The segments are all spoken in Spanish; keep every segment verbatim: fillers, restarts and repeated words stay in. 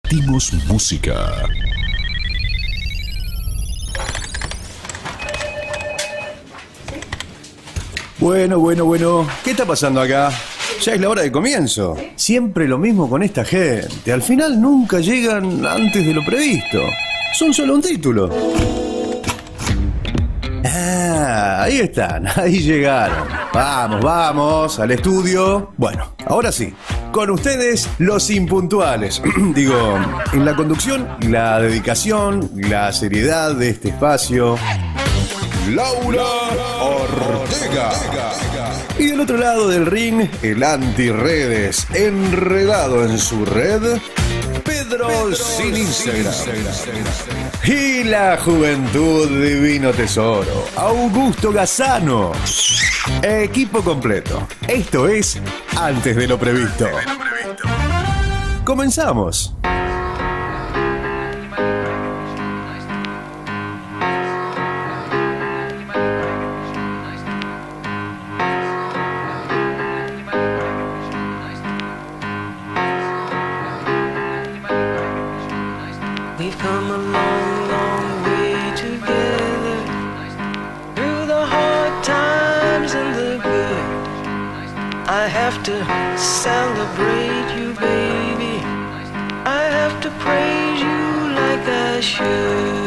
Compartimos música. Bueno, bueno, bueno. ¿Qué está pasando acá? Ya es la hora de comienzo. Siempre lo mismo con esta gente. Al final nunca llegan antes de lo previsto. Son solo un título. Ah, ahí están, ahí llegaron. Vamos, vamos, al estudio. Bueno, ahora sí, con ustedes los impuntuales. Digo, en la conducción, la dedicación, la seriedad de este espacio. Laura Ortega. Y del otro lado del ring, el antirredes, enredado en su red, Pedro sin Instagram. Y la juventud divino tesoro, Augusto Gazzano. Equipo completo. Esto es Antes de lo Previsto. Comenzamos. Celebrate you, baby. I have to praise you like I should.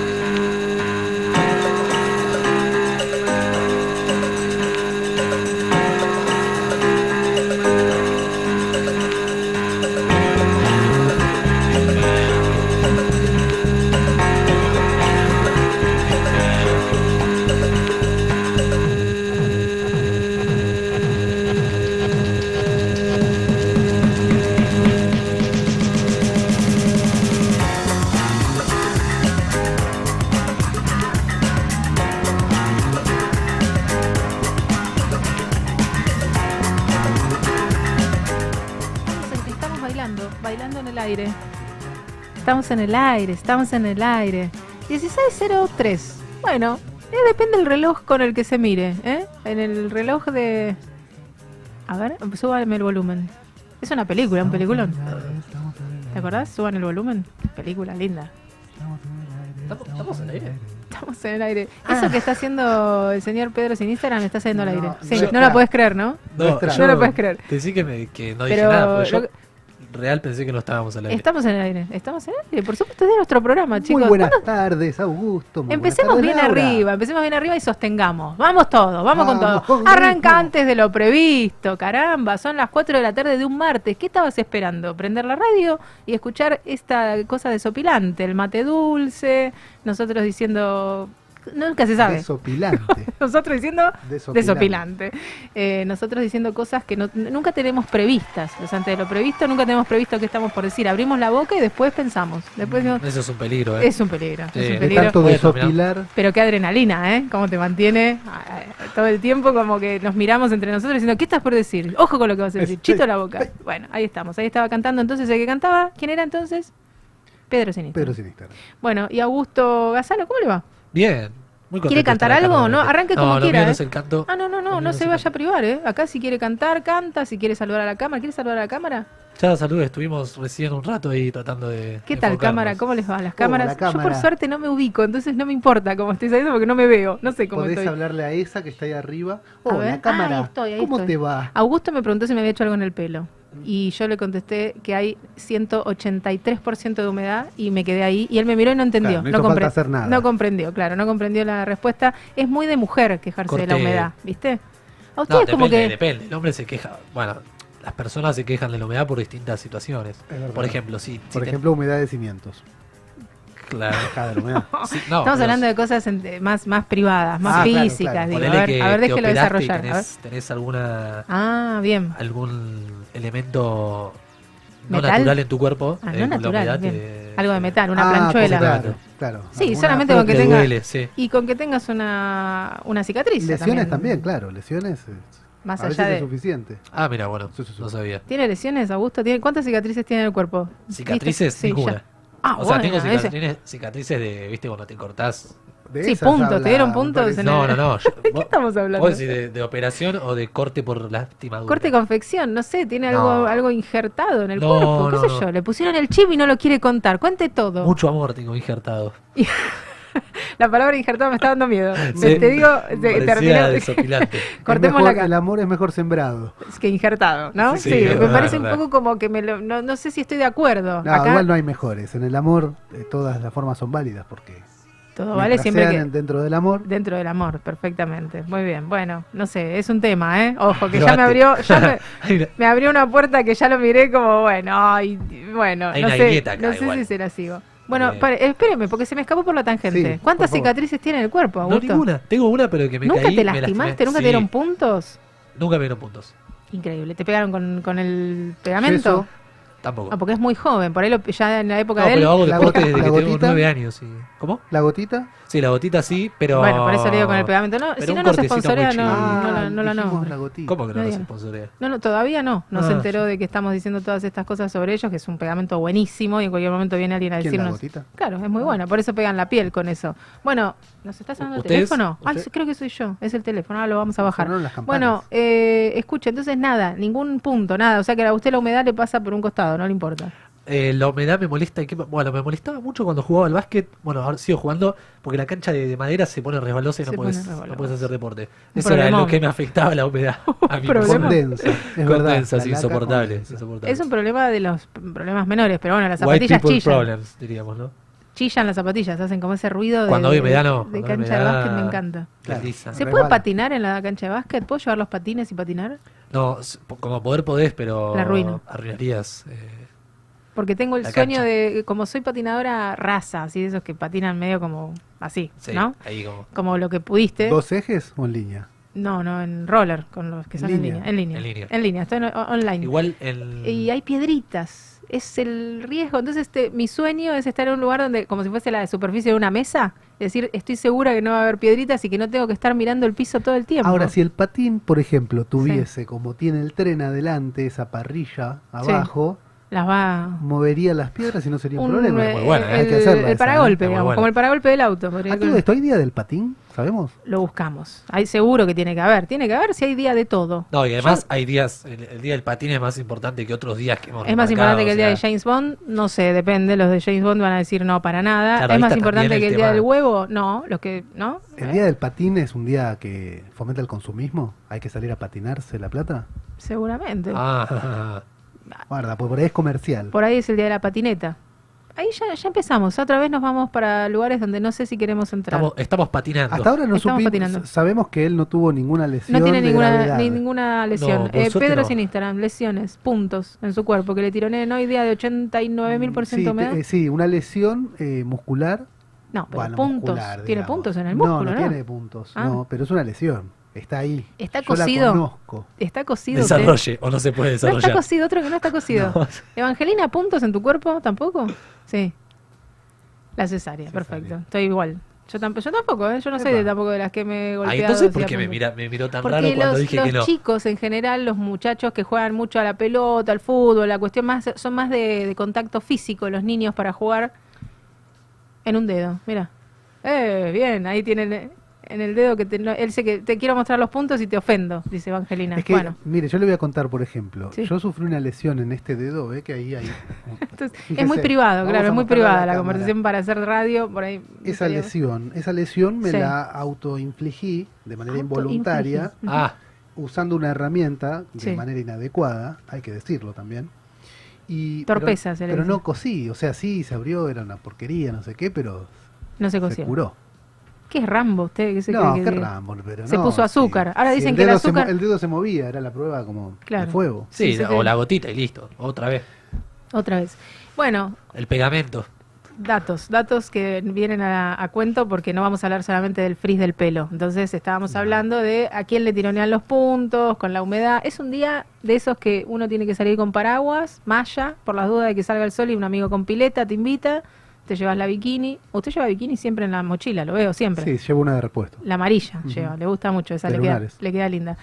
Estamos en el aire, estamos en el aire. dieciséis cero tres. Bueno, eh, depende del reloj con el que se mire, ¿eh? En el reloj de... A ver, súbame el volumen. Es una película, un peliculón. ¿Te acordás? Suban el volumen. Película linda. ¿Estamos en el aire? Estamos en el aire. Eso ah. que está haciendo el señor Pedro sin Instagram está haciendo al aire. Sí, yo, no la podés creer, ¿no? No, no, no la podés creer. Te decí que, me, que no dije Pero nada, porque yo... Lo... real pensé que no estábamos al aire. Estamos en el aire, estamos en el aire. Por supuesto, es de nuestro programa, chicos. Muy buenas ¿Cuándo? tardes, Augusto. Muy empecemos tardes, bien Laura. arriba, empecemos bien arriba y sostengamos. Vamos todos, vamos, Vamos con todo. con Arranca ritmo. antes de lo previsto, caramba. Son las cuatro de la tarde de un martes. ¿Qué estabas esperando? Prender la radio y escuchar esta cosa desopilante, el mate dulce, nosotros diciendo... Nunca se sabe. Desopilante. Nosotros diciendo Desopilante. desopilante. Eh, nosotros diciendo cosas que no, nunca tenemos previstas. Los antes de lo previsto, nunca tenemos previsto qué estamos por decir. Abrimos la boca y después pensamos. Después decimos, Eso es un peligro, ¿eh? es un peligro. Sí. Es un De peligro. tanto Voy a desopilar. Pero qué adrenalina, ¿eh? Cómo te mantiene eh, todo el tiempo, como que nos miramos entre nosotros diciendo, ¿qué estás por decir? Ojo con lo que vas a decir. Chito la boca. Bueno, ahí estamos. Ahí estaba cantando entonces el que cantaba. ¿Quién era entonces? Pedro Sinistro. Pedro sin Instagram. Bueno, y Augusto Gazzano, ¿cómo le va? Bien. Muy ¿Quiere contento de cantar estar acá algo o no? nuevamente. Arranque como no, lo quiera, mío no ¿eh? es el canto. Ah, no, no, no, Lo mío no es se el vaya a canto. privar, ¿eh? Acá si quiere cantar, canta. Si quiere saludar a la cámara, ¿quiere saludar a la cámara? Ya, salud, estuvimos recién un rato ahí tratando de ¿Qué tal, enfocarnos. cámara? ¿Cómo les va? Las Oh, cámaras. la Yo por cámara. suerte no me ubico, entonces no me importa cómo estoy saliendo porque no me veo. No sé cómo Podés estoy. hablarle a esa que está ahí arriba. A Oh, ver. la cámara. Ahí estoy, ahí ¿Cómo estoy. te va? Augusto me preguntó si me había hecho algo en el pelo. Y yo le contesté que hay ciento ochenta y tres por ciento de humedad y me quedé ahí. Y él me miró y no entendió. Claro, no no, hizo falta hacer nada. no comprendió, claro, no comprendió la respuesta. Es muy de mujer quejarse de la Corté. humedad, ¿viste? A No, ustedes depende, como que... depende. El hombre se queja. Bueno, las personas se quejan de la humedad por distintas situaciones. Es verdad. Por ejemplo, si. si Por te- ejemplo, humedad de cimientos. Claro. Dejá de la humedad. Sí, no, Estamos pero hablando de cosas en- más, más privadas, más Ah, claro, físicas. claro. Digo. ponele A ver, que a ver te déjelo operaste y desarrollar. a ver. Tenés, tenés alguna. Ah, bien. algún elemento no ¿Metal? natural en tu cuerpo. Ah, eh, no con la natural, humedad bien. te- Algo de te- metal, una Ah, planchuela. Claro, claro. Sí, Alguna solamente con que te tenga... duele, sí. Y con que tengas una, una cicatriz. Lesiones también, claro. Lesiones. eh, Más a allá veces de... es suficiente. Ah, mira, bueno, Sí, sí, sí. no sabía. ¿Tiene lesiones, Augusto? ¿Tiene... ¿Cuántas cicatrices tiene en el cuerpo? ¿Cicatrices? ¿Viste? Sí, Ninguna. ya. Ah, o sea, bueno, tengo ese- cicatrices, cicatrices de, viste, cuando te cortás De Sí, esas puntos, habla, ¿te dieron me puntos parece. en No, el- no, no. yo- ¿De qué vos- estamos hablando? ¿Vos decís de, de operación o de corte por lastimadura? Corte y confección, no sé, tiene algo, No. algo injertado en el No, cuerpo, qué no, sé no. yo. Le pusieron el chip y no lo quiere contar. Cuente todo. Mucho amor tengo injertado. La palabra injertado me está dando miedo. Sí, Te digo, te- parecía terminé- desopilante. Es Cortémosla mejor- acá. El amor es mejor sembrado. Es que injertado, ¿no? Sí, Sí, sí, me verdad, parece un verdad. poco como que me lo, no, no sé si estoy de acuerdo. No, Acá igual no hay mejores. En el amor eh, todas las formas son válidas porque todo vale mientras siempre sean que dentro del amor. dentro del amor, perfectamente. Muy bien, bueno, no sé, es un tema, ¿eh? Ojo, que Pero ya me bate. abrió, ya me, Hay una- me abrió una puerta que ya lo miré como, bueno, ay, bueno, Hay no una sé, grieta acá no sé igual. si se la sigo. Bueno, Bien. pare- espéreme, porque se me escapó por la tangente. Sí, ¿Cuántas por favor. cicatrices tiene en el cuerpo, No, Augusto? ninguna. Tengo una, pero que me ¿Nunca caí. te me lastimaste? lastimé. ¿Nunca Sí, te dieron puntos? Nunca me dieron puntos. Increíble. ¿Te pegaron con, con el pegamento? Yeso. Tampoco. Ah, porque es muy joven, por ahí lo, ya en la época No, de él. pero hago la deporte gota- desde la que tengo gotita. nueve años. Y... ¿Cómo? La gotita. Sí, la gotita sí, pero... Bueno, por eso le digo con el pegamento. No, Pero si un no nos cortecito sponsorea, muy no, chiquito. no, la- no la dijimos nombre. la gotita. ¿Cómo que no No nos digan. sponsorea? No, no, todavía no. No se Ah, enteró de que estamos diciendo todas estas cosas sobre ellos, que es un pegamento buenísimo y en cualquier momento viene alguien a ¿Quién, la decirnos. gotita? Claro, es muy bueno, por eso pegan la piel con eso. Bueno, ¿nos está sonando el ¿Ustedes? teléfono? Ay, ¿Usted? creo que soy yo, es el teléfono, ahora lo vamos a bajar. Sonaron las campanas. Bueno, eh, escuche, entonces nada, ningún punto, nada. O sea que a usted la humedad le pasa por un costado, no le importa. Eh, la humedad me molesta. ¿y qué- Bueno, me molestaba mucho cuando jugaba al básquet. Bueno, ahora sigo jugando porque la cancha de, de madera se pone resbalosa y no Se puedes, pone resbalosa. no puedes hacer deporte. Un Eso era problemón. lo que me afectaba la humedad. A mí Problema. Condensa. Es verdad. Condensa, la sí, laca insoportable, condensa. insoportable. Es un problema de los problemas menores, pero bueno, las White zapatillas people chillan. problems, diríamos, ¿no? Chillan las zapatillas, hacen como ese ruido de, Cuando hay humedad, de- no. de Cuando hay cancha de humedad, básquet, me encanta. Claro. desliza. ¿Se Resbala. puede patinar en la cancha de básquet? ¿Puedo llevar los patines y patinar? No, s- po- como poder podés, pero La arruino. arruinarías. eh, Porque tengo el La sueño cancha. de, como soy patinadora raza, así de esos que patinan medio como así, sí, ¿no? ahí como. Como lo que pudiste. ¿Dos ejes o en línea? No, no, en roller, con los que son en Línea. línea. En línea. En línea. En línea, estoy en- o- online. Igual el. Y hay piedritas. Es el riesgo. Entonces, este, mi sueño es estar en un lugar donde, como si fuese la superficie de una mesa, es decir, estoy segura que no va a haber piedritas y que no tengo que estar mirando el piso todo el tiempo. Ahora, si el patín, por ejemplo, tuviese como tiene el tren adelante, esa parrilla abajo, Las va. movería las piedras y no sería un, Un, problema. eh, muy buena, hay el, que hacerla el esa, ¿eh? paragolpe, Está muy digamos, buena. como el paragolpe del auto. podría ¿A ir todo con- esto hay día del patín? ¿Sabemos? Lo buscamos. Hay seguro que tiene que haber. Tiene que haber si hay día de todo. No, y además hay días. El, el día del patín es más importante que otros días que hemos Es más remarcado, importante que el o día de sea, James Bond, no sé, depende. Los de James Bond van a decir no para nada. Claro, es ahí más está importante también que el el día tema. del huevo, no. Los que, ¿no? ¿El ¿Eh? día del patín es un día que fomenta el consumismo? ¿Hay que salir a patinarse la plata? Seguramente. Ah, Guarda, pues por ahí es comercial. Por ahí es el día de la patineta. Ahí ya, ya empezamos. Otra vez nos vamos para lugares donde no sé si queremos entrar. estamos, estamos patinando. Hasta ahora no Estamos supimos, patinando. sabemos que él no tuvo ninguna lesión No tiene de ninguna, gravedad. ni ninguna lesión. No, por Eh, suerte Pedro no. sin Instagram, lesiones, puntos en su cuerpo, que le tironean hoy día de ochenta y nueve mil por Sí, ciento te- humedad. eh, sí, una lesión eh, muscular. No, pero Bueno, puntos. muscular, Tiene digamos. puntos en el músculo, no, ¿no? no tiene puntos. Ah. No, pero es una lesión. Está ahí. Está Yo la cosido. conozco. Está cosido. usted. Desarrolle, o no se puede No está desarrollar. cosido, otro que no está cosido. No. Evangelina, ¿puntos en tu cuerpo? ¿Tampoco? Sí. La cesárea, Cesárea. perfecto. Estoy igual. Yo, tamp- yo tampoco, ¿eh? Yo no soy Epa. de, tampoco de las que me he Ah, golpeado. entonces, así ¿por a qué me, puntos. mira, me miró tan Porque raro cuando los, dije los que no? chicos en general, los muchachos que juegan mucho a la pelota, al fútbol, la cuestión más son más de, de contacto físico los niños para jugar en un dedo. Mira. Eh, bien, ahí tienen en el dedo que te, no, él sé que te quiero mostrar los puntos y te ofendo, dice Evangelina. Es que, bueno, mire, yo le voy a contar, por ejemplo. Sí. Yo sufrí una lesión en este dedo, ve que ahí hay. entonces, es Fíjese, muy privado, vamos claro, a es muy mostrarle a privada la la, cámara. conversación para hacer radio, por ahí. Esa estaría- lesión, esa lesión me Sí. la autoinfligí de manera Autoinfligí. involuntaria, Ujú. Ah, usando una herramienta de Sí. manera inadecuada, hay que decirlo también. Y, Torpeza, pero, se le pero dice. no cosí, o sea, sí, se abrió, era una porquería, no sé qué, pero No se se coció. curó. ¿Qué es Rambo usted? ¿Qué se No, cree qué que- Rambo, pero se no, puso azúcar. Ahora dicen el que el dedo se mo- azúcar- el dedo se movía, era la prueba como Claro. de fuego. sí, Sí, se o te- la gotita y listo. Otra vez. Otra vez. Bueno, El pegamento. datos, datos que vienen a, a cuento porque no vamos a hablar solamente del frizz del pelo. Entonces estábamos hablando de a quién le tironean los puntos, con la humedad. Es un día de esos que uno tiene que salir con paraguas, malla, por las dudas de que salga el sol y un amigo con pileta te invita, te llevas la bikini. Usted lleva bikini siempre en la mochila, lo veo siempre. Sí, llevo una de repuesto. La amarilla Ujú. lleva, le gusta mucho, esa De le queda, lunares. le queda linda.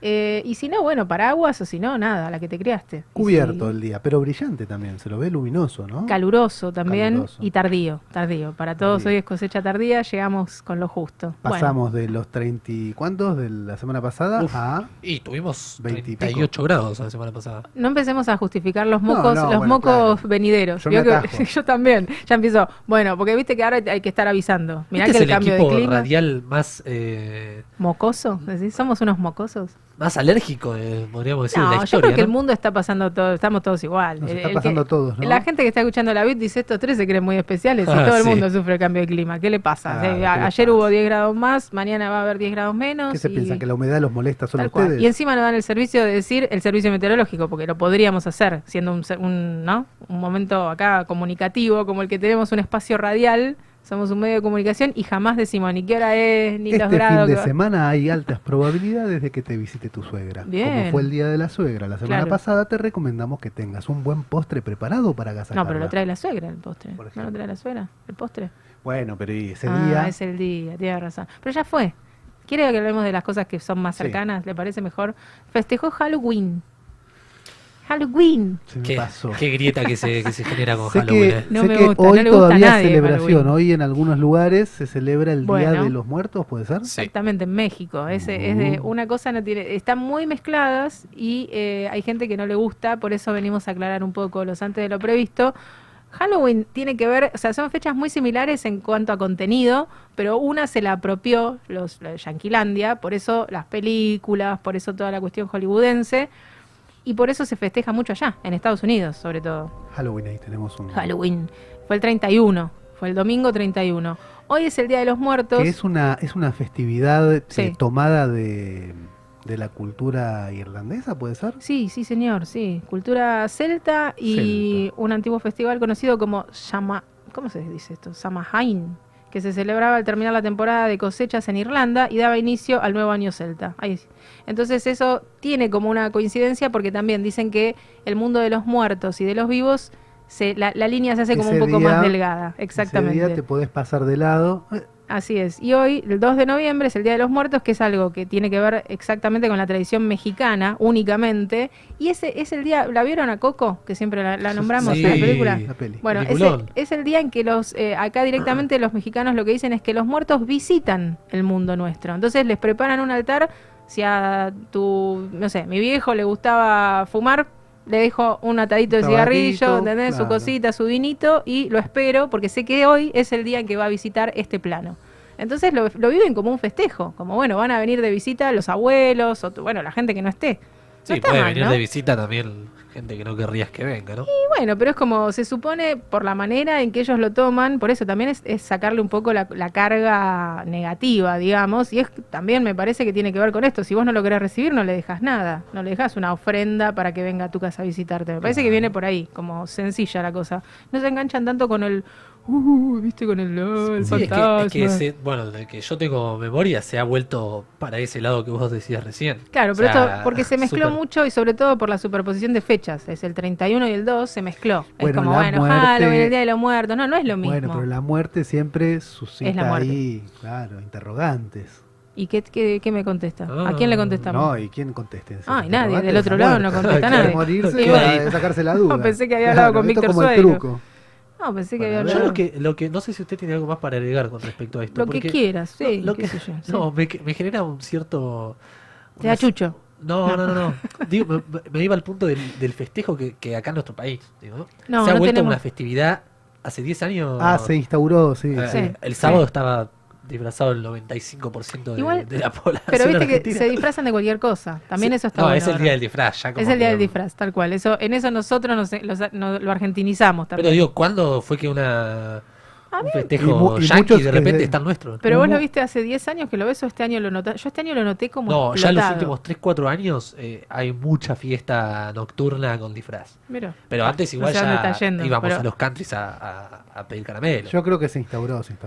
Eh, y si no, bueno, paraguas o si no, nada, la que te creaste. Y Cubierto si- el día, pero brillante también, se lo ve luminoso, ¿no? Caluroso también Caluroso. y tardío, tardío. Para todos Tardío. hoy es cosecha tardía, llegamos con lo justo. Bueno, Pasamos de los treinta y cuántos de la semana pasada Uf. a... Y tuvimos veinte y pico. treinta y ocho grados la semana pasada. no empecemos a justificar los No, mocos, no, los bueno, mocos claro. venideros. Yo Vio me que- atajo. yo también, ya empiezo. Bueno, porque viste que ahora hay que estar avisando. Mirá Este que es el el cambio de equipo clima. radial más eh, ¿Mocoso? ¿Decís? ¿Somos unos mocosos? más alérgico, eh, podríamos decir, de No, la yo historia. creo que ¿no? el mundo está pasando todo, estamos todos igual. Nos El- está el pasando que- a todos, ¿no? La gente que está escuchando la B I T dice estos tres se creen muy especiales y Ah, todo el sí. mundo sufre el cambio de clima. ¿Qué le pasa? Claro, Eh, ¿qué a- le ayer pasa? hubo diez grados más, mañana va a haber diez grados menos. ¿Qué se y- piensa? ¿Que la humedad los molesta solo a Tal cual. ustedes? Y encima nos dan el servicio de decir el servicio meteorológico, porque lo podríamos hacer siendo un, ser- un, ¿no? un momento acá comunicativo como el que tenemos un espacio radial, somos un medio de comunicación y jamás decimos ni qué hora es, ni Este los fin grados. de que- semana hay altas probabilidades de que te visite tu suegra. Bien. Como fue el día de la suegra la semana Claro. pasada, te recomendamos que tengas un buen postre preparado para agasajarla. No, pero lo trae la suegra el postre. Por ¿No ejemplo. lo trae la suegra el postre? Bueno, pero y ese ah, día... es el día, tiene razón. Pero ya fue. ¿Quiere que hablemos de las cosas que son más Sí. cercanas? ¿Le parece mejor? Festejó Halloween. Halloween. Se me ¿Qué, pasó. qué grieta que se, que se genera con Sé Halloween. que, eh. No sé me que gusta, no hoy le gusta a todavía es nadie celebración. Halloween. Hoy en algunos lugares se celebra el Día Bueno. de los Muertos, ¿puede ser? Sí. Exactamente, en México. Es, es de Uh. una cosa no tiene, están muy mezcladas y eh, hay gente que no le gusta, por eso venimos a aclarar un poco los antes de lo previsto. Halloween tiene que ver, o sea, son fechas muy similares en cuanto a contenido, pero una se la apropió los, los Yanquilandia, por eso las películas, por eso toda la cuestión hollywoodense, y por eso se festeja mucho allá, en Estados Unidos, sobre todo. Halloween, ahí tenemos un... Halloween. Fue el treinta y uno, fue el domingo treinta y uno. Hoy es el Día de los Muertos. Que es una, es una festividad eh, Sí. tomada de, de la cultura irlandesa, ¿puede ser? Sí, sí, señor, sí. Cultura celta y Celta. un antiguo festival conocido como Sama, ¿cómo se dice esto? Samhain, que se celebraba al terminar la temporada de cosechas en Irlanda y daba inicio al nuevo año celta. Ahí sí. Entonces eso tiene como una coincidencia porque también dicen que el mundo de los muertos y de los vivos, se, la, la línea se hace como un Ese poco día- más delgada. Exactamente. Ese día te podés pasar de lado. Eh, Así es. Y hoy, el dos de noviembre, es el Día de los Muertos, que es algo que tiene que ver exactamente con la tradición mexicana, únicamente. Y ese es el día, ¿la vieron a Coco? Que siempre la, la nombramos Sí. en la película. La peli. Bueno, es Peliculón. el, es el día en que los, eh, acá directamente los mexicanos lo que dicen es que los muertos visitan el mundo nuestro. Entonces les preparan un altar. Si a tu, no sé, mi viejo le gustaba fumar, le dejo un atadito de Un cigarrillo, tabaquito, ¿entendés? Su claro. cosita, su vinito, y lo espero porque sé que hoy es el día en que va a visitar este plano. Entonces lo, lo viven como un festejo, como bueno, van a venir de visita los abuelos, o tu- bueno, la gente que no esté. Sí, No está puede mal, venir ¿no? de visita también gente que no querrías que venga, ¿no? Y bueno, pero es como se supone por la manera en que ellos lo toman, por eso también es, es sacarle un poco la, la carga negativa, digamos, y es también me parece que tiene que ver con esto. Si vos no lo querés recibir, no le dejas nada, no le dejas una ofrenda para que venga a tu casa a visitarte. Me parece que viene por ahí, como sencilla la cosa. No se enganchan tanto con el, uh, viste, con el, oh, el Sí, es que, fantasma. es que se- bueno, de que yo tengo memoria se ha vuelto para ese lado que vos decías recién. Claro, O pero sea, esto porque se mezcló súper- mucho y sobre todo por la superposición de fechas. Es el treinta y uno y el dos se mezcló. Bueno, es como, la bueno, muerte- Halloween, el Día de los Muertos. No, no es lo mismo. Bueno, pero la muerte siempre suscita Es la muerte. ahí, claro, interrogantes. ¿Y qué, qué, qué me contesta? ¿A Ah, quién le contestamos? No, ¿y quién contesta? esos Ay, nadie, interrogantes? del otro La lado no muerte. contesta Quiere nadie. morirse Y para bueno. sacarse la duda. No, pensé que había hablado con esto Víctor como el Sueiro. truco. No, pensé que Para había ver. Yo hablado. lo que, lo que, no sé si usted tiene algo más para agregar con respecto a esto. Lo que porque- quieras, sí, No, lo qué que- sé yo, sí. no, me, me genera un cierto... Te da una- chucho. No, no, no, no. Digo, me, me iba al punto del, del festejo que, que acá en nuestro país, digo, ¿no? No, se ha no vuelto tenemos- una festividad hace diez años. Ah, se instauró, sí. eh, Sí. El sábado Sí. estaba disfrazado el noventa y cinco por ciento de, Igual, de la población Pero viste que argentina. se disfrazan de cualquier cosa. También Sí. eso está No, bueno. es el ahora. día del disfraz, ya como Es el día que- del disfraz, tal cual. Eso, en eso nosotros nos, los- nos- lo argentinizamos también. Pero digo, ¿cuándo fue que una un Y festejo mu- y yankee muchos de que repente de- está el nuestro? Pero vos ¿Cómo? lo viste hace diez años que lo ves o este año lo notaste. Yo este año lo noté como No, ya en los explotado. últimos tres cuatro años eh, hay mucha fiesta nocturna con disfraz. Mirá. Pero antes No igual sé a dónde ya está yendo, íbamos pero- a los countries a, a- a pedir caramelo. Yo creo que se instauró, se instauró.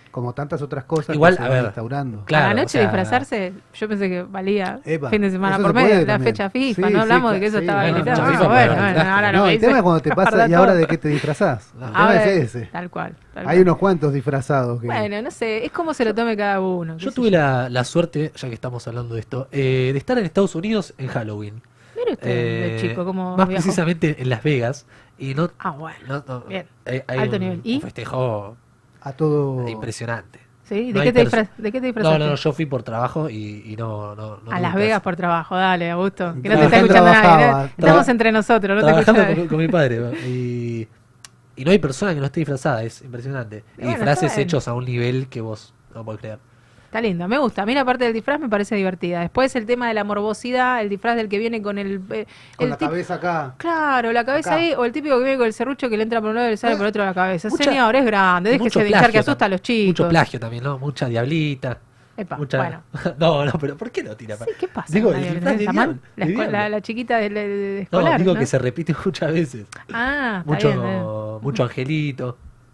Como tantas otras cosas Igual, que se a van ver, instaurando. claro, a la noche o sea, disfrazarse, yo pensé que valía Epa, fin de semana eso por se puede medio, la también. fecha FIFA, Sí, no sí, hablamos de cla- que eso sí, estaba no, habilitado. fecha No, FIFA, bueno, pero bueno, traje. ahora No, no me el dice, tema es cuando te pasa, guarda ¿y ahora todo. de qué te disfrazás? El Ahora, tema es ese. Tal cual. Tal Hay cual. unos cuantos disfrazados que... Bueno, no sé, es como se lo tome cada uno. qué Yo sé tuve la, la suerte, ya que estamos hablando de esto, eh, de estar en Estados Unidos en Halloween. Mire usted, de Eh, chico, cómo más viajó. precisamente en Las Vegas. Y no, Ah, bueno. no- no- Bien. hay, hay Alto un, nivel. ¿Y? un festejo A todo... impresionante. ¿Sí? ¿De, No qué hay te perso- disfraz- ¿De qué te No, disfrazaste? no, no, yo fui por trabajo y, y no, no, no A tuve Las clase. Vegas por trabajo, dale, Augusto. Que no te Trabajé, está escuchando nadie. trabajaba. ¿no? Estamos Traba- entre nosotros, no te escucha Trabajando nadie. con, con mi padre. ¿no? Y, y no hay persona que no esté disfrazada, es impresionante. Y Y bueno, disfraces está bien. hechos a un nivel que vos no podés creer. Está lindo, me gusta. A mí la parte del disfraz me parece divertida. Después el tema de la morbosidad, el disfraz del que viene con el... eh, Con el la tip- cabeza acá. Claro, la cabeza Acá. ahí, o el típico que viene con el serrucho que le entra por un lado y le sale por otro la cabeza. Mucha- Señor, es grande, Y déjese mucho de hinchar que plagio asusta a los tam- chicos. Mucho plagio también, ¿no? Mucha diablita. Epa, mucha... bueno. no, no, pero ¿por qué no tira? Sí, ¿qué pasa? Digo, con el la disfraz de violencia? diablo, ¿Mal? La, de esco- diablo. la- la chiquita de, de- de No, escolar, digo ¿no? que se repite muchas veces. Ah, está Mucho, bien, está bien. mucho angelito,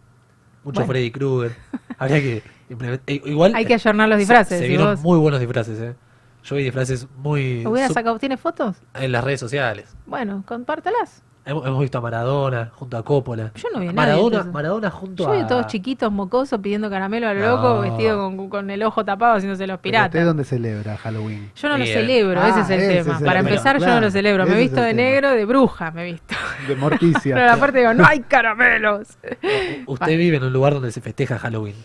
mucho Bueno. Freddy Krueger. Habría que implementar. eh, Igual Hay que eh, ayornar los se- disfraces. Se, y vieron vos- muy buenos disfraces, ¿eh? Yo vi disfraces muy. ¿Hubiera sup- sacado? ¿Tiene fotos? en las redes sociales. Bueno, compártalas. Hemos, hemos visto a Maradona junto a Coppola. Yo no vi a nadie, Maradona, entonces. Maradona junto Yo a. vi todos chiquitos, mocosos, pidiendo caramelo a lo No. loco, vestido con, con el ojo tapado, haciéndose los Pero ¿usted piratas. dónde celebra Halloween? Yo no lo Bien. celebro, Ah, ese es el ese tema. es el Para tema, empezar, yo no claro, lo celebro. Me he ese es visto el de tema. negro, de bruja, me he visto. De Morticia. Pero aparte digo, no hay caramelos. Usted vive en un lugar donde se festeja Halloween.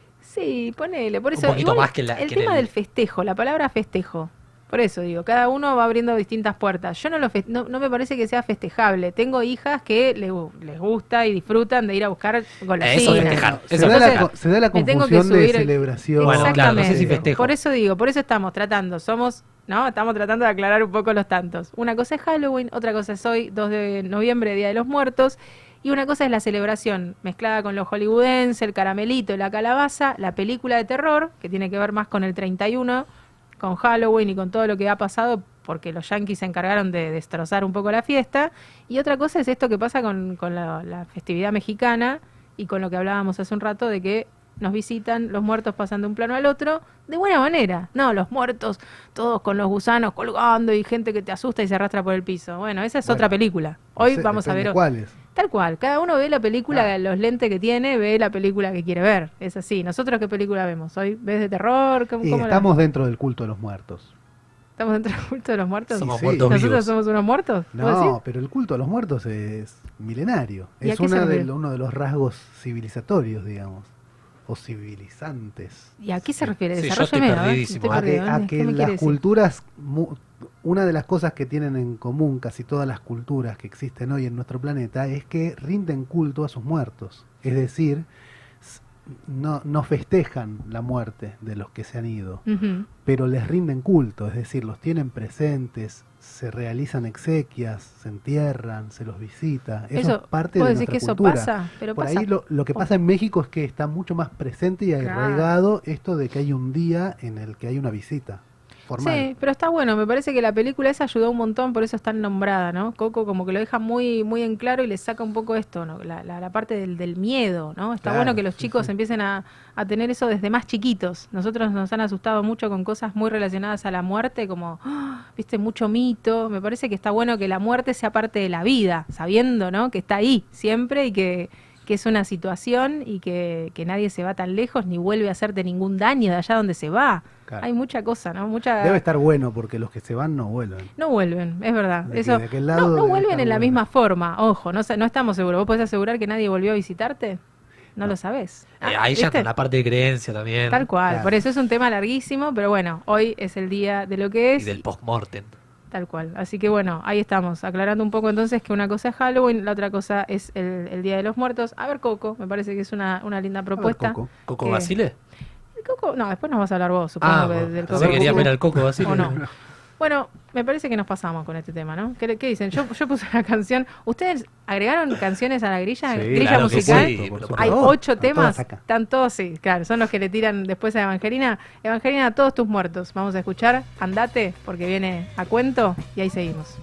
Sí, ponele. Por Un eso, poquito igual, más que la- el que en tema el- del festejo, la palabra festejo. Por eso digo, cada uno va abriendo distintas puertas. Yo no lo fe- no, no me parece que sea festejable. Tengo hijas que le gu- les gusta y disfrutan de ir a buscar golosinas. Eso es festejar. Se Eso da, es la, festejar. co- se da la me tengo que confusión de subir el- celebración. Bueno, claro, no sé si Exactamente. festejo. Por eso digo, por eso estamos tratando, somos, ¿no? Estamos tratando de aclarar un poco los tantos. Una cosa es Halloween, otra cosa es hoy, dos de noviembre, Día de los Muertos, y una cosa es la celebración, mezclada con lo hollywoodense, el caramelito, la calabaza, la película de terror, que tiene que ver más con el treinta y uno, con Halloween y con todo lo que ha pasado, porque los yanquis se encargaron de destrozar un poco la fiesta. Y otra cosa es esto que pasa con, con la, la festividad mexicana y con lo que hablábamos hace un rato de que nos visitan los muertos pasando de un plano al otro de buena manera. No, los muertos todos con los gusanos colgando y gente que te asusta y se arrastra por el piso. Bueno, esa es Bueno, otra película. Hoy No sé, vamos a depende ver... ¿Cuáles? Tal cual, cada uno ve la película, Ah. los lentes que tiene, ve la película que quiere ver. Es así. ¿Nosotros qué película vemos? ¿Hoy ves de terror? ¿Cómo, Y cómo la- estamos dentro del culto de los muertos. ¿Estamos dentro del culto de los muertos? Somos sí. muertos ¿Nosotros vivos. somos unos muertos? ¿Vos No, decís? pero el culto a los muertos es milenario. ¿Y a Es qué se una de, refiere? uno de los rasgos civilizatorios, digamos. O civilizantes. ¿Y a qué se refiere? Sí, yo Desarrolleme, estoy a ver, perdidísimo. estoy A que, perdido. a ¿Dónde? que ¿Qué me quiere las decir? culturas, mu- una de las cosas que tienen en común casi todas las culturas que existen hoy en nuestro planeta es que rinden culto a sus muertos. Es decir, s- no, no festejan la muerte de los que se han ido, Ujú. pero les rinden culto, es decir, los tienen presentes, se realizan exequias, se entierran, se los visita. Eso, Eso, es parte ¿vos de decís nuestra que eso cultura. pasa? Pero Por pasa. ahí lo, lo que Oh. pasa en México es que está mucho más presente y Claro. arraigado esto de que hay un día en el que hay una visita formal. Sí, pero está bueno, me parece que la película esa ayudó un montón, por eso es tan nombrada, ¿no? Coco como que lo deja muy muy en claro y le saca un poco esto, ¿no? La, la, la parte del, del miedo, ¿no? Está Claro, bueno que los sí, chicos sí. empiecen a, a tener eso desde más chiquitos. Nosotros nos han asustado mucho con cosas muy relacionadas a la muerte, como, ¡ah! viste, mucho mito. Me parece que está bueno que la muerte sea parte de la vida, sabiendo, ¿no? Que está ahí siempre y que, que es una situación y que, que nadie se va tan lejos ni vuelve a hacerte ningún daño de allá donde se va. Claro. Hay mucha cosa, ¿no? Mucha... Debe estar bueno porque los que se van no vuelven. No vuelven, es verdad. De que- Eso, de aquel no, lado no debe vuelven estar en la bueno. misma forma, ojo, no, sa- no estamos seguros. ¿Vos podés asegurar que nadie volvió a visitarte? No, lo sabés. Eh, Ah, ahí ya ¿viste? está la parte de creencia también. Tal cual, Claro. por eso es un tema larguísimo, pero bueno, hoy es el día de lo que Y es, del post-mortem. tal cual. Así que bueno, ahí estamos, aclarando un poco entonces que una cosa es Halloween, la otra cosa es el, el Día de los Muertos. A ver, Coco, me parece que es una, una linda propuesta. Coco. ¿Coco ¿Qué? Basile? El Coco, no, después nos vas a hablar vos, supongo, Ah, que bueno, del pensé Coco. que querían ver al Coco Basile. ¿O no? Bueno, me parece que nos pasamos con este tema, ¿no? ¿Qué, qué dicen? Yo, yo puse una canción. ¿Ustedes agregaron canciones a la grilla? Sí, ¿Grilla claro que musical? sí, Por pero supuesto. Hay favor, ocho están todas temas. acá. Están todos, sí, claro. Son los que le tiran después a Evangelina. Evangelina, todos tus muertos. Vamos a escuchar Andate, porque viene a cuento y ahí seguimos.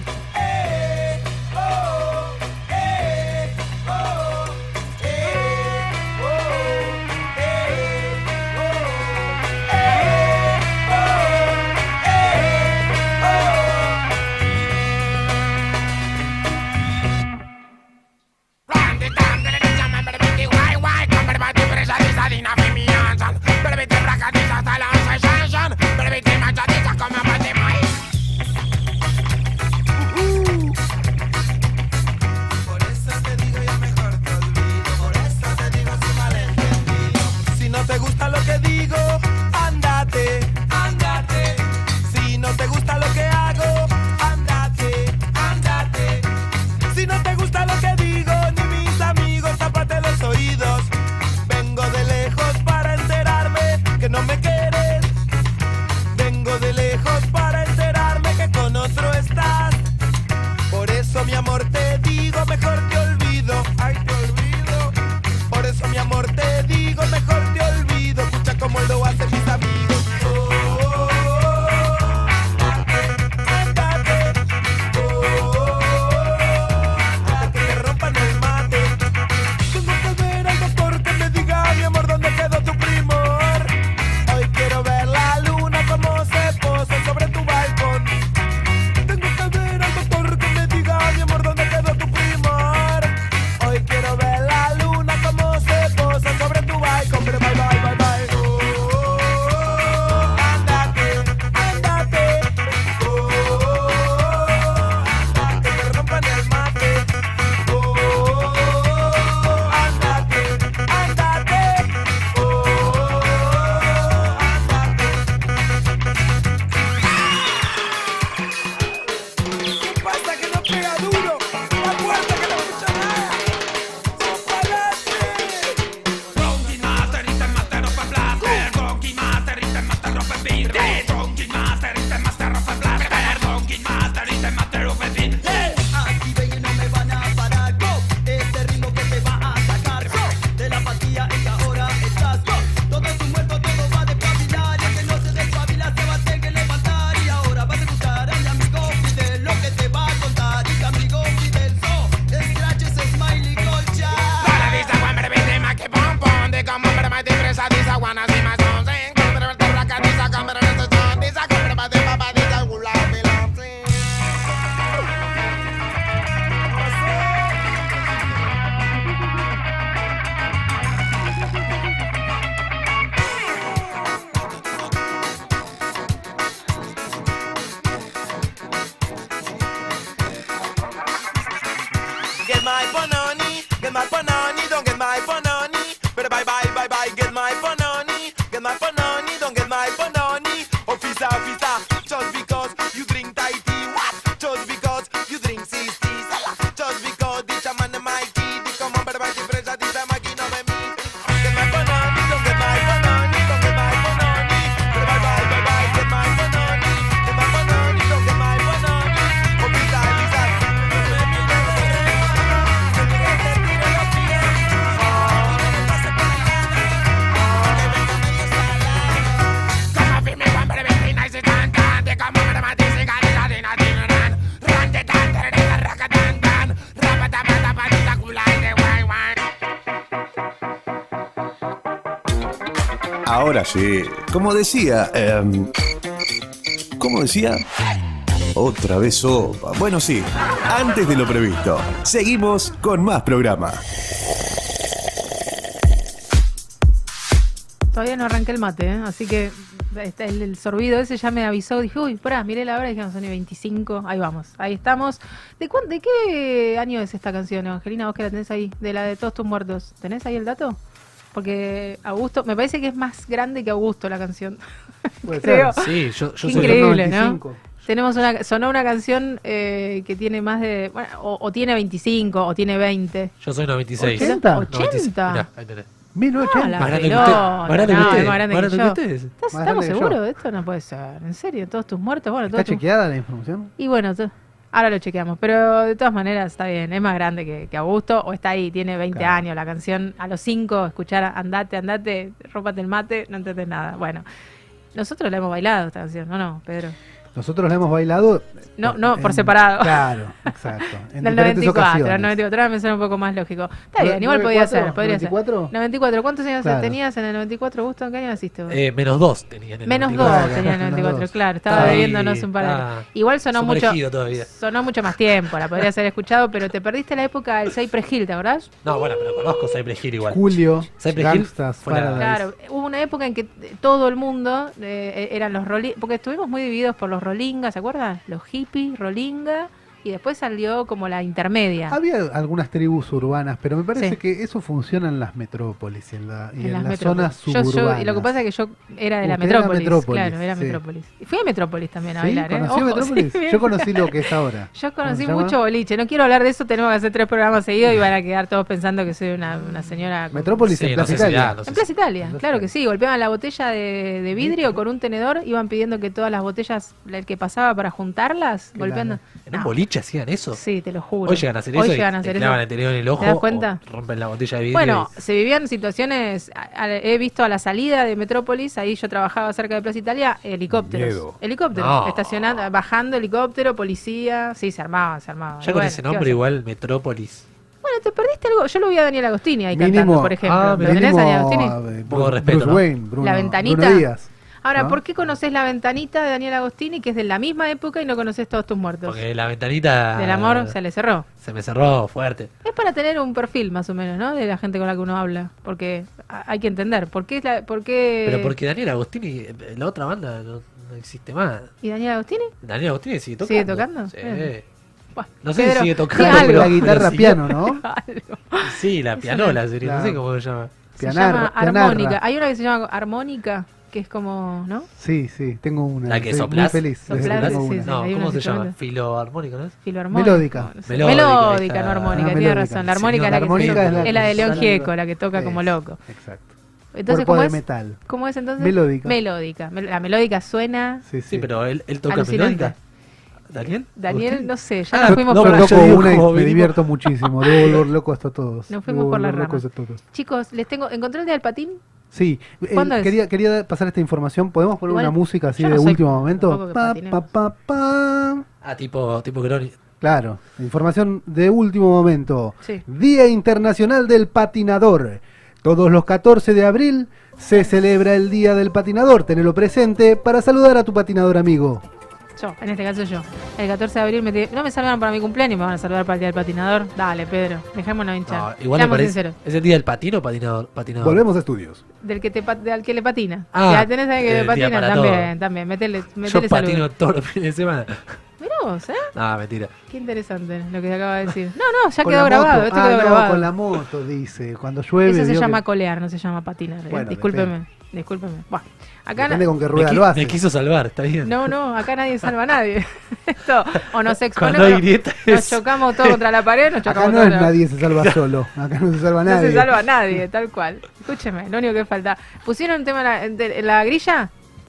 Oh, eh, oh, eh. get my panani, get my panani, don't get my panani. Better bye bye bye bye, get my panani, get my panani, don't get my panani. Officer, officer, just because you drink Thai tea, what? Just because you drink sixties, just because this a man my key, this come on, better bye the pressure, this a maki no me me. Get my panani, don't get my panani, don't get my panani. Better bye bye bye bye, get my panani, get my panani, don't get my panani. Officer, officer. Ahora sí, como decía, eh, ¿cómo decía? Otra vez sopa. Bueno, sí, antes de lo previsto, seguimos con más programa. Todavía no arranqué el mate, ¿eh? Así que este, el, el sorbido ese ya me avisó. Dije, uy, pará, miré la hora y dije, son y veinticinco. Ahí vamos, ahí estamos. ¿De, cuán, ¿De qué año es esta canción, Evangelina? Vos que la tenés ahí, de la de Todos tus muertos. ¿Tenés ahí el dato? Porque Augusto, me parece que es más grande que Augusto la canción. Puede Creo. ser. Sí, yo, yo Qué soy increíble, noventa y ¿no? cinco. Tenemos una, sonó una canción eh, que tiene más de, bueno, o, o tiene veinticinco o tiene veinte. Yo soy noventa y seis. ¿ochenta? ochenta. Mirá, ahí tenés. mil novecientos Ah, ochenta. la Más grande que pelota, usted. Más grande que no, usted. es más grande Más que grande que yo. ustedes. ¿Estás- Más ¿Estamos grande que seguros yo. de esto? No puede ser. ¿En serio? ¿Todos tus muertos? Bueno, ¿Está todos tus- chequeada la información? Y bueno, to- ahora lo chequeamos. Pero de todas maneras está bien. Es más grande que, que Augusto. O está ahí, tiene veinte Claro. años. La canción a los cinco, escuchar andate, andate, rópate el mate, no entendés nada. Bueno, nosotros la hemos bailado esta canción, ¿no? No, Pedro. Nosotros la hemos bailado. No, no, por en- separado. Claro, exacto. En Del diferentes noventa y cuatro, ocasiones. el noventa y cuatro, ahora me suena un poco más lógico. Está bien, ¿Nue- igual podía noventa y ser, cuatro? podría ¿noventa y cuatro? ser. noventa y cuatro, ¿cuántos años Claro. tenías en el noventa y cuatro, Augusto? ¿En qué año naciste vos? Eh, menos dos tenía en el Menos noventa y dos cuatro. tenía en el noventa y cuatro, Menos dos. claro, estaba Está ahí, bebiéndonos un par de está Igual sonó mucho, sumergido todavía. sonó mucho más tiempo, la podrías haber escuchado, pero te perdiste la época del Cypress Hill, ¿te acordás? No, bueno, pero conozco Cypress Hill igual. Julio, Cypress Hill Gangsta's fue la- Paradise. Claro, hubo una época en que todo el mundo eh, eran los rolingas, porque estuvimos muy divididos por los rolingas, ¿se acuerdan? Los hippies, rolinga, y después salió como la intermedia. Había algunas tribus urbanas, pero me parece Sí. que eso funciona en las metrópolis y en, la, y en las las metrópolis. zonas Yo- yo- suburbanas. y lo que pasa es que yo era de la Usted era metrópolis, Metrópolis, claro, era sí. metrópolis. Y fui a Metrópolis también a ¿Sí? bailar, ¿eh? ¿Conoció Ojo, Metrópolis? sí, bien. Yo conocí lo que es ahora. Yo ¿Cómo conocí se llama? mucho boliche. No quiero hablar de eso, tenemos que hacer tres programas seguidos y van a quedar todos pensando que soy una, una señora. con- Metrópolis Sí, en no Plaza sé si Italia. da, no sé En si- Plaza Italia, Plaza claro que Italia. sí. Golpeaban la botella de, de vidrio con un tenedor, iban pidiendo que todas las botellas, el que pasaba para juntarlas, Qué golpeando. ¿En un No. boliche hacían eso? Sí, te lo juro. Hoy llegan a hacer Hoy eso llegan a y te hacer clavan eso. el tenedor en el ojo ¿Te das cuenta? o rompen la botella de vidrio. Bueno, y- se vivían situaciones, a- a- he visto a la salida de Metrópolis, ahí yo trabajaba cerca de Plaza Italia, helicópteros. Miedo. Helicópteros, No. estacionando, bajando helicóptero, policía, sí, se armaba, se armaba. ya Y con bueno, ese ¿qué va a nombre ser? igual, Metrópolis. Bueno, te perdiste algo, yo lo vi a Daniel Agostini ahí Mínimo- cantando, por ejemplo. Ah, ¿Lo mira. tenés, Daniel Agostini? eh, Un poco de Bruce respeto, ¿no? Wayne, Bruno, La ventanita. Bruno Díaz. Ahora, ¿no? ¿por qué conoces La Ventanita de Daniel Agostini, que es de la misma época, y no conoces Todos tus muertos? Porque la ventanita Del amor se le cerró. se me cerró fuerte. Es para tener un perfil más o menos, ¿no? De la gente con la que uno habla. Porque a- hay que entender. ¿Por qué? es la- por qué... Pero porque Daniel Agostini, eh, la otra banda no, no existe más. ¿Y Daniel Agostini? Daniel Agostini sigue tocando. ¿Sigue tocando? Sí. Bien. Buah, No sé Pedro, si sigue sí, tocando. Claro, algo. la guitarra Sí. piano, ¿no? Algo. Sí, la pianola sería, no sé Claro. cómo se llama. Se Pianarra, llama pianarra. armónica. Hay una que se llama armónica, que es como, ¿no? Sí, sí, tengo una. ¿La que Estoy soplás? muy feliz. de que Soplás, tengo sí, una. sí. No, hay ¿cómo unos se llama? instrumentos. Filoarmónico, ¿no es? Filoarmónica. Melódica. No, no sé. Melódica, Melódica, esa- no armónica, Ah, tiene melódica. razón. La armónica Sí, es no, la la que armónica se- es la es la de que León sale- Gieco, la que toca como Es, loco. Exacto. Entonces, Cuerpo ¿cómo de es? metal. ¿Cómo es entonces? Melódica. Melódica. Mel- La melódica suena. Sí, sí. Sí, pero él, él toca Alucinante. melódica. ¿Daniel? Daniel, ¿Agustín? no sé, ya Ah, nos Yo, fuimos no, por yo la... pero toco yo una y digo, como me venimos- divierto muchísimo. Debo volver locos a todos. Nos fuimos Debo por la volver locos rama. a todos. Chicos, les tengo... ¿Encontré el día del patín? Sí, eh, ¿Cuándo es? quería, quería pasar esta información. ¿Podemos poner Igual, una música así yo de no soy- último momento? tampoco que Pa, patinemos. pa, pa, pa. Ah, tipo, tipo Crónica. Claro, información de último momento. Sí. Día Internacional del Patinador. Todos los catorce de abril se celebra el Día del Patinador. Tenelo presente para saludar a tu patinador amigo. Yo, en este caso yo. El catorce de abril me te- no me saludaron para mi cumpleaños, me van a saludar para el día del patinador. Dale, Pedro, dejémonos hinchar. No, igual me Seamos parece. sinceros. ¿Es el día del patino o patinador? patinador? Volvemos a estudios. Del que te pa- de al que le patina. Ah, Ya tenés a que el le día patina para también, todo. también. Métele, Yo métele patino saludo. todos los fines de semana. Mirá vos, ¿eh? No, mentira. Qué interesante lo que acaba de decir. No, no, ya Con quedó la grabado. moto. Esto Ah, quedó no, grabado. con la moto, dice. Cuando llueve. Eso se vio llama que- colear, no se llama patinar. ¿eh? Bueno, Discúlpeme, discúlpeme. Bueno, acá Depende na- con qué Me, rueda qui- lo hace. me quiso salvar, está bien. no, no, acá nadie salva a nadie. Esto, o nos Cuando exponemos, hay grieta nos es- chocamos todos contra la pared, nos Acá chocamos no todos es contra la- nadie se salva solo. Acá no se salva No nadie. se salva a nadie, tal cual. Escúcheme, lo único que falta. ¿Pusieron un tema en la, en- en la grilla?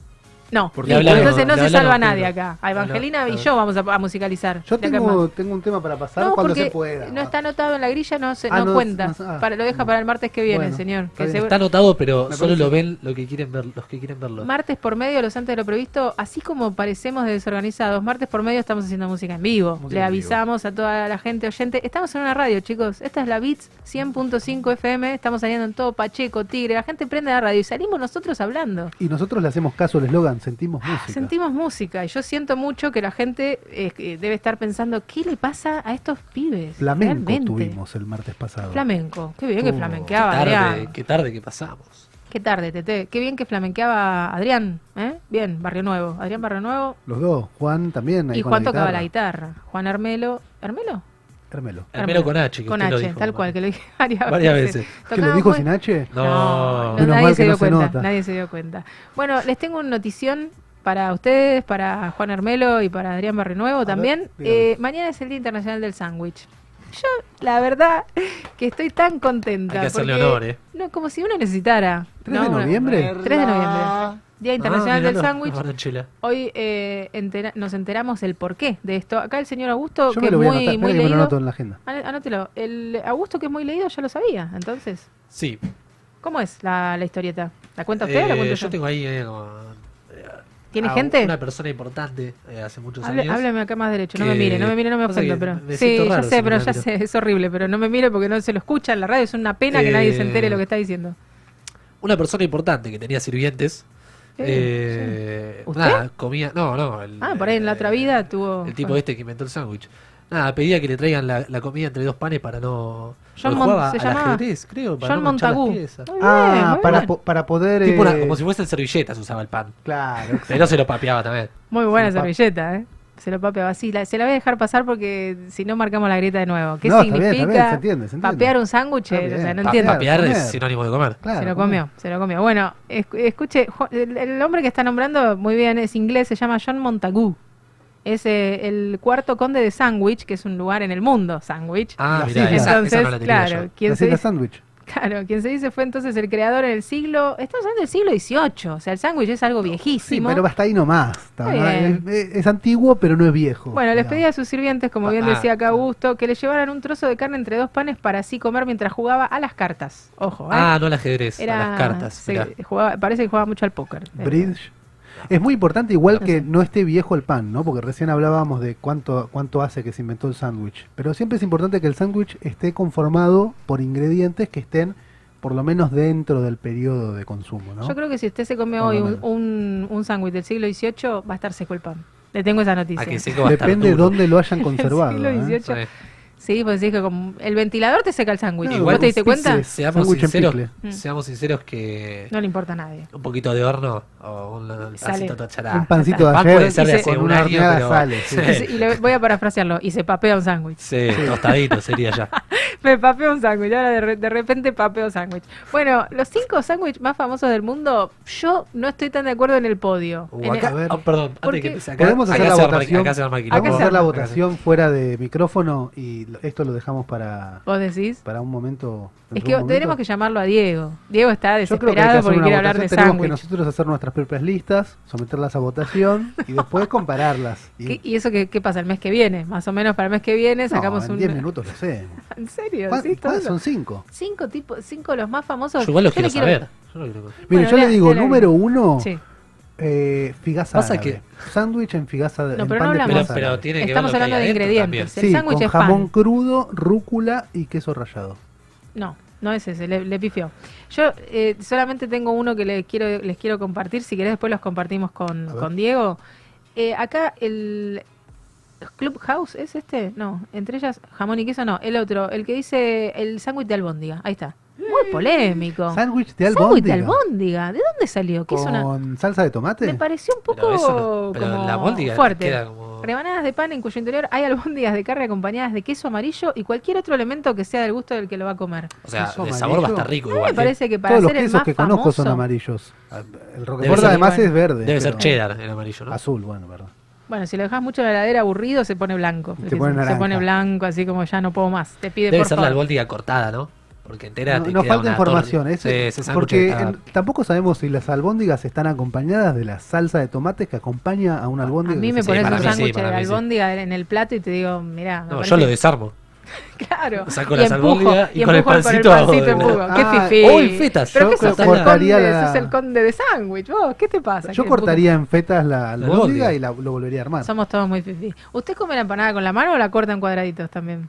No, Porque listo, hablaron, entonces no le se hablaron, salva a nadie pero- acá. A Evangelina Hablaron. y yo vamos a, a musicalizar. Yo de acá en tengo, más. tengo un tema para pasar No, cuando porque se pueda. no está anotado en la grilla, no se, Ah, no, no, cuenta. no, ah, para, lo deja no. para el martes que viene, Bueno, señor. está Que bien. seguro- Está anotado, pero Me solo parece- lo ven lo que quieren ver, los que quieren verlo. Martes por medio, los antes de lo previsto, así como parecemos de desorganizados, martes por medio estamos haciendo música en vivo. Música Le en vivo. avisamos a toda la gente oyente. Estamos en una radio, chicos. Esta es la Beats cien punto cinco F M. Estamos saliendo en todo Pacheco, Tigre. La gente prende la radio y salimos nosotros hablando. Y nosotros le hacemos caso al eslogan, sentimos música. Sentimos música y yo siento mucho que la gente eh, que debe estar pensando, ¿qué le pasa a estos pibes? Flamenco Realmente. tuvimos el martes pasado. Flamenco. Qué bien que Oh, Qué flamenqueaba tarde, Adrián. qué tarde que pasamos. Qué tarde, Tete. Qué bien que flamenqueaba Adrián. ¿eh? Bien, Barrio Nuevo. Adrián Barrio Nuevo. Los dos, Juan también. Ahí Y con Juan la tocaba guitarra. la guitarra. Juan Hermelo. ¿Hermelo? Hermelo. Hermelo con H, que Con usted lo H, dijo, tal mamá. cual, que lo dije varias, Varias veces. ¿Que lo Tocaba dijo muy- sin H? No. No, Menos nadie mal se que dio no se cuenta. nota. Nadie se dio cuenta. Bueno, les tengo una notición para ustedes, para Juan Hermelo y para Adrián Barrenuevo también. ver, dígame. Eh, mañana es el Día Internacional del Sándwich. Yo, la verdad, que estoy tan contenta. Hay que hacerle porque- honor, ¿eh? No, como si uno necesitara. ¿tres ¿no? de Una- noviembre? tres de noviembre. Día Internacional Ah, del miralo, Sándwich. Baranchela. Hoy eh, entera- nos enteramos el porqué de esto. Acá el señor Augusto, Yo que me es lo voy a muy, anotar, muy espera que me lo leído. anoto en la agenda. Ané- Anótelo. El Augusto, que es muy leído, ya lo sabía. Entonces, Sí. ¿cómo es la, la historieta? ¿La cuenta usted o la Eh, cuento yo yo? tengo ahí eh, como, eh, ¿Tiene a gente? Una persona importante eh, hace muchos Hable- años. hábleme acá más derecho, no que- me mire, no me mire, no me pasa ofendo, que pero... me Sí, siento ya raro sé, si pero no ya la sé, es horrible, pero no me mire porque no se lo escucha en la radio, es una pena que Eh, nadie se entere lo que está diciendo. Una persona importante que tenía sirvientes. Eh, Eh, ¿Usted? Nada, comía. No, no. El, Ah, por ahí en la otra vida tuvo... El tipo bueno. este que inventó el sándwich. Nada, pedía que le traigan la, la comida entre dos panes para no. John no Mon- jugaba se al llamaba ajedrez, creo. Para John no manchar las Montagu. piezas. Muy bien, Ah, muy para, bien. po- para poder... Tipo una- eh, como si fuesen servilletas usaba el pan. Claro. Pero se lo papeaba también. Muy buena Se lo pa- servilleta, ¿eh? Se lo papeaba así. La- se la voy a dejar pasar porque si no marcamos la grieta de nuevo. ¿Qué No, está bien, significa está bien, se entiende, se entiende. papear un sándwich? Está O sea, bien. no Pa- entiendo. papear comer. es sinónimo de comer. Claro, se lo comer. comió, se lo comió. Bueno, es- escuche, Jo- el, el hombre que está nombrando, muy bien, es inglés, se llama John Montagu. Es eh, el cuarto conde de Sandwich, que es un lugar en el mundo, Sandwich. Ah, Las mira, islas. esa, Entonces, esa no la tenía claro, yo. quien Las se, islas dice, sándwich. claro, quien se dice fue entonces el creador en el siglo, estamos hablando del siglo dieciocho, o sea, el sándwich es algo Sí, viejísimo. pero hasta ahí nomás. Está Está mal. bien. Es, es antiguo, pero no es viejo. Bueno, les digamos. pedía a sus sirvientes, como bien Ah, decía acá ah. Augusto, que le llevaran un trozo de carne entre dos panes para así comer mientras jugaba a las cartas. Ojo, ¿eh? Ah, no al ajedrez, Era, a las cartas. se- mirá. jugaba- parece que jugaba mucho al póker. Bridge. Es muy importante igual No que sé. no esté viejo el pan, ¿no? Porque recién hablábamos de cuánto cuánto hace que se inventó el sándwich. Pero siempre es importante que el sándwich esté conformado por ingredientes que estén por lo menos dentro del periodo de consumo, ¿no? Yo creo que si usted se come Por hoy lo un, menos. un, un sándwich del siglo dieciocho, va a estar seco el pan. Le tengo esa noticia. A que seco va a estar Depende de duro. dónde lo hayan El conservado. siglo ¿eh? dieciocho. Sí. Sí, pues sí, que como el ventilador te seca el sándwich. No, ¿Vos igual te diste un cuenta? picle. Seamos Sándwich en sinceros, picle. Mm. seamos sinceros que No le importa a nadie. un poquito de horno o un Sale. pancito tachará. Un pancito de Pan ayer puede ser de y se- hace con un una año, horneada pero... sale. sí. Y, se- y le voy a parafrasearlo. Y se papea un sándwich. Sí, tostadito sería ya. Me papeo un sándwich, ahora de, re- de repente papeo sándwich. Bueno, los cinco sándwiches más famosos del mundo, yo no estoy tan de acuerdo en el podio. Uh, En acá, el- ver. ah, perdón, ¿Por antes de qué? que empiece acá, Podemos hacer acá la se arma- votación. acá se arma quilombo. Acá Vamos se a hacer la arma. votación fuera de micrófono y lo- esto lo dejamos para, ¿Vos decís? para un momento. Es dentro que de un momento. tenemos que llamarlo a Diego. Diego está Yo creo que hay que desesperado hacer porque una quiere hablar de votación. Tenemos que sándwich. nosotros hacer nuestras propias listas, someterlas a votación y después compararlas. Y, ¿Qué- ¿Y eso qué, qué pasa el mes que viene? Más o menos para el mes que viene no, sacamos en un... diez minutos lo sé. ¿En serio? ¿Cuál- ¿Sí? Todo cuál eso. son cinco? Cinco tipos, cinco de los más famosos. Yo igual lo Yo le quiero saber. Yo no quiero- Mire, Bueno, yo lea- le digo, lea la número lista. uno, Sí. eh, figaza Pasa árabe. que- Sándwich en figaza de No, en pero pan no de hablamos- figaza Pero, pero árabe. tiene que Estamos ver lo que hablando hay de adentro ingredientes. también. El Sí, sándwich con es pan. jamón crudo, rúcula y queso rallado. No, no es ese, le, le pifió. Yo eh, solamente tengo uno que les quiero, les quiero compartir, si querés después los compartimos con, A ver. con Diego. Eh, acá el Clubhouse, ¿es este? No, entre ellas jamón y queso, no, el otro, el que dice el sándwich de albóndiga, ahí está. Muy polémico. Sándwich de Sándwich de albóndiga. albóndiga, ¿de dónde salió? ¿Qué es una...? ¿Con salsa de tomate? Me pareció un poco Pero eso no- pero como la albóndiga fuerte. queda como Rebanadas de pan en cuyo interior hay albóndigas de carne acompañadas de queso amarillo y cualquier otro elemento que sea del gusto del que lo va a comer. O sea, Queso de sabor va a amarillo. estar rico A mí igual. me parece que para Todos los ser el quesos más que conozco son famoso- amarillos. El Debe Roquefort ser- además bueno. es verde. Debe ser pero- cheddar el amarillo, ¿no? Azul, bueno, verdad. Bueno, si lo dejas mucho en la heladera aburrido, se pone blanco. Se pone naranja. pone blanco, así como ya no puedo más. Te pide Debe por ser la favor. albóndiga cortada, ¿no? Porque entera No, te nos queda falta una información. torre. Ese- Sí, ese sándwich porque está- en- tampoco sabemos si las albóndigas están acompañadas de la salsa de tomate que acompaña a una A albóndiga. mí que me se Sí, pones para un mí sí, sándwich para de mí sí. albóndiga en el plato y te digo, mirá, me No, parece- yo lo desarmo. Claro. Saco Y las empujo, albóndigas y y con el empujo pancito el pancito hago- empujo. Qué Ah, fifí. hoy fetas. Pero Yo que sos el, cortaría conde, la- sos el conde de sándwich, vos. ¿Qué te pasa? Yo Que cortaría en fetas la albóndiga albóndiga. y la, lo volvería a armar. Somos todos muy fifí. ¿Usted come la empanada con la mano o la corta en cuadraditos también?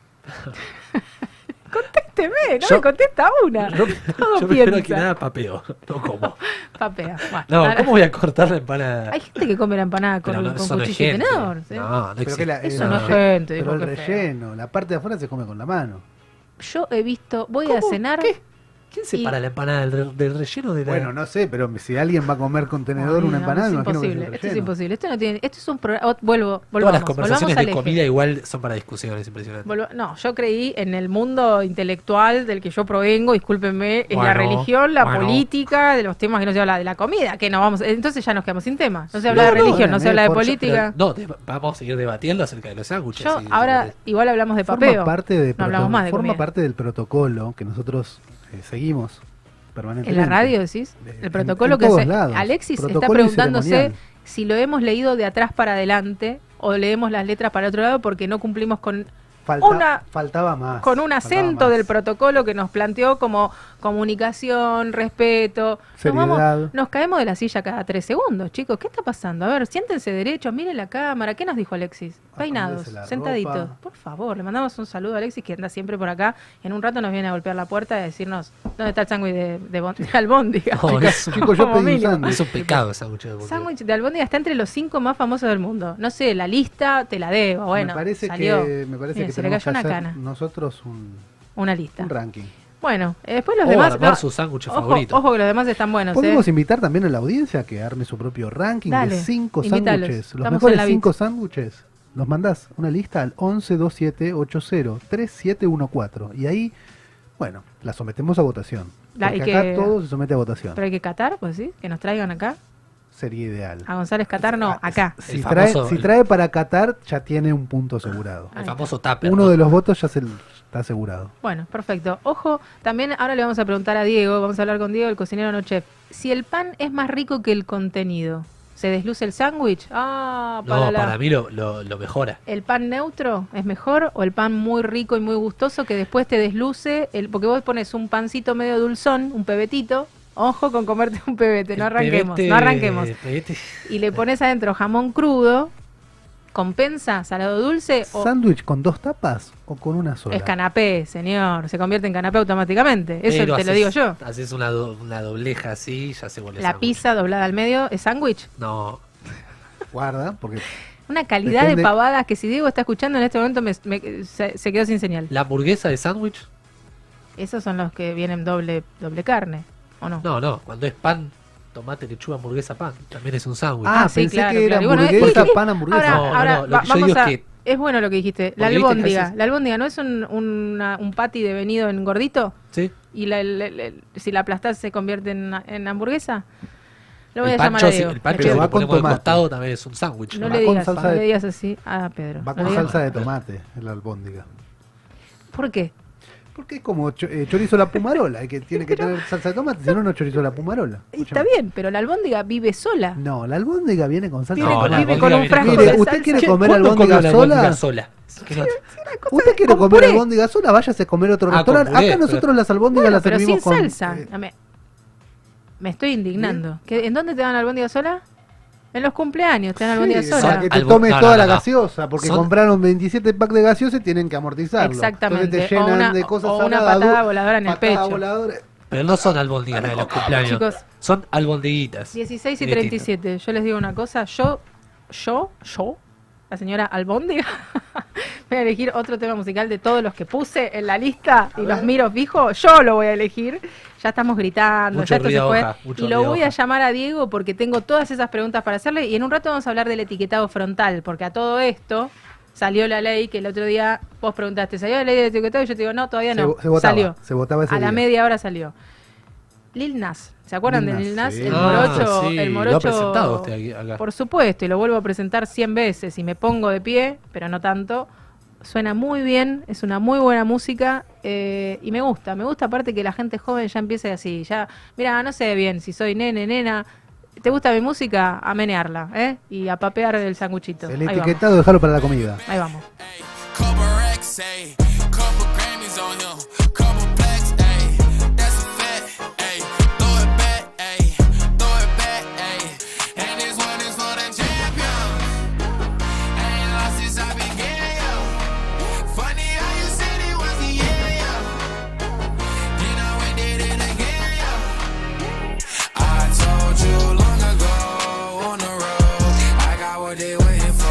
Contésteme, no Yo- me contesta una. Yo, Todo yo primero piensa. que nada papeo, no como. Papea. Bueno, No, ahora- ¿cómo voy a cortar la empanada? Hay gente que come la empanada con, Pero no, con eso no es cuchillo y gente. tenedor. ¿sí? No, no Pero existe. que la- Eso el no es relle- gente, Pero dijo, el qué feo. relleno, la parte de afuera se come con la mano. Yo he visto, voy a ¿Cómo? cenar. ¿Qué? ¿Quién separa Y- la empanada del, re- del relleno de la...? Bueno, no sé, pero si alguien va a comer con tenedor Ay, una no, empanada, es me imagino que es imposible. el Esto es relleno. imposible. Esto no tiene. Esto es un programa. oh, vuelvo, Todas volvamos. las conversaciones volvamos al de eje. comida igual son para discusiones, impresionante. Volva- No, yo creí en el mundo intelectual del que yo provengo, discúlpenme, en la Bueno, religión, la bueno. política, de los temas que no se habla de la comida, que no vamos, entonces ya nos quedamos sin tema. No se habla de no, religión, no, no se habla de por- política. Pero, no, te- vamos a seguir debatiendo acerca de los sándwiches. Yo sí, ahora sí, igual hablamos de Forma papeo. parte, de No hablamos proto- más de forma comida. parte del protocolo que nosotros eh, seguimos En permanentemente. la radio decís, Eh, el en- protocolo en que todos hace. lados. Alexis está Protocolo y preguntándose ceremonial. si lo hemos leído de atrás para adelante o leemos las letras para otro lado porque no cumplimos con Falta- una- faltaba más. con un faltaba acento más. del protocolo que nos planteó como comunicación, respeto. Nos, Seriedad. vamos- nos caemos de la silla cada tres segundos, chicos. ¿Qué está pasando? A ver, siéntense derechos, miren la cámara. ¿Qué nos dijo Alexis? Peinados, Acomódese la sentaditos. ropa. Por favor, le mandamos un saludo a Alexis que anda siempre por acá. En un rato nos viene a golpear la puerta y a decirnos dónde está el sándwich de, de, bon- de albóndiga. No, Chicas, es, un- chicos, yo Como pedí un mínimo. sándwich. es un pecado el sándwich de albóndiga. Sándwich de albóndiga está entre los cinco más famosos del mundo. No sé, la lista te la debo. Bueno, me parece salió. que, me parece Miren, que se le tenemos cayó que una hacer cana. nosotros un, Una lista. un ranking. Bueno, eh, después los O demás. armar no, su sándwich ojo, favorito. ojo que los demás están buenos. Podemos eh. invitar también a la audiencia a que arme su propio ranking Dale, de cinco invítalos. sándwiches. Los Estamos en mejores la cinco sándwiches. Nos mandás una lista al once veintisiete ochenta treinta y siete catorce. Y ahí, bueno, la sometemos a votación. La- Porque y acá que- todo se somete a votación. Pero hay que catar, pues sí, que nos traigan acá. Sería ideal. A González Catar, no, Ah, acá. Si, El trae, famoso- si trae para Qatar, ya tiene un punto asegurado. El famoso tupper. Uno ¿no? de los votos ya se está asegurado. Bueno, perfecto. Ojo, también ahora le vamos a preguntar a Diego, vamos a hablar con Diego, el cocinero no chef. Si el pan es más rico que el contenido, ¿se desluce el sándwich? Ah, para No, la- para mí lo, lo, lo mejora. ¿El pan neutro es mejor o el pan muy rico y muy gustoso que después te desluce? El, porque vos pones un pancito medio dulzón, un pebetito. Ojo con comerte un pebete, no El arranquemos, pebete- no arranquemos. pebete- Y le pones adentro jamón crudo, ¿compensa salado dulce o ¿Sándwich con dos tapas o con una sola? es canapé, señor? Se convierte en canapé automáticamente. Eso Pero te lo haces- digo yo. Haces una, do- una dobleja así, ya se vuelve La sándwich. pizza doblada al medio es sándwich. No, Guarda, porque Una calidad Depende- de pavadas que si Diego está escuchando en este momento me, me- se, se quedó sin señal. la hamburguesa de sándwich. Esos son los que vienen doble doble carne, ¿o no? No, no, cuando es pan, tomate, lechuga, hamburguesa, pan, también es un sándwich. Ah, sí, pensé claro, que era claro. Y bueno, hamburguesa, es- es- pan, hamburguesa. Ahora, No, no, ahora no, lo va- que yo vamos digo a... es que- Es bueno lo que dijiste. La Porque viste que a albóndiga. veces- La albóndiga no es un, una- un patty devenido en gordito ¿Sí? y la, el- el- el- si la aplastás se convierte en, en hamburguesa. Lo voy El a llamar pancho, a si- Diego. el pancho Pero si va lo con ponemos al tomate. costado también es un sándwich. No Va le con digas, salsa no de- le digas así a Pedro. va No con le digas- salsa de tomate en la albóndiga. ¿Por qué? Porque es como cho- eh, chorizo a la pumarola, hay que tiene que tener salsa de tomate, si no, no es chorizo a la pumarola. Está bien, pero la albóndiga vive sola. No, la albóndiga viene con salsa Viene de No, con, la tomate. vive con un albóndiga frasco viene Mire, de ¿usted salsa. quiere ¿Qué- comer cuándo albóndiga come la sola? albóndiga sola? Que no- ¿Usted quiere con comer puré. albóndiga sola? Váyase a comer a otro Ah, con restaurante. puré, Acá nosotros pero- las albóndigas Bueno, las pero sin servimos con... salsa. eh, Me, me estoy indignando. ¿Qué- ¿En dónde te dan albóndiga sola? En los cumpleaños te dan albóndiga sí, sola. para que te Albo- tomes no, no, toda no, la no. gaseosa, porque Son- compraron veintisiete packs de gaseosa y tienen que amortizarlo. Exactamente. Entonces te O llenan una- de cosas o una saladas, patada du- voladora en el patada pecho. voladora. Pero no son albóndigas las de los cumpleaños. Chicos. Son albondiguitas. dieciséis y Es treinta y distinto. siete. Yo les digo una cosa. Yo, yo, yo, la señora Albóndiga, voy a elegir otro tema musical de todos los que puse en la lista y los miro fijo. Yo lo voy a elegir. Ya estamos gritando, Mucho ya esto se ruido fue. hoja, mucho Y lo ruido voy a hoja. llamar a Diego porque tengo todas esas preguntas para hacerle. Y en un rato vamos a hablar del etiquetado frontal, porque a todo esto salió la ley que el otro día vos preguntaste, ¿salió la ley del etiquetado? Y yo te digo, no, todavía Se, no. se votaba, salió. se votaba ese A la día. media hora salió. Lil Nas, ¿se acuerdan Lil de Nas, Lil Nas? sí. El Ah, morocho, sí, el lo ha morocho. presentado usted aquí- acá. Por supuesto, y lo vuelvo a presentar cien veces y me pongo de pie, pero no tanto. Suena muy bien, es una muy buena música eh, y me gusta. Me gusta aparte que la gente joven ya empiece así. Ya, mira, no sé bien si soy nene, nena. ¿Te gusta mi música? A menearla, ¿eh? Y a papear el sanguchito. El Ahí vamos. etiquetado, dejarlo para la comida. Ahí vamos. Couple racks, ayy. Couple Grammys on him. Couple plaques, ayy. That's a fact, ayy. Throw it back, ayy. Throw it back, ayy. And this one is for the champion. Ain't lost since I began, yo. Funny how you said it was the year, yo. You know we did it again, yo. I told you long ago on the road, I got what they waiting for.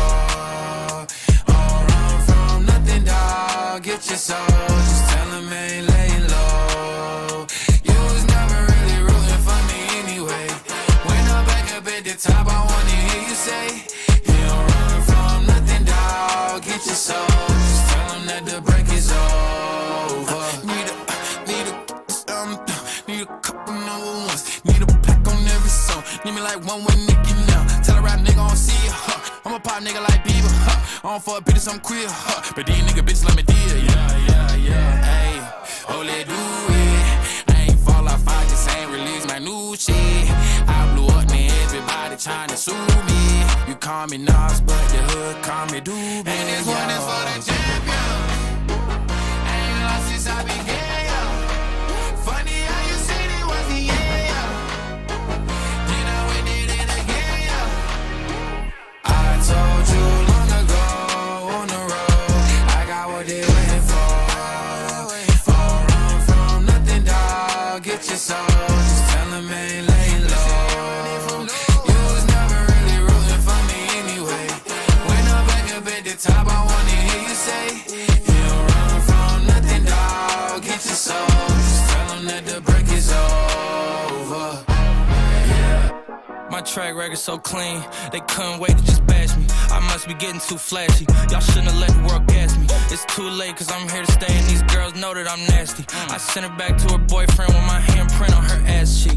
Get your soul, just tell them ain't laying low. You was never really rooting for me anyway. When I'm back up at the top, I wanna hear you say, you don't run from nothing, dog. Get your soul, just tell them that the break is over. Need a, need a, um, need a couple number ones. Need a pack on every song. Need me like one with Nicky now. Tell a rap nigga I don't see ya, huh. I'm a pop nigga like Bieber, huh. I don't fuck bitches, I'm queer, huh. But these nigga bitches let me deal, yeah, yeah, yeah. Ayy, oh, let do it. I ain't fall off, I just ain't release my new shit. I blew up, man, everybody tryna sue me. You call me Nas, but the hood call me Doobie. And this one is for the champion. Ain't lost since I began, yo. Funny how you said it was the year, yo. You know we did it again, yo. I told you long ago on the road, I got what they waiting for. Don't run from nothing, dog. Get your soul, just tell them ain't laying low. You was never really rooting for me anyway. When I'm back up at the top, I wanna hear you say, you don't run from nothing, dog. Get your soul, just tell them that the break is over. My track record so clean, they couldn't wait to just bash me. I must be getting too flashy. Y'all shouldn't have let the world gas me. It's too late cause I'm here to stay and these girls know that I'm nasty. I sent her back to her boyfriend with my handprint on her ass cheek.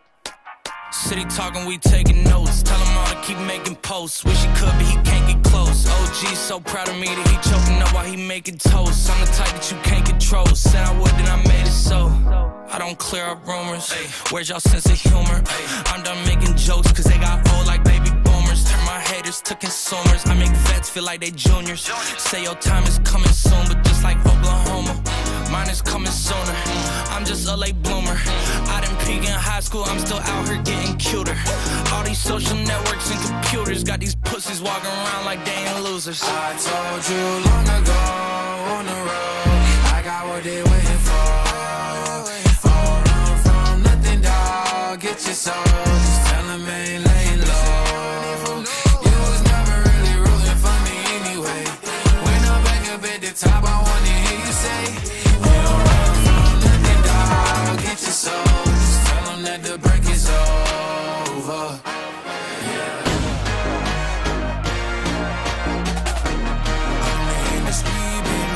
City talking, we taking notes. Tell him all to keep making posts. Wish he could, but he can't get close. O G's so proud of me that he choking up while he making toast. I'm the type that you can't control. Said I would, then I made it so. I don't clear up rumors. Where's y'all sense of humor? I'm done making jokes cause they got old like baby boomers. Turn my haters to consumers. I make vets feel like they juniors. Say your time is coming soon, but just like Oklahoma, mine is coming sooner. I'm just a late bloomer. I didn't peak in high school, I'm still out here getting cuter. All these social networks and computers got these pussies walking around like they ain't losers. I told you long ago on the road, I got what they waiting for. Don't run from nothing, dog. Get your soul, just tell them ain't laying low. You was never really rooting for me anyway. When I'm back up at the top, I wanna hear you say, you don't run from nothing, dog. Get your soul, just tell them that the break is over. Only in the street, baby.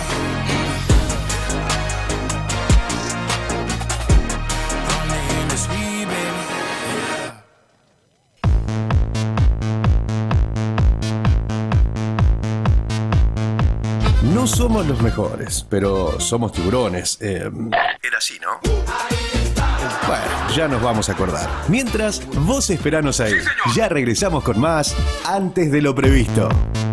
Only in the street, baby. No somos los mejores, pero somos tiburones. Eh, Era así, ¿no? Bueno, ya nos vamos a acordar. Mientras, vos esperanos ahí. Ya regresamos con más antes de lo previsto.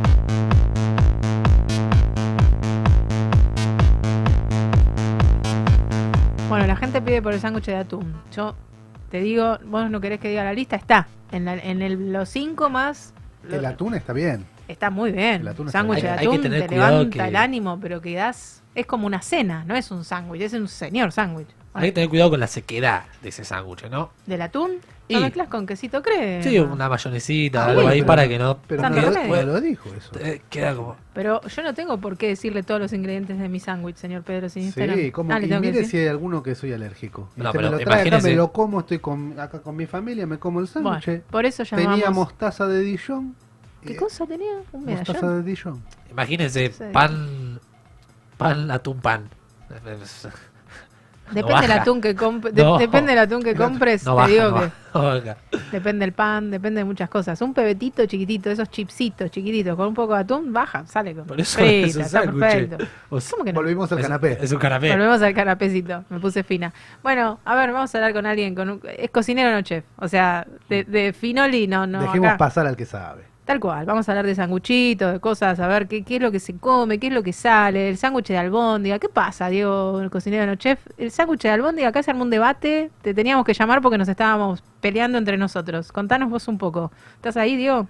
Bueno, la gente pide por el sándwich de atún. Yo te digo, vos no querés que diga la lista, está. En, la- en el- los cinco más... El atún está bien. Está muy bien. El atún está Sándwich de bien. Hay- hay que atún tener te cuidado levanta que- el ánimo, pero que das... Es como una cena, no es un sándwich, es un señor sándwich. Hay que tener cuidado con la sequedad de ese sándwich, ¿no? ¿Del atún? Y- ¿Lo mezclas con quesito crema? Sí, una mayonesita, Ah, algo bueno, ahí pero- para que no... Pero Santo no, porque lo- remedio. no lo dijo eso. eh, queda como... Pero yo no tengo por qué decirle todos los ingredientes de mi sándwich, señor Pedro Sinisterra. Sí, como, Ah, le y tengo que mire decir. si hay alguno que soy alérgico. No, Este pero me lo trae acá, imagínese- me lo como, estoy con, acá con mi familia, me como el sándwich. Bueno, por eso llamamos... Tenía mostaza de Dijon. ¿Qué eh, cosa tenía? ¿Un Mostaza medallón? de Dijon. Imagínense, Sí. pan... Pan, atún, pan. Depende No del baja. atún que compres. No. Depende del atún que compres. No te baja, digo no que baja, no baja. depende del pan, depende de muchas cosas. Un pebetito chiquitito, esos chipsitos chiquititos con un poco de atún, baja, sale con Por eso frita, es un está sándwich. perfecto. O sea, ¿Cómo que no? Volvimos al es, canapé. es un canapé. Volvemos al canapecito, me puse fina. Bueno, a ver, vamos a hablar con alguien, con un, es cocinero no chef, o sea, de, de finoli no, no, Dejemos acá. pasar al que sabe. Tal cual, vamos a hablar de sanguchitos, de cosas, a ver qué, qué es lo que se come, qué es lo que sale, el sándwich de albóndiga. ¿Qué pasa, Diego, el cocinero no chef? El sándwich de albóndiga, acá se armó un debate, te teníamos que llamar porque nos estábamos peleando entre nosotros. Contanos vos un poco. ¿Estás ahí, Diego?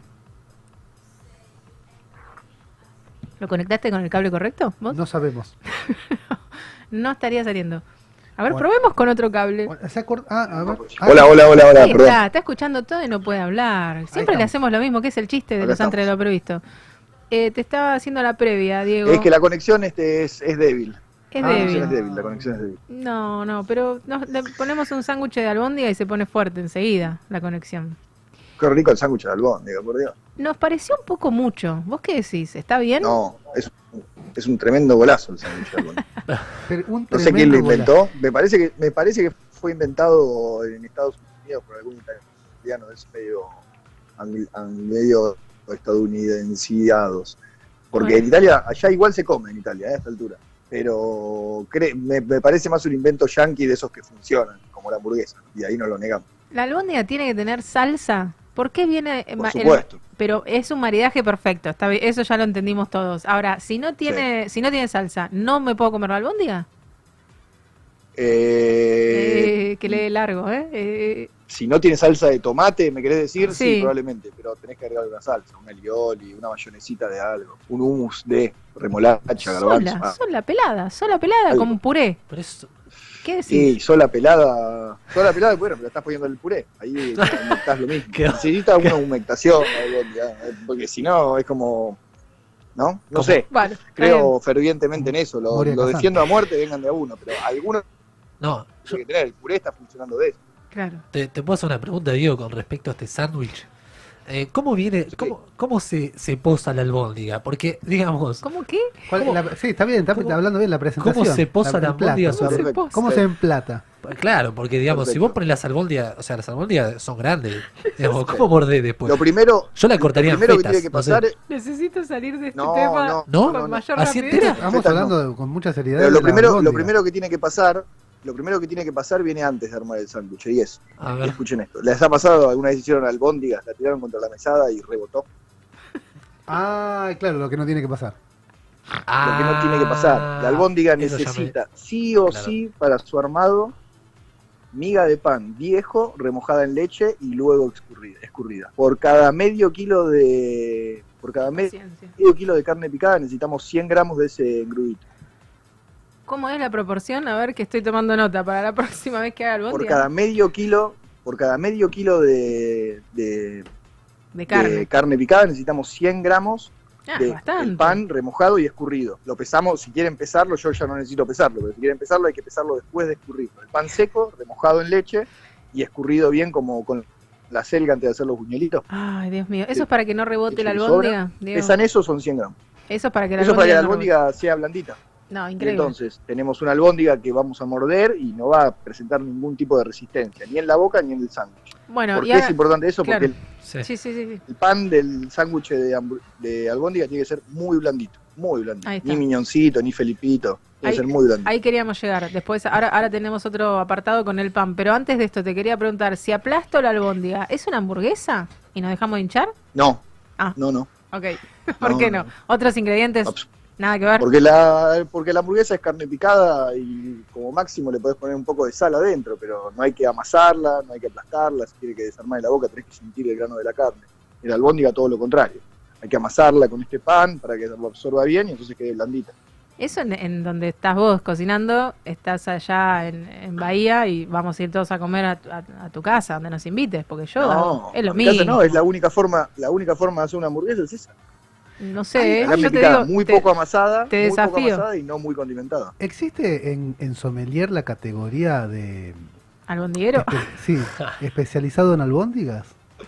¿Lo conectaste con el cable correcto? ¿Vos? No sabemos. No estaría saliendo. A ver, Bueno. probemos con otro cable. ¿Se acord- ah, a ver. Ah, Hola, hola, hola, hola, Ahí perdón. está, está escuchando todo y no puede hablar. Siempre le estamos. hacemos lo mismo, que es el chiste de Acá los antes de lo previsto. Eh, te estaba haciendo la previa, Diego. Es que la conexión este es, es débil. Es Ah, La débil. conexión es débil, la conexión es débil. No, no, pero nos, le ponemos un sándwich de albóndiga y se pone fuerte enseguida la conexión. Qué rico el sándwich de albóndiga, por Dios. Nos pareció un poco mucho. ¿Vos qué decís? ¿Está bien? No, es, es un tremendo golazo el sándwich de albóndiga. pero un No sé quién lo tremendo golazo. inventó. Me parece que me parece que fue inventado en Estados Unidos por algún italiano de ese medio, angl- ang- medio estadounidensiados. Porque Bueno. en Italia, allá igual se come en Italia, eh, a esta altura. Pero cre- me, me parece más un invento yankee de esos que funcionan, como la hamburguesa. Y ahí no lo negamos. ¿La albóndiga tiene que tener salsa? ¿Por qué viene eh, Por ma- el- supuesto. pero es un maridaje perfecto, está bien, eso ya lo entendimos todos. Ahora, si no tiene, si no tiene salsa, ¿no me puedo comer la albóndiga? Eh, Eh, que le dé largo, ¿eh? Eh, Si no tiene salsa de tomate, ¿me querés decir? Sí, Sí. probablemente, pero tenés que agregar una salsa, un alioli, una mayonesita de algo, un hummus de remolacha, garbanzo. sola, Ah, sola pelada, sola pelada Algo. con puré. Pero eso, ¿Qué decís? sí, sola pelada, sola pelada, bueno, pero estás poniendo el puré, ahí estás lo mismo. Quedó- Necesita una humectación, algo, ya, porque si no es como, ¿no? No ¿Cómo? sé, Bueno, está creo fervientemente en eso, lo, Moria lo Kazan. defiendo a muerte, vengan de a uno, pero alguno no, yo tiene que tener, el puré está funcionando de eso. bien, claro. te, te puedo hacer una pregunta, Diego, con respecto a este sándwich. Eh, ¿Cómo viene, cómo, cómo se, se posa la albóndiga? Porque, digamos, ¿Cómo qué? ¿Cuál- ¿Cómo- la- sí, está bien, está cómo- hablando bien la presentación. cómo se posa la el plato, albóndiga o sea, sobre- ¿Cómo ¿Cómo se, se emplata? claro, porque, digamos, si Perfecto. vos pones las albóndigas, o sea, las albóndigas son grandes, digamos, ¿cómo mordés después? Lo primero, Yo la cortaría lo en primero que fetas, tiene que no sé. pasar es- Necesito salir de este No, tema no, ¿No? con no, no. mayor Así rapidez. entera. Estamos Fetas no. hablando de- con mucha seriedad. Pero de lo la primero, lo albóndiga. primero que tiene que pasar, lo primero que tiene que pasar viene antes de armar el sándwich, y es, A ver, escuchen esto, ¿les ha pasado alguna vez hicieron albóndigas, la tiraron contra la mesada y rebotó? Ah, claro, lo que no tiene que pasar. Lo que no tiene que pasar. La albóndiga Ah, eso ya me- necesita sí o Claro. sí para su armado miga de pan viejo remojada en leche y luego escurrida, escurrida. Por cada medio kilo de por cada me- Ciencia. medio kilo de carne picada necesitamos cien gramos de ese engrudito. ¿Cómo es la proporción? A ver que estoy tomando nota para la próxima vez que haga albóndiga. Por cada medio kilo, por cada medio kilo de, de, de carne. de carne picada necesitamos cien gramos Ah, de bastante. el pan remojado y escurrido. Lo pesamos, si quieren pesarlo, yo ya no necesito pesarlo, pero si quieren pesarlo hay que pesarlo después de escurrirlo. El pan seco, remojado en leche y escurrido bien como con la selga antes de hacer los buñuelitos. Ay, Dios mío. ¿Eso es para que no rebote Leche la que albóndiga? Diego? Pesan eso, son cien gramos. Eso es para que la Eso es para que la albóndiga no albóndiga sea blandita. rebote. No, Y increíble. entonces tenemos una albóndiga que vamos a morder y no va a presentar ningún tipo de resistencia, ni en la boca ni en el sándwich. Bueno, ¿Por y qué ahora- es importante eso? claro. Porque sí. Sí, sí, sí, sí. el pan del sándwich de, hambu- de albóndiga tiene que ser muy blandito, muy blandito. Ahí está. Ni miñoncito, ni felipito, tiene Ahí- que ser muy blandito. Ahí queríamos llegar. Después, ahora, ahora tenemos otro apartado con el pan. Pero antes de esto, te quería preguntar, si aplasto la albóndiga, ¿es una hamburguesa? ¿Y nos dejamos de hinchar? No, Ah. no, no. Ok. ¿Por No, qué no, no? ¿Otros ingredientes? Abs- Nada que ver. Porque la, porque la hamburguesa es carne picada y como máximo le podés poner un poco de sal adentro, pero no hay que amasarla, no hay que aplastarla, si quiere que desarmar en la boca tenés que sentir el grano de la carne. En la albóndiga todo lo contrario. hay que amasarla con este pan para que lo absorba bien y entonces quede blandita. Eso en, en donde estás vos cocinando, estás allá en, en Bahía y vamos a ir todos a comer a, a- a tu casa, donde nos invites, porque yo No, es lo en mi casa mismo. no, es la única forma, la única forma de hacer una hamburguesa es esa. No sé, Carne yo te picada, digo, muy te- poco amasada, te muy poco desafío. amasada y no muy condimentada. ¿Existe en, en sommelier la categoría de... albondiguero. espe- sí, especializado en albóndigas?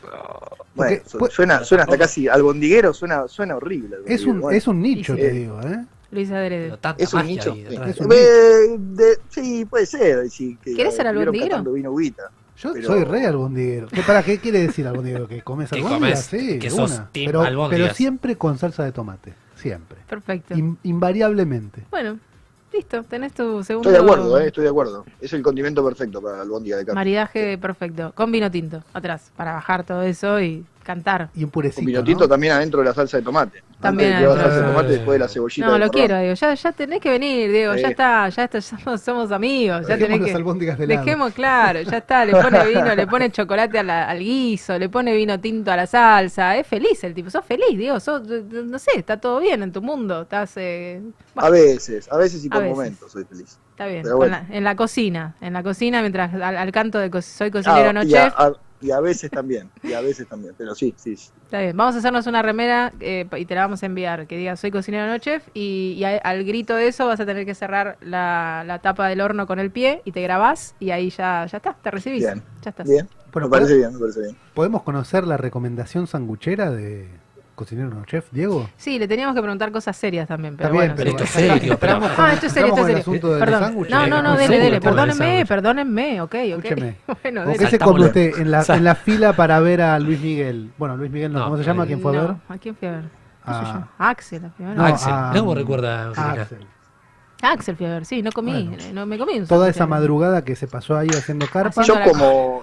Bueno, Porque, su- pues- suena, suena hasta casi albondiguero, suena, suena horrible. Es un, albondiguero. es un nicho, Y sí. te digo, ¿eh? Luis Adrede. Pero tanta Es un magia nicho. ahí Sí. detrás. Es un Eh, de- sí, puede ser. Sí, que ¿Querés ser estuvieron albondiguero? catando vino Ubita. Yo Pero- soy re albondiguero. ¿Qué, para qué quiere decir albondiguero? ¿Que comes Que albóndigas? comes, Sí, que de sos una. team Pero, albóndigas. pero siempre con salsa de tomate. Siempre. Perfecto. In- invariablemente. Bueno, listo, tenés tu segundo Estoy de acuerdo, eh, estoy de acuerdo. Es el condimento perfecto para la albóndiga de carne. maridaje perfecto. Con vino tinto, atrás, para bajar todo eso y cantar. Y un purecito, Con vino tinto ¿no? también adentro de la salsa de tomate. También Antes de que la adentro. salsa de tomate después de la cebollita. No, del lo morrón. quiero, Diego. Ya, ya tenés que venir, Diego. Sí. Ya está, ya está, ya somos, somos amigos. Ya Dejemos tenés las que. albóndigas de lado. Dejemos, claro, ya está. Le pone vino, le pone chocolate a la- al guiso, le pone vino tinto a la salsa. Es feliz el tipo. Sos feliz, Diego. Sos, no sé, está todo bien en tu mundo. Estás. Eh, A veces, a veces y A por veces. momentos soy feliz. está bien. Pero Con bueno. la- en la cocina. En la cocina, mientras al, al canto de co- soy cocinero, Ah, no y, a, chef. a- y a veces también, y a veces también, pero sí, sí. sí. Está bien, vamos a hacernos una remera eh, y te la vamos a enviar, que diga soy cocinero no chef y, y a- al grito de eso vas a tener que cerrar la, la tapa del horno con el pie y te grabás y ahí ya, ya está, te recibís. Bien. Ya estás. Bien, Bueno, me parece bien, me parece bien. ¿podemos conocer la recomendación sanguchera de cocinero no chef, Diego? Sí, le teníamos que preguntar cosas serias también, pero Está bien, bueno. pero sí. esto es serio, pero- Entramos con- Ah, esto es serio, entramos esto es con el serio. asunto de los Perdón. sándwiches. No, no, no, Muy dele, serio dele, todo el perdónenme, sándwich. perdónenme, ok, ok. Escúcheme. Bueno, ¿O dele. qué se Estamos come bien. usted en la, en la fila para ver a Luis Miguel? Bueno, Luis Miguel no, No, ¿cómo se llama? ¿Quién fue a ver? No, ¿a quién fui a ver? ¿Qué sé Ah. yo? Axel, la primera. No, Axel, a- ¿cómo recuerda, a Angelina? Axel. Axel fui a ver, sí, no comí, Bueno. no me comí un Toda sándwich. esa madrugada que se pasó ahí haciendo carpa. Haciendo Yo la- como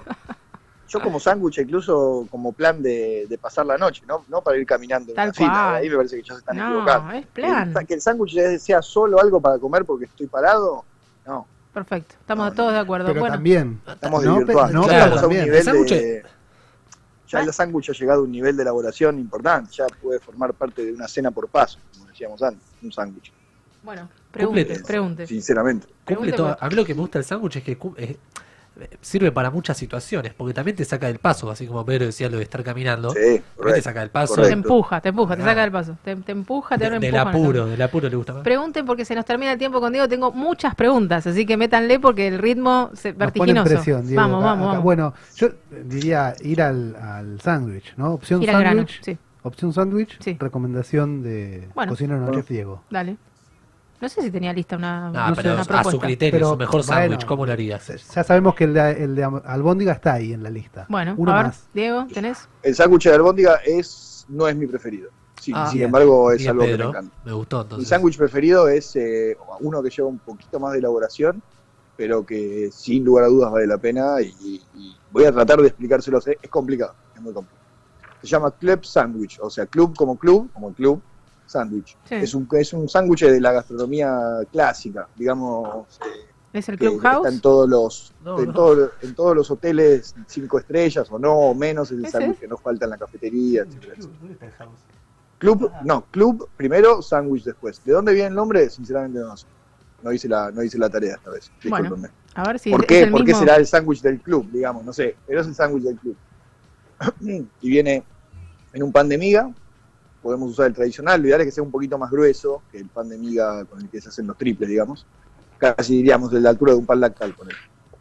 yo como sándwich incluso como plan de, de pasar la noche, ¿no? No para ir caminando en Tal una fila, cual. ahí me parece que ya se están No, equivocando. es plan. El- que el sándwich sea solo algo para comer porque estoy parado, no. Perfecto, estamos No, todos de acuerdo. Pero bueno, también. Estamos No, desvirtuando. pe- no, Ya pero estamos a un también. nivel El sándwich- de... Ya el sándwich ha llegado a un nivel de elaboración importante, ya puede formar parte de una cena por paso, como decíamos antes, un sándwich, bueno, pregunte, Cumple- pregunte. sinceramente. Cumple Pregunte todo- por- A mí lo que me gusta del sándwich es que cum- eh, sirve para muchas situaciones, porque también te saca del paso, así como Pedro decía lo de estar caminando. Sí, También te correcto. saca del paso. Te Correcto. empuja, te empuja, te Ah. saca del paso. Te, te empuja, te De- da un del empujón. apuro, del apuro le gusta más. Pregunten porque se nos termina el tiempo con Diego. Tengo muchas preguntas, así que métanle porque el ritmo se Nos pone en vertiginoso. presión, Diego. Vamos, Acá- vamos, acá- vamos. Bueno, yo diría ir al, al sándwich, ¿no? Opción Ir al grano, sándwich. sí, Opción sándwich. Sí. Recomendación de Bueno. cocinero no Bueno. chef Diego. dale. No sé si tenía lista una, Ah, no pero sé, una a su propuesta. criterio, Pero, su mejor bueno, sándwich, ¿cómo lo harías? Ya sabemos que el de, el de albóndiga está ahí en la lista. Bueno, Uno a ver, más. Diego, ¿tenés? El sándwich de albóndiga es, no es mi preferido. Sí, Ah. sin Bien. embargo, es Bien, algo que me Pedro, encanta. me gustó Mi entonces. sándwich preferido es eh, uno que lleva un poquito más de elaboración, pero que sin lugar a dudas vale la pena y, y voy a tratar de explicárselos. Es, es complicado, es muy complicado. Se llama Club Sandwich, o sea, club como club, como el club, sándwich. Sí. Es un es un sándwich de la gastronomía clásica, digamos, eh, ¿Es el que Clubhouse? está en todos los No, en, no. todo- en todos los hoteles cinco estrellas o no, o menos es el ¿Ese sándwich es? que no falta en la cafetería, etcétera, etcétera. Club, no, club primero, sándwich después. ¿De dónde viene el nombre? Sinceramente no sé. No hice la, no hice la tarea esta vez. Bueno, Discúlpenme. A ver si ¿Por es qué? el ¿Por qué mismo. será el sándwich del club? Digamos, no sé, pero es el sándwich del club. Y viene en un pan de miga. Podemos usar el tradicional, lo ideal es que sea un poquito más grueso que el pan de miga con el que se hacen los triples, digamos. Casi diríamos de la altura de un pan lactal con él.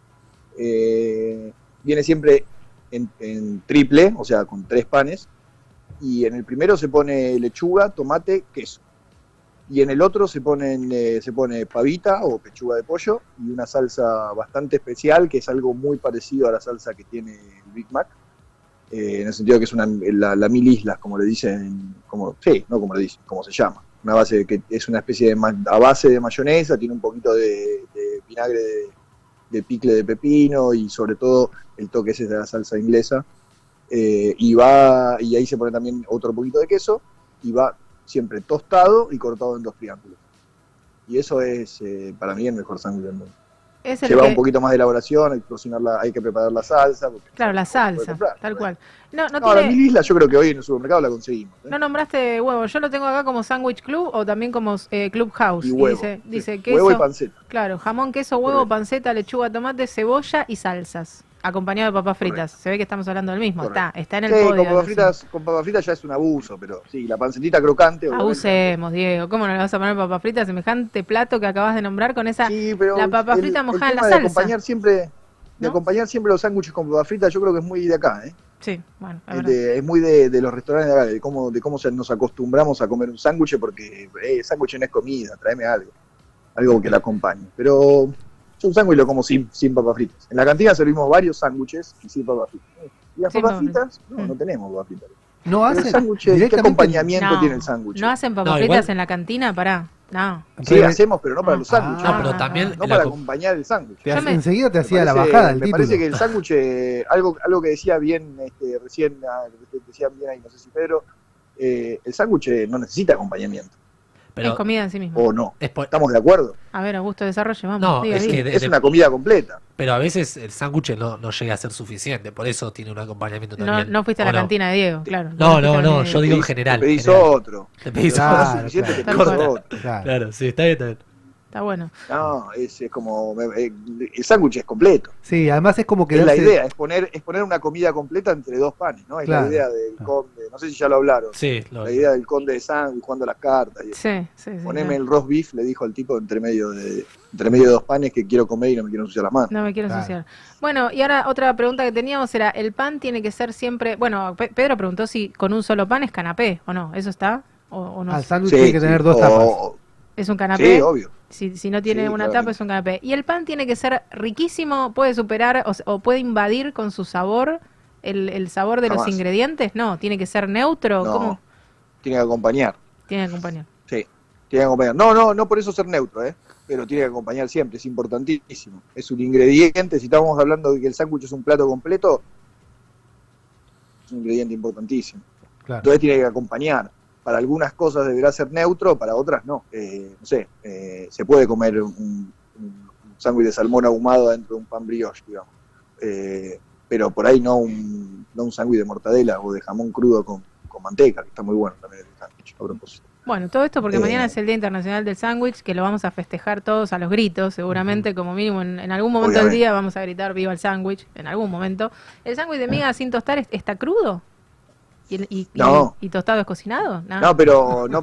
Eh, viene siempre en, en triple, o sea, con tres panes. Y en el primero se pone lechuga, tomate, queso. Y en el otro se, ponen, eh, se pone pavita o pechuga de pollo y una salsa bastante especial, que es algo muy parecido a la salsa que tiene el Big Mac. Eh, en el sentido que es una, la, la mil islas, como le dicen, como, sí, no como le dicen, como se llama. Una base que es una especie de, ma- a base de mayonesa, tiene un poquito de, de vinagre de, de picle de pepino y sobre todo el toque ese de la salsa inglesa. Eh, y va y ahí se pone también otro poquito de queso y va siempre tostado y cortado en dos triángulos. Y eso es, eh, para mí, el mejor sándwich del mundo. Es el lleva que- un poquito más de elaboración, hay que cocinarla, hay que preparar la salsa. porque Claro, la no se puede salsa, comprar, tal ¿no? cual. No, no, No, la tiene, mil islas yo creo que hoy en el supermercado la conseguimos. ¿eh? no nombraste huevo. Yo lo tengo acá como Sandwich Club o también como eh, Clubhouse. Y huevo. dice, sí. dice queso, Huevo y panceta. claro, jamón, queso, huevo, Correcto. panceta, lechuga, tomate, cebolla y salsas. Acompañado de papas fritas. Correcto. Se ve que estamos hablando del mismo. Correcto. Está, está en el Sí, podio. con de papas, los- fritas, con papas fritas ya es un abuso, pero sí, la pancetita crocante. obviamente. Abusemos, Diego. ¿Cómo no le vas a poner papas fritas? Semejante plato que acabas de nombrar con esa. Sí, pero la papa el- frita el mojada en la tema de salsa. acompañar siempre, de ¿No? acompañar siempre los sándwiches con papas fritas, yo creo que es muy de acá, ¿eh? Sí, bueno, es Es, verdad. de- es muy de, de los restaurantes de acá, de cómo, de cómo se- nos acostumbramos a comer un sándwich, porque eh, sándwich no es comida, tráeme algo, algo que la acompañe. Pero yo un sándwich lo como sin, sin papas fritas. En la cantina servimos varios sándwiches y sin papas fritas. Y las Sin papas papas fritas, no, Mm. no tenemos papas fritas. No Pero el hacen sándwich, ¿qué directamente. acompañamiento No, tiene el sándwich? ¿No hacen papas No, fritas igual- en la cantina? Pará. No. Sí, Re- hacemos, pero no para los Ah. sándwiches. No, pero Ah, también No la para co- acompañar el sándwich. Te Yo hace- me- enseguida te Me hacía la parece- bajada del Me título. parece que el sándwich, eh, algo, algo que decía bien, este, recién, ah, decían bien ahí, no sé si Pedro, eh, el sándwich eh, no necesita acompañamiento, pero es comida en sí misma. o no. es por- ¿Estamos de acuerdo? A ver, Augusto, desarrolle, vamos. No, diga, es diga. que de- Es de- una comida completa. pero a veces el sándwich no, no llega a ser suficiente, por eso tiene un acompañamiento No, también. no fuiste a ¿o la cantina de Diego, claro. No, fuiste a no, la no, cantina de yo Diego. digo en Te general. Te pedís general. otro. Te pedís No, Claro, no es suficiente, te claro. pedís Tal cual. otro. Claro. Claro, sí, está bien, está bien. Está bueno. No, es, es como, eh, el sándwich es completo. Sí, además es como Es la quedarse. idea, es poner, es poner una comida completa entre dos panes, ¿no? Es Claro. la idea del Claro. conde, no sé si ya lo hablaron, Sí, lo- la idea del conde de sándwich jugando las cartas. Y Sí, sí, sí. poneme claro. el roast beef, le dijo al tipo, entre medio de entre medio de dos panes que quiero comer y no me quiero ensuciar las manos. No me quiero Claro. ensuciar. Bueno, y ahora otra pregunta que teníamos era, ¿el pan tiene que ser siempre... Bueno, Pe- Pedro preguntó si con un solo pan es canapé o no. ¿Eso está? ¿O, o no? Al sándwich Sí, tiene que sí. tener dos O- tapas. ¿Es un canapé? Sí, obvio. Si, si no tiene Sí, una claro. tapa es un canapé. ¿Y el pan tiene que ser riquísimo? ¿Puede superar o, s- o puede invadir con su sabor el, el sabor de Jamás. los ingredientes? No, tiene que ser neutro. No. ¿Cómo? Tiene que acompañar. Tiene que acompañar. Sí, tiene que acompañar. No, no, no por eso ser neutro, ¿eh? Pero tiene que acompañar siempre, es importantísimo. Es un ingrediente, si estamos hablando de que el sándwich es un plato completo, es un ingrediente importantísimo. Claro. Entonces tiene que acompañar. Para algunas cosas deberá ser neutro, para otras no. Eh, no sé, eh, se puede comer un, un- un sándwich de salmón ahumado dentro de un pan brioche, digamos. Eh, pero por ahí no un, no un sándwich de mortadela o de jamón crudo con, con manteca, que está muy bueno también el sándwich, a propósito. Bueno, todo esto porque Eh. mañana es el Día Internacional del Sándwich, que lo vamos a festejar todos a los gritos, seguramente, como mínimo en, en algún momento del Obviamente. día vamos a gritar viva el sándwich, en algún momento. ¿El sándwich de miga sin tostar es- está crudo? ¿Y, el- y- y- No. y tostado es cocinado? No. No, pero no,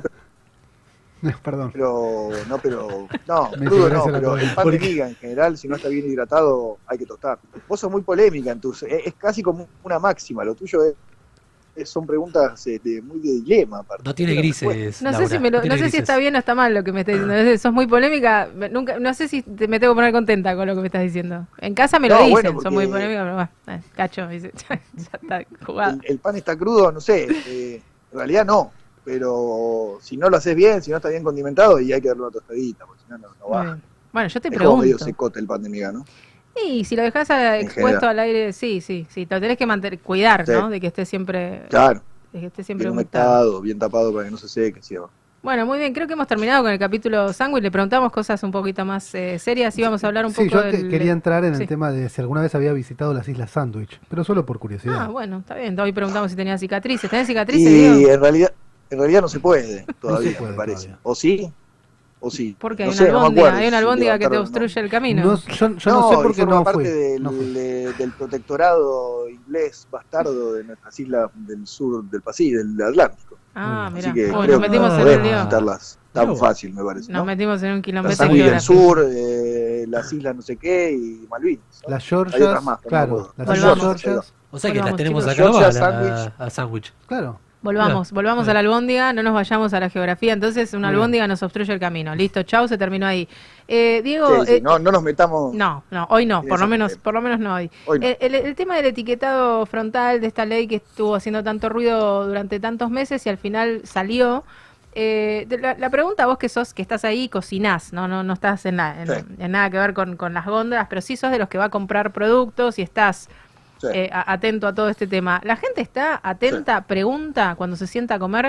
Perdón. pero no, pero no, Me crudo hizo no, gracia la pero el comida. pan de ¿Por qué? miga en general, si no está bien hidratado, hay que tostar. Vos sos muy polémica en tus, es, es casi como una máxima, lo tuyo es, es- son preguntas eh, de, muy de dilema. aparte. No tiene Tiene respuesta. grises. No sé, Laura, si, me lo- no tiene no sé si grises. está bien o está mal lo que me estás diciendo. Es- Sos muy polémica. me- Nunca, no sé si te- me tengo que poner contenta con lo que me estás diciendo. En casa me lo No, dicen, bueno, son porque- muy polémicas, pero bueno, eh, cacho, dice, ya, está jugado. El, el pan está crudo, no sé, eh, en realidad no, pero si no lo haces bien, si no está bien condimentado, y hay que darle una tostadita, porque si no, no, no Muy va. bien. Bueno, yo te Es como medio pregunto. secote el pan de miga, ¿no? Y si lo dejas a- En expuesto general. al aire, sí, sí, sí, te lo tenés que mantener, cuidar, Sí. ¿no? De que esté siempre, Claro, de que esté siempre bien humectado. humectado, bien tapado para que no se seque, ¿sí? Bueno, muy bien, creo que hemos terminado con el capítulo sándwich. Le preguntamos cosas un poquito más eh, serias. Íbamos a hablar un Sí, poco yo que- del... quería entrar en Sí. el tema de si alguna vez había visitado las Islas Sandwich, pero solo por curiosidad. Ah, bueno, está bien. Hoy preguntamos si tenía cicatrices. ¿Tenés cicatrices, Y Diego? en realidad, en realidad no se puede todavía, puede me parece. todavía. ¿O sí? ¿O sí? Porque No hay sé, una no me albóndiga, acuerdo hay una si albóndiga que te levantaron o no. obstruye el camino. No, yo, yo no, sé por y qué forma no parte fui. del, no fui. de- del protectorado inglés bastardo de nuestras islas del sur del Pacífico, del Atlántico. Ah, mirá. Así que Uy, creo nos que metimos no en el podemos lío. visitarlas tan Bravo. fácil, me parece. Nos ¿no? metimos en un Las kilómetro Sandwich del geográfico. Sur, eh, las islas no sé qué y Malvinas. ¿no? Las Hay Georgias, otras más, pero no me claro, acuerdo. las Volvamos. Islas Georgias, Georgias, O sea que las Volvamos, tenemos chicos. acá nomás Georgia, a la- sándwich. a sándwich. claro. Volvamos, volvamos Bien. a la albóndiga, no nos vayamos a la geografía. Entonces, una Muy bien. albóndiga nos obstruye el camino. Listo, chau, se terminó ahí. Eh, Diego, Sí, sí, eh, no, no nos metamos. no, no, hoy no, en por lo ese menos, tema. por lo menos no hoy. Hoy no. El, el- el tema del etiquetado frontal de esta ley que estuvo haciendo tanto ruido durante tantos meses y al final salió. eh, de la, la pregunta, vos que sos, que estás ahí y cocinás, no, no, no estás en, la- en, Sí. en nada que ver con, con las góndolas, pero sí sos de los que va a comprar productos y estás Sí. eh, a- atento a todo este tema. ¿La gente está atenta, pregunta cuando se sienta a comer?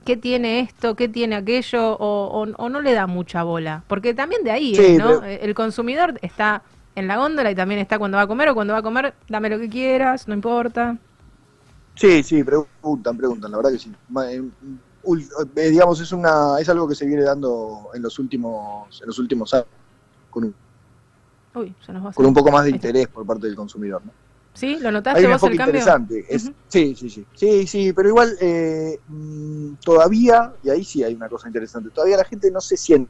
qué tiene esto, qué tiene aquello, o, o, o no le da mucha bola. Porque también de ahí, Sí, es, ¿no? pero- El consumidor está en la góndola y también está cuando va a comer, o cuando va a comer, dame lo que quieras, no importa. Sí, sí, preguntan, preguntan, la verdad que sí. Ma- eh, ul- eh, digamos, es una, es algo que se viene dando en los últimos, en los últimos años, con un, Uy, se nos va a con hacer. un poco más de Ahí está. interés por parte del consumidor, ¿no? ¿Sí? ¿Lo notaste Hay un vos el enfoque cambio? interesante. Es, Ujú. Sí, sí, sí. Sí, sí, pero igual eh, mm, todavía, y ahí sí hay una cosa interesante, todavía la gente no se siente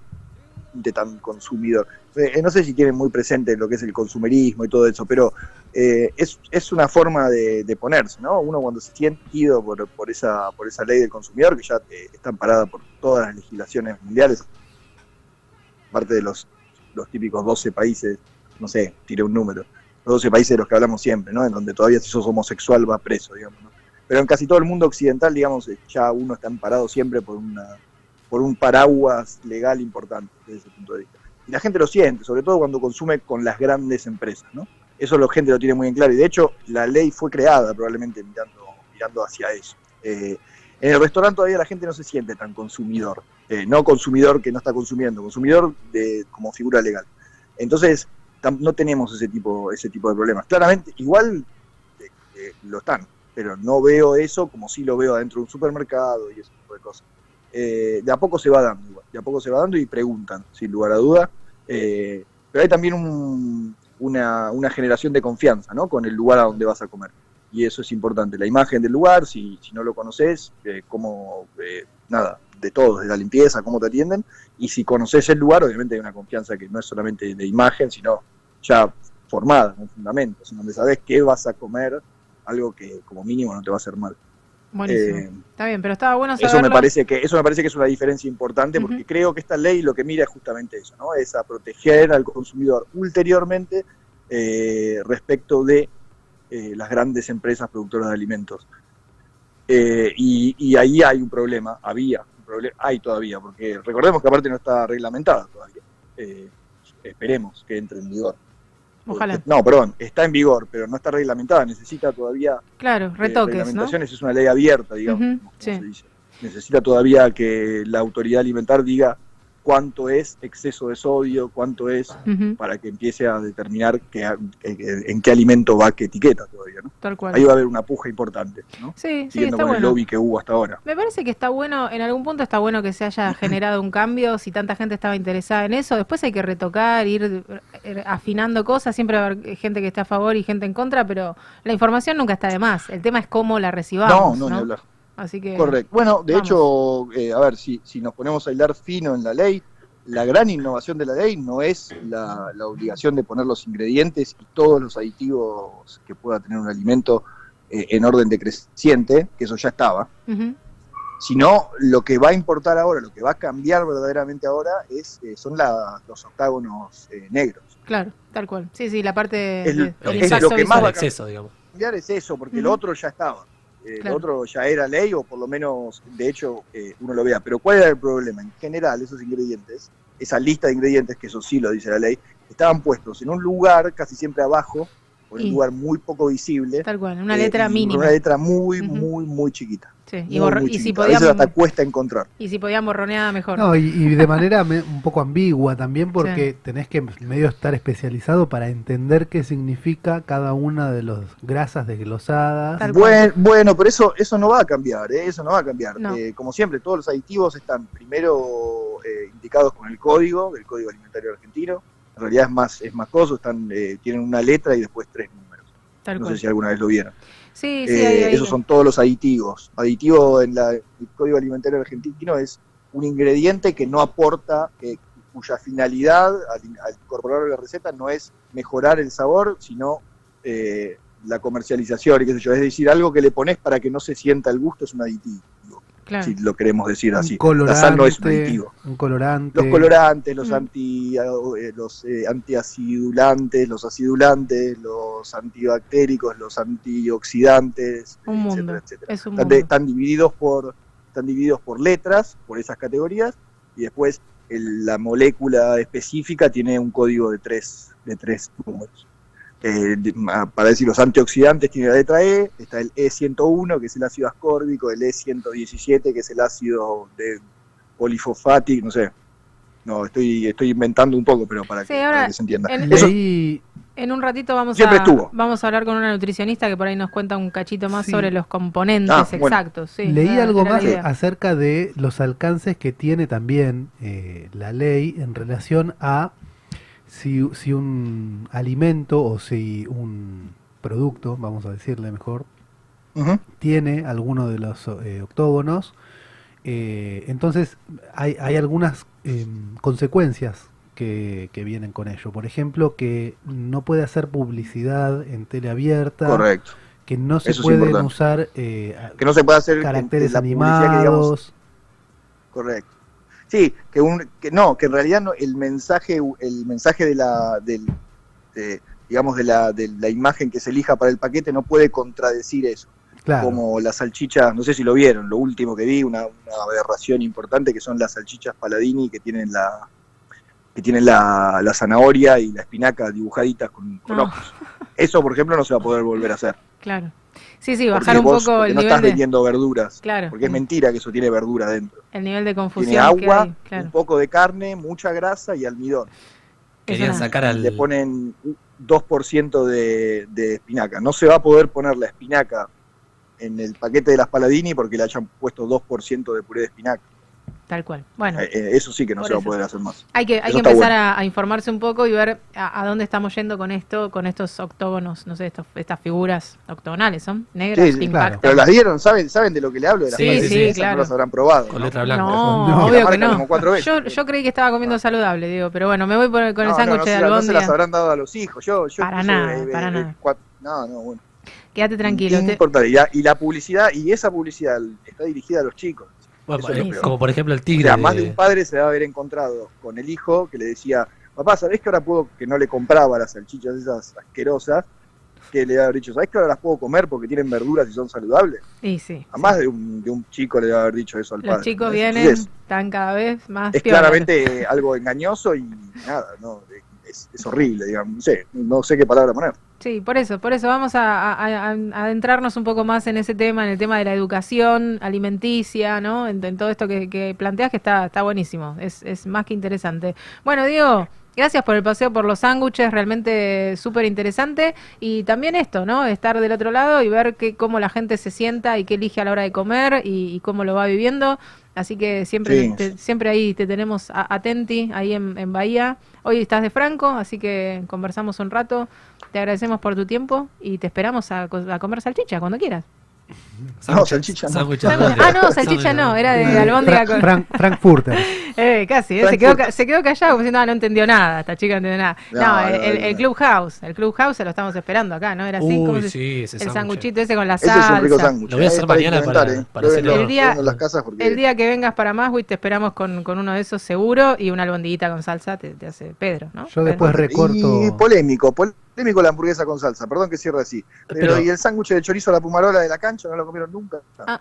tan consumidor. Eh, no sé si tienen muy presente lo que es el consumerismo y todo eso, pero eh, es, es una forma de, de ponerse, ¿no? Uno cuando se siente ido por, por, esa, por esa ley del consumidor, que ya eh, está amparada por todas las legislaciones mundiales, aparte de los, los típicos doce países, no sé, tiré un número, los doce países de los que hablamos siempre, ¿no? En donde todavía si sos homosexual va preso, digamos, ¿no? Pero en casi todo el mundo occidental, digamos, eh, ya uno está amparado siempre por una por un paraguas legal importante desde ese punto de vista. Y la gente lo siente, sobre todo cuando consume con las grandes empresas, ¿no? Eso la gente lo tiene muy en claro, y de hecho la ley fue creada probablemente mirando, mirando hacia eso. Eh, en el restaurante todavía la gente no se siente tan consumidor, eh, no consumidor que no está consumiendo, consumidor de, como figura legal. Entonces tam, no tenemos ese tipo, ese tipo de problemas. Claramente, igual eh, eh, lo están, pero no veo eso como sí lo veo adentro de un supermercado y ese tipo de cosas. Eh, de a poco se va dando, igual, de a poco se va dando y preguntan, sin lugar a duda. Eh, pero hay también un, una, una generación de confianza, ¿no? Con el lugar a donde vas a comer. Y eso es importante. La imagen del lugar, si, si no lo conoces, eh, cómo, eh, nada, de todo, de la limpieza, cómo te atienden. Y si conoces el lugar, obviamente hay una confianza que no es solamente de imagen, sino ya formada, con fundamentos, en donde sabes qué vas a comer, algo que como mínimo no te va a hacer mal. Buenísimo. Eh, Está bien, pero estaba bueno saberlo. Eso me parece que eso me parece que es una diferencia importante, porque Ujú. creo que esta ley lo que mira es justamente eso, ¿no? Es a proteger al consumidor ulteriormente eh, respecto de eh, las grandes empresas productoras de alimentos. Eh, y, y ahí hay un problema, había un problema, hay todavía, porque recordemos que aparte no está reglamentada todavía. Eh, esperemos que entre en vigor. Ojalá. No, perdón, está en vigor, pero no está reglamentada, necesita todavía Claro, eh, retoques, ¿no? reglamentaciones, es una ley abierta, digamos, Ujú, como sí. se dice. Necesita todavía que la autoridad alimentar diga cuánto es exceso de sodio, cuánto es, Ujú, para que empiece a determinar qué, que- en qué alimento va qué etiqueta todavía, ¿no? tal cual. Ahí va a haber una puja importante, ¿no? Sí, sí, Siguiendo está con el bueno. lobby que hubo hasta ahora. Me parece que está bueno, en algún punto está bueno que se haya generado un cambio, si tanta gente estaba interesada en eso, después hay que retocar, ir eh, afinando cosas, siempre va a haber gente que esté a favor y gente en contra, pero la información nunca está de más, el tema es cómo la recibamos, No, no, ¿no? ni hablar. Así que... Correcto. Bueno, de vamos. hecho, eh, a ver, si, si nos ponemos a hilar fino en la ley, la gran innovación de la ley no es la, la obligación de poner los ingredientes y todos los aditivos que pueda tener un alimento eh, en orden decreciente, que eso ya estaba, Ujú, sino lo que va a importar ahora, lo que va a cambiar verdaderamente ahora, es eh, son la- los octágonos eh, negros. claro, tal cual. Sí, sí, la parte Es- de, es el lo impacto que más visual. va a El exceso, digamos. Cambiar es eso, porque Ujú. lo otro ya estaba. Eh, Claro. Lo otro ya era ley, o por lo menos, de hecho, eh, uno lo vea. Pero ¿cuál era el problema? En general, esos ingredientes, esa lista de ingredientes, que eso sí lo dice la ley, estaban puestos en un lugar, casi siempre abajo, o en Y- un lugar muy poco visible. Tal cual, una eh, letra y con mínima. Una letra muy, Ujú. muy, muy chiquita. Sí, Muy, y, borro- muy y si chiquita. A veces podíamos, hasta cuesta encontrar. y si podíamos borroneada mejor. No, y, y de manera me- un poco ambigua también, porque Sí. tenés que medio estar especializado para entender qué significa cada una de las grasas desglosadas. Tal Buen- bueno, pero eso eso no va a cambiar, ¿eh? Eso no va a cambiar. No. Eh, como siempre, todos los aditivos están primero eh, indicados con el código, del Código Alimentario Argentino. En realidad es más es más coso, están, eh, tienen una letra y después tres números. Tal No cual. sé si alguna vez lo vieron. Sí, sí, Eh, ahí, ahí. Esos son todos los aditivos. Aditivo en la- el Código Alimentario Argentino es un ingrediente que no aporta, que, cuya finalidad al, al incorporarlo a la receta no es mejorar el sabor, sino eh, la comercialización y qué sé yo. Es decir, algo que le pones para que no se sienta el gusto es un aditivo, Claro. si lo queremos decir así. Un colorante, La sal no es un aditivo. un colorante. Los colorantes, los Mm. anti eh, los eh, antiacidulantes, los acidulantes, los antibactéricos, los antioxidantes, Un mundo. etcétera, etcétera. Es un Están, mundo. de- están divididos por están divididos por letras, por esas categorías, y después el- la molécula específica tiene un código de tres de tres números. eh, de- ma- para decir los antioxidantes tiene la letra E, está el E ciento uno, que es el ácido ascórbico, el E ciento diecisiete, que es el ácido de polifosfático, no sé. No, estoy, estoy inventando un poco, pero para, Sí, que, ahora, para que se entienda. en- Eso, Leí, En un ratito vamos Siempre a, estuvo. vamos a hablar con una nutricionista que por ahí nos cuenta un cachito más Sí. sobre los componentes Ah, bueno. exactos. Sí, leí era- algo era la más idea. acerca de los alcances que tiene también eh, la ley en relación a si, si un alimento o si un producto, vamos a decirle mejor, ujú, tiene alguno de los eh, octógonos. Eh, entonces hay, hay algunas eh, consecuencias que, que vienen con ello. Por ejemplo, que no puede hacer publicidad en tele abierta, correcto. que no se Eso es pueden importante. usar eh, a- Que no se puede hacer que- que caracteres la publicidad que digamos, animados. correcto. Sí, que un que no, que en realidad no, el mensaje el mensaje de la del de, digamos de la de la imagen que se elija para el paquete no puede contradecir eso. Claro, Como las salchichas, no sé si lo vieron, lo último que vi, una, una aberración importante que son las salchichas Paladini que tienen la que tienen la, la zanahoria y la espinaca dibujaditas con, con No. ojos. Eso, por ejemplo, no se va a poder volver a hacer. Claro. Sí, sí, Porque bajar un vos- poco porque el no nivel estás de, vendiendo verduras. claro, Porque es el- mentira que eso tiene verdura dentro. el nivel de Tiene confusión que agua, hay. Claro. un poco de carne, mucha grasa y almidón. Querían Eso no. sacar al. Le ponen un dos por ciento de, de espinaca. No se va a poder poner la espinaca en el paquete de las Paladini porque le hayan puesto dos por ciento de puré de espinaca. Tal cual. Bueno, Eh, eh, eso sí que no Por se va a eso. poder hacer más. hay que, hay eso que está empezar bueno. a, a informarse un poco y ver a, a dónde estamos yendo con esto, con estos octógonos, no sé, estos, estas figuras octogonales, ¿son? Negras, Sí, sí, que claro. impactan. Pero las vieron, ¿saben, ¿saben de lo que le hablo? De las Sí, Paladini? sí, Esas claro. No las habrán probado. Con ¿no? letra blanca. No, No. obvio La que marcan no. como cuatro veces. Yo, yo creí que estaba comiendo saludable, digo, pero bueno, me voy por, con el No, sándwich no, no, de se la- no se albóndiga. las habrán dado a los hijos. Yo, yo Para puse, nada, eh, para eh, nada. cuatro- no, no, bueno. Quédate tranquilo. te- Importante. Y la, y la publicidad, y esa publicidad está dirigida a los chicos. Bueno, Eso es lo eh, peor. como por ejemplo el O tigre. sea, más de de- un padre se va a haber encontrado con el hijo que le decía, papá, ¿sabés que ahora puedo, que no le compraba las salchichas esas asquerosas, que le va a haber dicho, ¿sabés que ahora las puedo comer porque tienen verduras y son saludables? Y sí. A más de un, de un chico le va a haber dicho eso al Los padre. chicos ¿entendés? vienen, Entonces, están cada vez más es piolas. claramente algo engañoso y nada, no, es, es horrible, digamos, no sé, no sé qué palabra poner. Sí, por eso, por eso vamos a, a- a- a adentrarnos un poco más en ese tema, en el tema de la educación alimenticia, ¿no? En, en todo esto que, que planteas que está, está buenísimo, es, es más que interesante. Bueno, Diego, gracias por el paseo por los sándwiches, realmente súper interesante. Y también esto, ¿no? Estar del otro lado y ver que, cómo la gente se sienta y qué elige a la hora de comer y, y cómo lo va viviendo. Así que siempre Sí. te- siempre ahí te tenemos a- atenti, ahí en, en Bahía. Hoy estás de Franco, así que conversamos un rato. Te agradecemos por tu tiempo y te esperamos a, co- a comer salchicha cuando quieras. No, salchicha no. sándwiches de Ah, albóndiga. no, salchicha no, era de Eh, albóndiga Fra- con... Frank- Frankfurter. Eh, casi, eh, se, quedó, ca- se quedó callado como diciendo, no, no entendió nada, esta chica no entendió nada. No, No, no, el, el, no. el Clubhouse, el Clubhouse se lo estamos esperando acá, ¿no? Era así, Uy, ¿cómo se- sí, ese el sándwich. sanguchito ese con la Ese es un rico salsa. sándwich. Lo voy a eh, hacer para mañana implementar, para- eh. para hacerlo. Pruébenlo, El día- pruébenlo en las casas porque El día que vengas para más, te esperamos con, con uno de esos seguro y una albondiguita con salsa te, te hace Pedro, ¿no? Yo después Pedro. recorto. Y polémico, polémico la hamburguesa con salsa, perdón que cierre así. Pero, Pero- ¿y el sándwich de chorizo a la pumarola de la cancha no lo comieron nunca? Ah,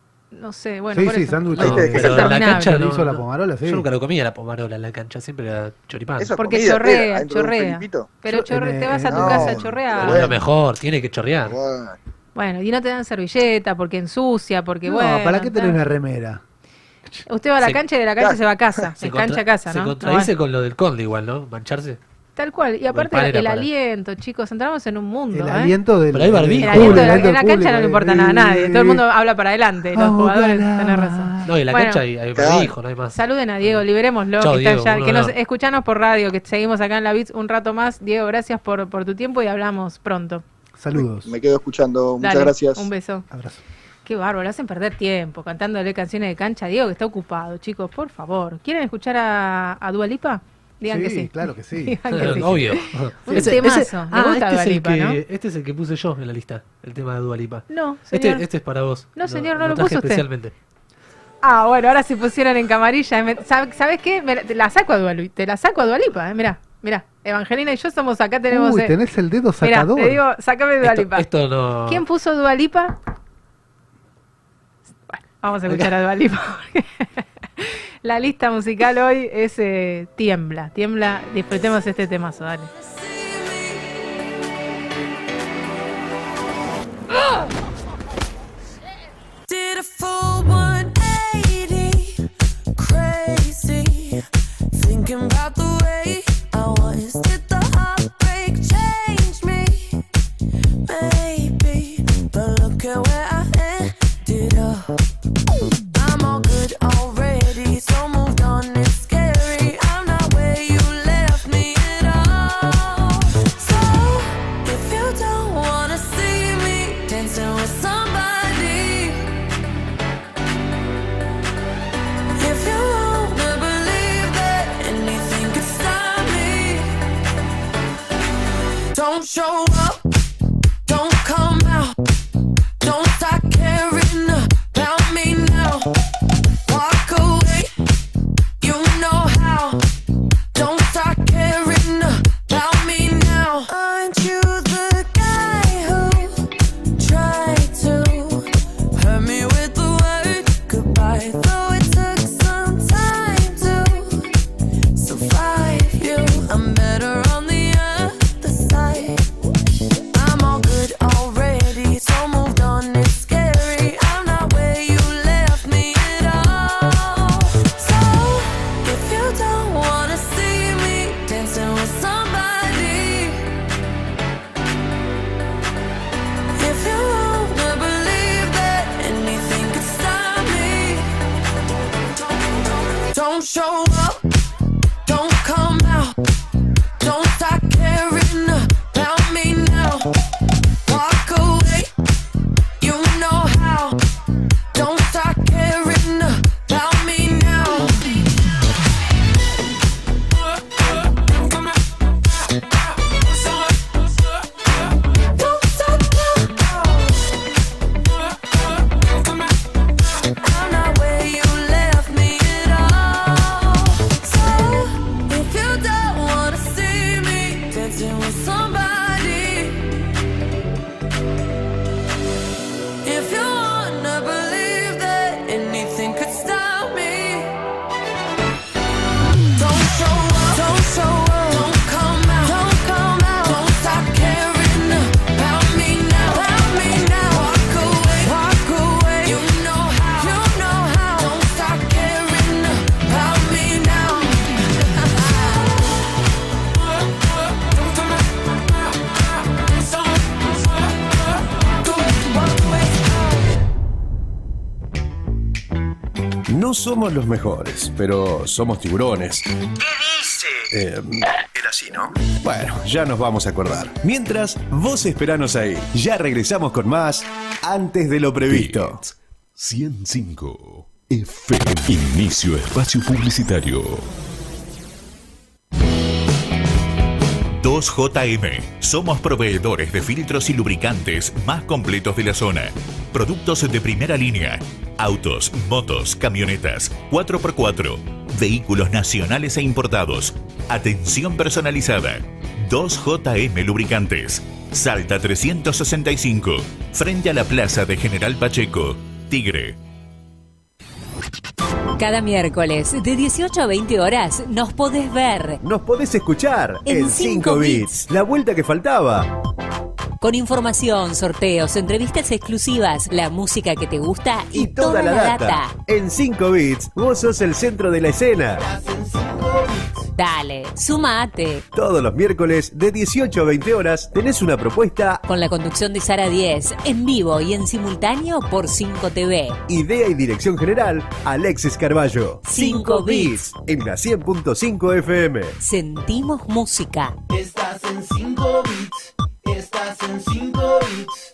no sé, bueno, Sí, por sí, eso. sándwich. Ahí No, te dejé pero en la interminable. cancha no, Chorizo a la no. pomarola, sí. Yo nunca lo comía la pomarola en la cancha, siempre era choripán. Eso es Porque comida, chorrea, espera, adentro de un chorrea. felipito. Pero Yo- chorre- en, te vas a eh, tu no, casa a pero chorrear. Es bueno. lo mejor, tiene que chorrear. Bueno, Bueno, y no te dan servilleta porque ensucia, porque No, bueno. ¿para qué tenés tal. una remera? Usted va a la Se- cancha y de la cancha Claro. se va a casa. Se, Es contra- cancha a casa, se ¿no? contradice No, con lo del conde igual, ¿no? Mancharse. tal cual. Y aparte pan el, era para- aliento, chicos, entramos en un mundo. El ¿eh? aliento del. Pero hay barbijo. El del aliento de la- público, en la del cancha no público, le eh. importa nada a nadie. Todo el mundo habla para adelante. Los Vamos, jugadores, carajo. tenés razón. No, y en la Bueno, cancha hay, hay claro. barbijo, no hay más. Saluden a Diego, liberémoslo. Chao, que, está Diego, ya- un que nos honor. escuchanos por radio, que seguimos acá en la Beats un rato más. Diego, gracias por, por tu tiempo y hablamos pronto. Saludos. me quedo escuchando. Muchas Dale, gracias. Un beso. Abrazo. Qué bárbaro, hacen perder tiempo cantándole canciones de cancha. Diego, que está ocupado, chicos, por favor. ¿Quieren escuchar a, a Dua Lipa? Digan Sí, que sí. claro que sí. Digan que sí. Obvio. Un temazo. Me ah, gusta este, Dua es el Lipa, que, ¿no? este es el que puse yo en la lista, el tema de Dua Lipa. No, Este, señor. este es para vos. No, señor, no lo traje puso usted. especialmente. Ah, bueno, ahora se pusieron en camarilla. Me- ¿sab- ¿Sabes qué? Me la- te la saco a Dua Lipa. Te la saco a Dua Lipa, eh. Mirá, mirá. Evangelina y yo somos acá, tenemos... Uy, eh, tenés el dedo mirá, sacador. te digo, sácame Dua Esto, Lipa. esto no. ¿Quién puso Dua Lipa? Bueno, vamos a escuchar a Dua Lipa. La lista musical hoy es eh, Tiembla. Tiembla, disfrutemos este temazo, dale. show up, don't come out, don't start caring about me now. Walk away, you know how. Don't start caring about me now. Aren't you the guy who tried to hurt me with the word goodbye? Though it took some time to survive you, I'm better on the other side. I'm all good already, so moved on, it's scary. I'm not where you left me at all. So if you don't wanna see me dancing with somebody, if you wanna believe that anything could stop me, don't show up, don't come out, don't start caring about me now. Walk away, you know how. Don't start caring about me now. Don't stop now. I'm not where you left me at all. So if you don't wanna see me dancing with somebody, if you wanna believe that anything could stop me, don't show up, don't show up, don't come out, don't come out, don't stop caring about me now, about me now. Walk away, walk away, you know how, you know how. Don't stop caring about me now. No somos los mejores, pero somos tiburones. ¿Qué dice? Eh, era así, ¿no? Bueno, ya nos vamos a acordar. Mientras, vos esperanos ahí. Ya regresamos con más antes de lo previsto. Beats ciento cinco F M. Inicio espacio publicitario. dos J M. Somos proveedores de filtros y lubricantes más completos de la zona. Productos de primera línea. Autos, motos, camionetas, cuatro por cuatro. Vehículos nacionales e importados. Atención personalizada. dos J M Lubricantes. Salta trescientos sesenta y cinco. Frente a la plaza de General Pacheco. Tigre. Cada miércoles de dieciocho a veinte horas nos podés ver. Nos podés escuchar En en cinco bits. La vuelta que faltaba. Con información, sorteos, entrevistas exclusivas, la música que te gusta y, toda, la data. data. En cinco bits, vos sos el centro de la escena. Dale, sumate. Todos los miércoles de dieciocho a veinte horas tenés una propuesta Con la conducción de Sara diez, en vivo y en simultáneo por cinco T V. Idea y dirección general, Alexis Carballo. cinco bits. En la cien punto cinco F M. Sentimos música. Estás en cinco bits. Estás en cinco bits.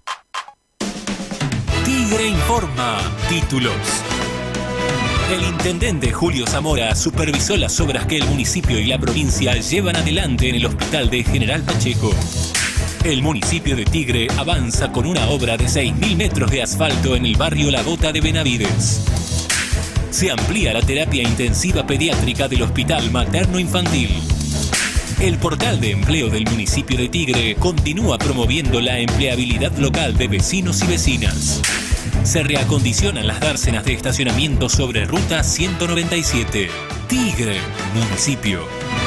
Tigre informa. Títulos. El intendente Julio Zamora supervisó las obras que el municipio y la provincia llevan adelante en el hospital de General Pacheco. El municipio de Tigre avanza con una obra de seis mil metros de asfalto en el barrio La Gota de Benavides. Se amplía la terapia intensiva pediátrica del Hospital Materno Infantil. El portal de empleo del municipio de Tigre continúa promoviendo la empleabilidad local de vecinos y vecinas. Se reacondicionan las dársenas de estacionamiento sobre Ruta ciento noventa y siete. Tigre, municipio.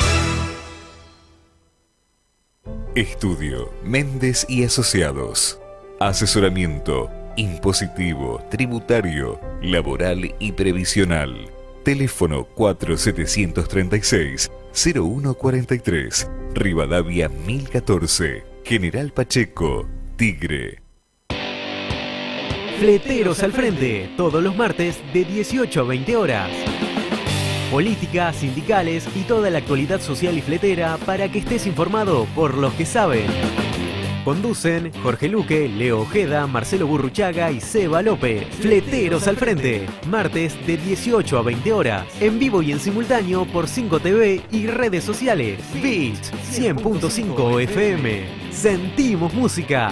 Estudio Méndez y Asociados. Asesoramiento impositivo, tributario, laboral y previsional. Teléfono cuatro setecientos treinta y seis cero uno cuarenta y tres. Rivadavia mil catorce. General Pacheco, Tigre. Fleteros al Frente, todos los martes de dieciocho a veinte horas. Política, sindicales y toda la actualidad social y fletera para que estés informado por los que saben. Conducen Jorge Luque, Leo Ojeda, Marcelo Burruchaga y Seba López. Fleteros al frente. Martes de dieciocho a veinte horas. En vivo y en simultáneo por cinco T V y redes sociales. Beats cien punto cinco F M. Sentimos música.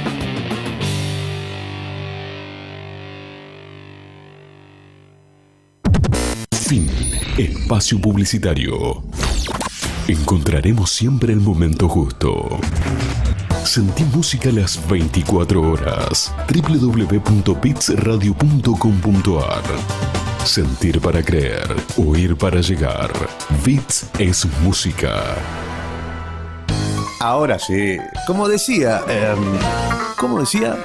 Fin. Espacio publicitario. Encontraremos siempre el momento justo. Sentí música las veinticuatro horas. doble u doble u doble u punto bits radio punto com punto a r. Sentir para creer, oír para llegar. Beats es música. Ahora sí, como decía, eh, ¿cómo decía?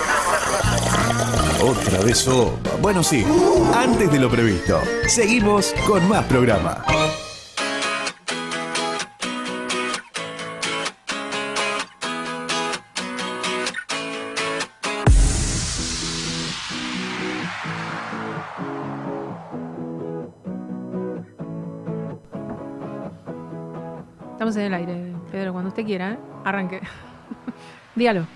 Otra vez sopa. Bueno, sí, antes de lo previsto, seguimos con más programa. Estamos en el aire, Pedro, cuando usted quiera, ¿eh? Arranque. Dígalo.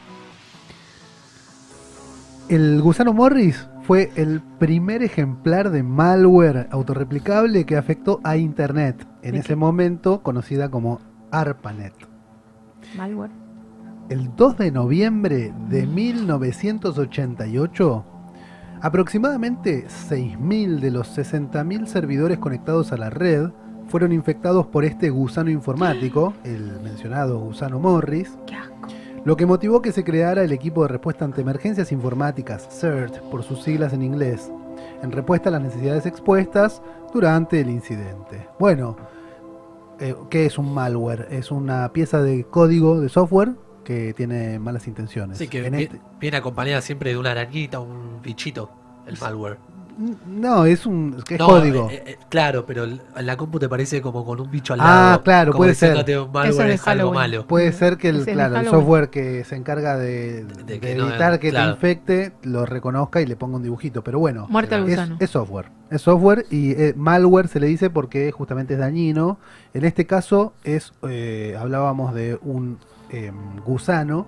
El gusano Morris fue el primer ejemplar de malware autorreplicable que afectó a Internet, en ese momento conocida como ARPANET. Malware. El dos de noviembre de mil novecientos ochenta y ocho, aproximadamente seis mil de los sesenta mil servidores conectados a la red fueron infectados por este gusano informático, el mencionado gusano Morris, lo que motivó que se creara el equipo de respuesta ante emergencias informáticas, CERT, por sus siglas en inglés, en respuesta a las necesidades expuestas durante el incidente. Bueno, eh, ¿qué es un malware? Es una pieza de código de software que tiene malas intenciones. Sí, que En vi- este- viene acompañada siempre de una arañita, un bichito, el malware. No, es un es que es No, código. eh, eh, claro, pero el- en la compu te parece como con un bicho al Ah, lado. claro, como puede ser. diciéndote un malware Eso es de es algo Halloween. malo. Puede ser que el, Ese es claro, el Halloween. software que se encarga de, de que no- evitar que claro. te infecte lo reconozca y le ponga un dibujito. Pero bueno, Muerte al es, gusano. es software. Es software y eh, malware se le dice porque justamente es dañino. En este caso es eh, hablábamos de un eh, gusano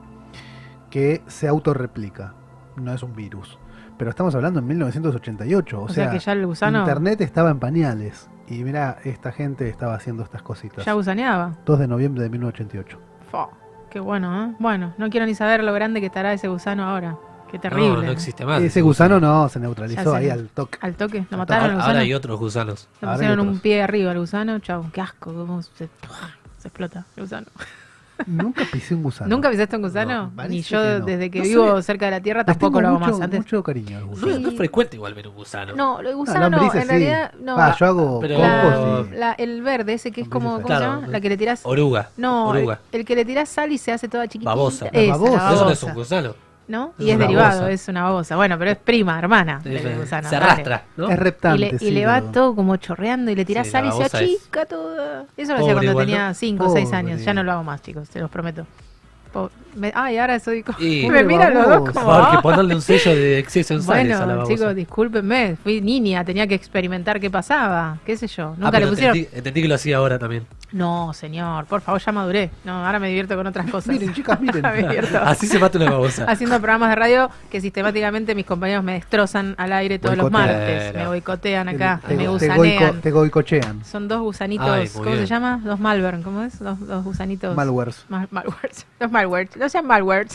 que se autorreplica. No es un virus. Pero estamos hablando en mil novecientos ochenta y ocho. O, O sea sea, que ya el gusano- Internet estaba en pañales. Y mira, esta gente estaba haciendo estas cositas. Ya gusaneaba. dos de noviembre de mil novecientos ochenta y ocho. Fo, qué bueno, ¿eh? Bueno, no quiero ni saber lo grande que estará ese gusano ahora. Qué terrible. No, no existe más. Ese gusano no, se Ya neutralizó se- ahí al toque. Al toque, lo Ahora, mataron al ahora gusano. hay otros gusanos. Le ahora hay pusieron un otros. pie arriba al gusano, chau, qué asco, cómo se, se explota el gusano. Nunca pisé un gusano. ¿Nunca pisaste un gusano? No, parece Ni yo que no. desde que No vivo sé. cerca de la tierra Les tampoco tengo lo hago mucho, más. Antes... mucho cariño al No, gusano. no es frecuente igual ver un gusano. No, lo de No, gusano no, lombrices en sí. realidad no. Va, yo hago Pero- compost y- La- el verde ese que es como, ¿cómo Claro. se llama? La que le tirás. Oruga. No, Oruga. El, el que le tirás sal y se hace toda chiquitita. Babosa. Esa, la babosa. babosa. Eso no es un gusano. ¿No? Es Y es una derivado, babosa. es una babosa. Bueno, pero es prima, hermana Sí, del se- gusano. se dale. arrastra, ¿no? Es Y reptante, le, y sí, le va pero- todo como chorreando y le tirás Sí, sal la y se babosa es- achica todo. Eso lo hacía Pobre cuando igual, tenía ¿no? cinco o seis Pobre. años. Ya no lo hago más, chicos, se los prometo. Po- me- Ay, ahora soy como... Y- me miran los dos babosa. como... Hay que "Ah". ponerle un sello de exceso en sales a la Bueno, babosa. chicos, discúlpenme. Fui niña, tenía que experimentar qué pasaba. ¿Qué sé yo? Nunca Ah, pero le pusieron... entendí, entendí que lo hacía ahora también. No, señor, por favor, ya maduré. No, ahora me divierto con otras cosas. Miren, chicas, miren. Me divierto. Así se mata una babosa. Haciendo programas de radio que sistemáticamente mis compañeros me destrozan al aire todos los Boicotean. martes. Me boicotean Te- acá, te, me te gusanean. goico- te goicochean. Son dos gusanitos, Ay, muy ¿cómo se bien. llama? Dos malware, ¿cómo es? Dos, dos gusanitos. Malwares. Mal- malwares. Los malwares, no sean malwares.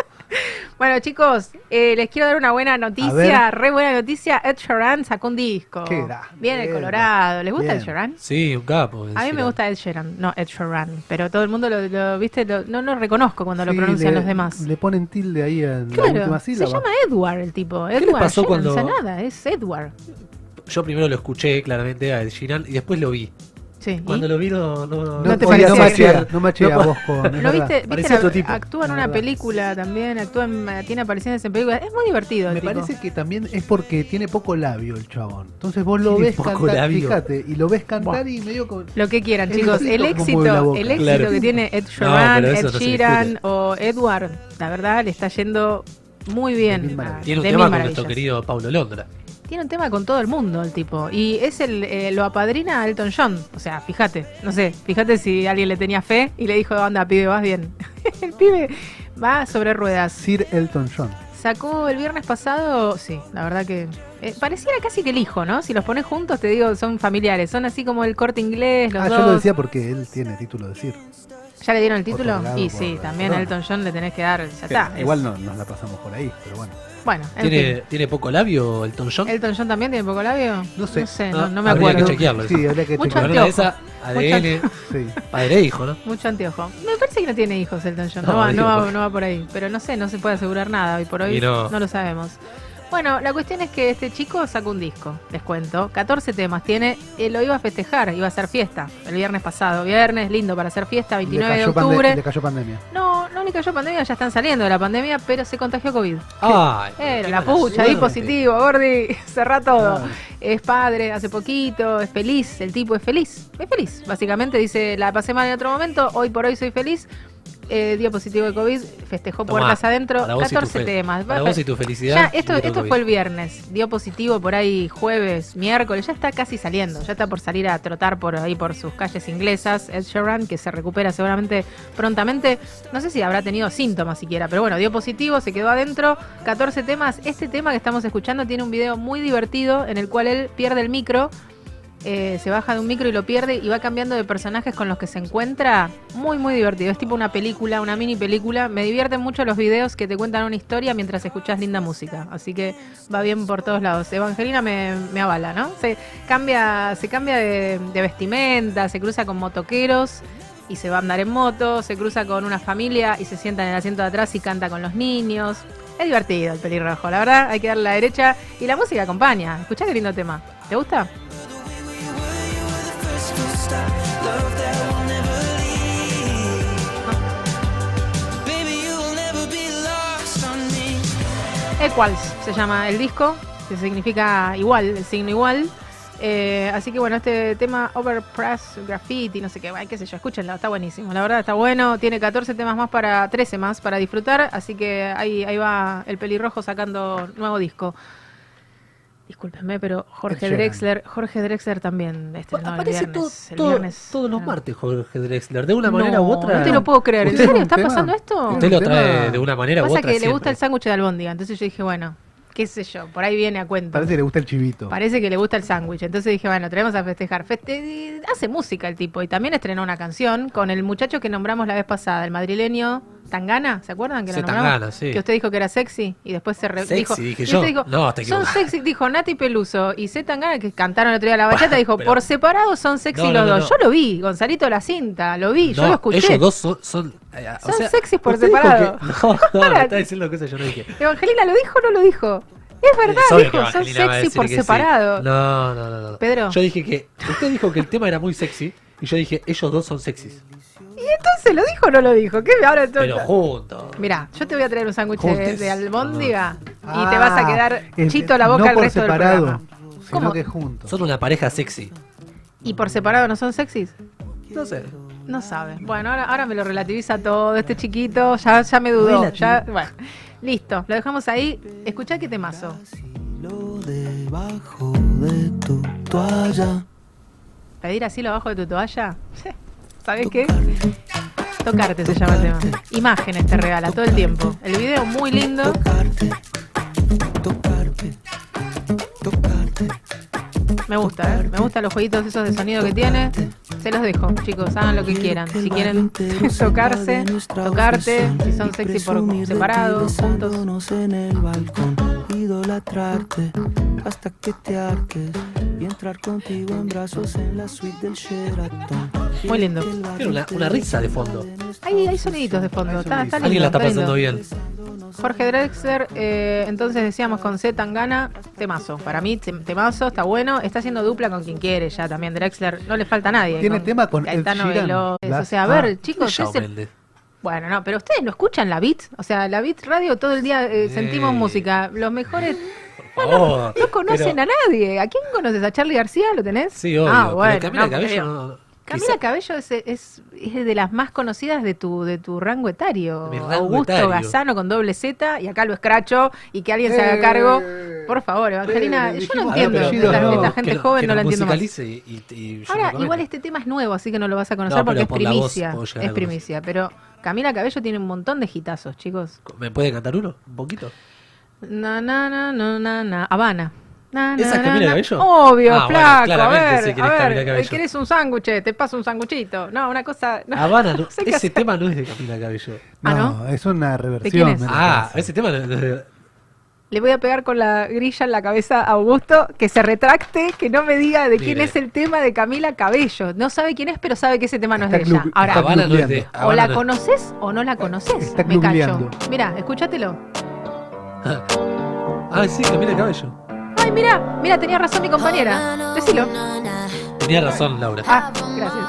Bueno, chicos, eh, les quiero dar una buena noticia, re buena noticia. Ed Sheeran sacó un disco. Qué grande. Bien el Colorado. ¿Les gusta Bien. Ed Sheeran? Sí, un capo. A mí me gusta Ed Sheeran, no Ed Sheeran, pero todo el mundo lo, lo- viste, lo- no lo reconozco cuando lo Sí, pronuncian le- los demás. Le ponen tilde ahí en la Claro, última se sílaba. llama Edward el tipo. le Edward pasó Sheeran, cuando- o sea, nada, es Edward. Yo primero lo escuché claramente a Ed Sheeran y después lo vi. Sí. Cuando ¿y? lo vi no... No, No, ¿No te oye, no parecía machea, que- no machea no pa- vos con. es ¿Lo verdad. viste? ¿Viste Parecía la- otro tipo. actúa en Es una verdad. película también, actúa en- tiene apariciones en películas. Es muy divertido el Me tipo. parece que también es porque tiene poco labio el chabón. Entonces vos lo Tiene ves poco cantar, labio. fíjate, y lo ves cantar Buah. y medio con. Lo que quieran, El chicos. El ojito como mueve la éxito, boca. el éxito Claro. que tiene Ed No, Sheeran, pero eso Ed no se Sheeran discute. o Edward, la verdad le está yendo muy bien. De mil Ah, maravillas. Tiene un de tema mil con maravillas. nuestro querido Paulo Londra. Tiene un tema con todo el mundo el tipo. Y es el eh, lo apadrina a Elton John. O sea, fíjate, no sé, fíjate si alguien le tenía fe y le dijo, anda, pibe, vas bien. El pibe Va sobre ruedas. Sir Elton John. Sacó el viernes pasado, sí, la verdad que eh, pareciera casi que el hijo, ¿no? Si los pones juntos, te digo, son familiares, son así como el Corte Inglés, los ah, dos. yo lo decía porque él tiene título de Sir. ¿Ya le dieron el título? Otorgado Y por sí, la también a corona. Elton John le tenés que dar, ya Que está. Igual es- no, nos la pasamos por ahí, pero bueno. Bueno, en ¿Tiene, fin. ¿Tiene poco labio Elton John? ¿Elton John también tiene poco labio? No sé. No sé, No, no, no me habría acuerdo. que chequearlo. Sí, habría que Mucho chequearlo. Una de anteojo. esas, A D N, Sí. padre e hijo, ¿no? Mucho anteojo. Me parece que no tiene hijos Elton John. No, No, va, digo, no, va, porque- no va por ahí. Pero no sé, no se puede asegurar nada. Hoy por hoy Y no. no lo sabemos. Bueno, la cuestión es que este chico sacó un disco, les cuento. catorce temas tiene. Él lo iba a festejar, iba a hacer fiesta el viernes pasado. Viernes, lindo para hacer fiesta, Le veintinueve de cayó, pande- octubre. le cayó pandemia. No, no le cayó pandemia, ya están saliendo de la pandemia, pero se contagió COVID. Ay, Era qué la mala pucha, di suerte. positivo, Gordi, cerrá todo. Claro. Es padre, hace poquito, es feliz, el tipo es feliz, es feliz. Básicamente dice, la pasé mal en otro momento, hoy por hoy soy feliz. Eh, dio positivo de COVID, festejó Tomá, puertas adentro, para vos y tu catorce fe- temas. para vos y tu felicidad, Ya, esto, y otro esto COVID. fue el viernes, dio positivo por ahí jueves, miércoles, ya está casi saliendo, ya está por salir a trotar por ahí por sus calles inglesas, Ed Sheeran, que se recupera seguramente prontamente, no sé si habrá tenido síntomas siquiera, pero bueno, dio positivo, se quedó adentro, catorce temas. Este tema que estamos escuchando tiene un video muy divertido en el cual él pierde el micro, eh, se baja de un micro y lo pierde y va cambiando de personajes con los que se encuentra. Muy, muy divertido. Es tipo una película, una mini película. Me divierten mucho los videos que te cuentan una historia mientras escuchas linda música. Así que va bien por todos lados. Evangelina me, me avala, ¿no? Se cambia, se cambia de, de vestimenta, se cruza con motoqueros y se va a andar en moto, se cruza con una familia y se sienta en el asiento de atrás y canta con los niños. Es divertido el pelirrojo, la verdad, hay que darle a la derecha y la música acompaña. Escuchá qué lindo tema. ¿Te gusta? Equals se llama el disco, que significa igual, el signo igual. Eh, así que bueno, este tema Overpress Graffiti, no sé qué, bueno, qué sé yo, escúchenlo, está buenísimo, la verdad está bueno, tiene catorce temas más para, trece más para disfrutar, así que ahí, ahí va el pelirrojo sacando nuevo disco. Discúlpenme, pero Jorge Ed Sheeran. Drexler, Jorge Drexler también estrenó el Aparece viernes. todo- el todo- viernes. todos los Ah. martes Jorge Drexler, de una No, manera u otra. No te lo puedo creer, ¿en ¿Usted serio un está tema? pasando esto? Usted lo Un trae tema- de una manera u Pasa otra. que le gusta siempre. el sándwich de albóndiga, entonces yo dije, bueno, qué sé yo, por ahí viene a cuento. Parece que le gusta el chivito. Parece que le gusta el sándwich. Entonces dije, bueno, traemos a festejar. Feste- hace música el tipo y también estrenó una canción con el muchacho que nombramos la vez pasada, el madrileño Tangana. ¿Se acuerdan que Sí, lo nombramos? Tangana, sí. Que usted dijo que era sexy y después se re- Sexy, dijo. dije y yo. usted dijo, No, te son equivocás. sexy, dijo Nati Peluso y C. Tangana, que cantaron el otro día la bachata, dijo, Pero- por separado son sexy No, no, los no, dos. no. Yo lo vi, Gonzalito La Cinta, lo vi, yo No, lo escuché. ellos dos son. son, eh, o Son sea, sexys por usted dijo separado. que- no, no, Para. me está diciendo cosas que yo no dije. Evangelina, ¿lo dijo o no lo dijo? Es verdad, Es obvio que dijo, son Evangelina va a sexy decir por que sí. separado. No, no, no, no. Pedro. Yo dije que. Usted dijo que el tema era muy sexy. Y yo dije, ellos dos son sexys. ¿Y entonces lo dijo o no lo dijo? ¿Qué ahora todo- Pero juntos. Mirá, yo te voy a traer un sándwich de, Juntes. de albóndiga y Ah, te vas a quedar el- chito la boca no el por resto separado, del programa. sino ¿Cómo? que juntos. Son una pareja sexy. ¿Y por separado no son sexys? No sé. No sabe. Bueno, ahora, ahora me lo relativiza todo este chiquito, ya, ya me dudó. Relativo. Ya, bueno, listo, lo dejamos ahí. Escuchá qué temazo. Debajo de tu toalla. ¿Pedir asilo abajo de tu toalla? ¿Sabés qué? Tocarte se llama el tema. Imágenes te regala todo el tiempo. El video muy lindo. Me gusta, ¿eh? Me gustan los jueguitos esos de sonido que tiene. Se los dejo, chicos, hagan lo que quieran. Si quieren tocarse, tocarte, si son sexy por separado, juntos. En el balcón, idolatrarte hasta que te hartes y entrar contigo en brazos en la suite del Sheraton. Muy lindo. Tiene una, una risa de fondo. Hay, hay soniditos de fondo, está, está lindo. Alguien la está lindo. pasando bien. Jorge Drexler, eh, entonces decíamos con C. Tangana, temazo. Para mí, tem- temazo, está bueno. Está haciendo dupla con quien quiere ya también. Drexler, no le falta a nadie. ¿Tiene tema con Ed Caetano Sheeran? Veloz. Las- O sea, a ah. ver, chicos, Shawn es el- Mendes. bueno, no, pero ustedes no escuchan la Beat. O sea, la Beat Radio todo el día eh, sentimos Ey. música. Los mejores. Por favor. No conocen Pero- a nadie. ¿A quién conoces? ¿A Charlie García? ¿Lo tenés? Sí, obvio. Ah, bueno. pero Camila no, Cabello creo. no. Camila quizá- Cabello es, es, es de las más conocidas de tu de tu rango etario. De mi rango Augusto etario. Gazano con doble Z y acá lo escracho y que alguien se haga cargo. Por favor, Evangelina, eh, yo no dijimos entiendo. apellidos, esta, no, esta que gente lo- joven que no lo la entiendo más. musicalice y- y- y yo Ahora, lo comento. igual este tema es nuevo, así que no lo vas a conocer No, porque pero es por la voz primicia. puedo llegar a Es conocer. primicia, pero Camila Cabello tiene un montón de hitazos, chicos. ¿Me puede cantar uno? ¿Un poquito? Na, na, na, na, na, na. Habana. Na, ¿Esa na, es Camila na, Cabello? Obvio, Ah, bueno, flaco. a claramente sé ver, quién a es Camila ver, Cabello. ¿querés un sándwich? Te paso un sanguchito. No, una cosa... No, Habana, no, no sé qué ese hacer. tema no es de Camila Cabello. Ah, No, es una reversión. quién es? me Ah, parece. ese tema no es de... Le voy a pegar con la grilla en la cabeza a Augusto, que se retracte, que no me diga de quién Mire. es el tema de Camila Cabello. No sabe quién es, pero sabe que ese tema no es de Está ella. glu- Ahora, está Habana no es de... o Habana la no es- conoces o no la conoces. Está Me cacho. googleando. Mira, escúchatelo. Ah, sí, Camila Cabello. Ay, mira, mira, tenía razón mi compañera. Decilo. Tenía razón, Laura. Ah, gracias.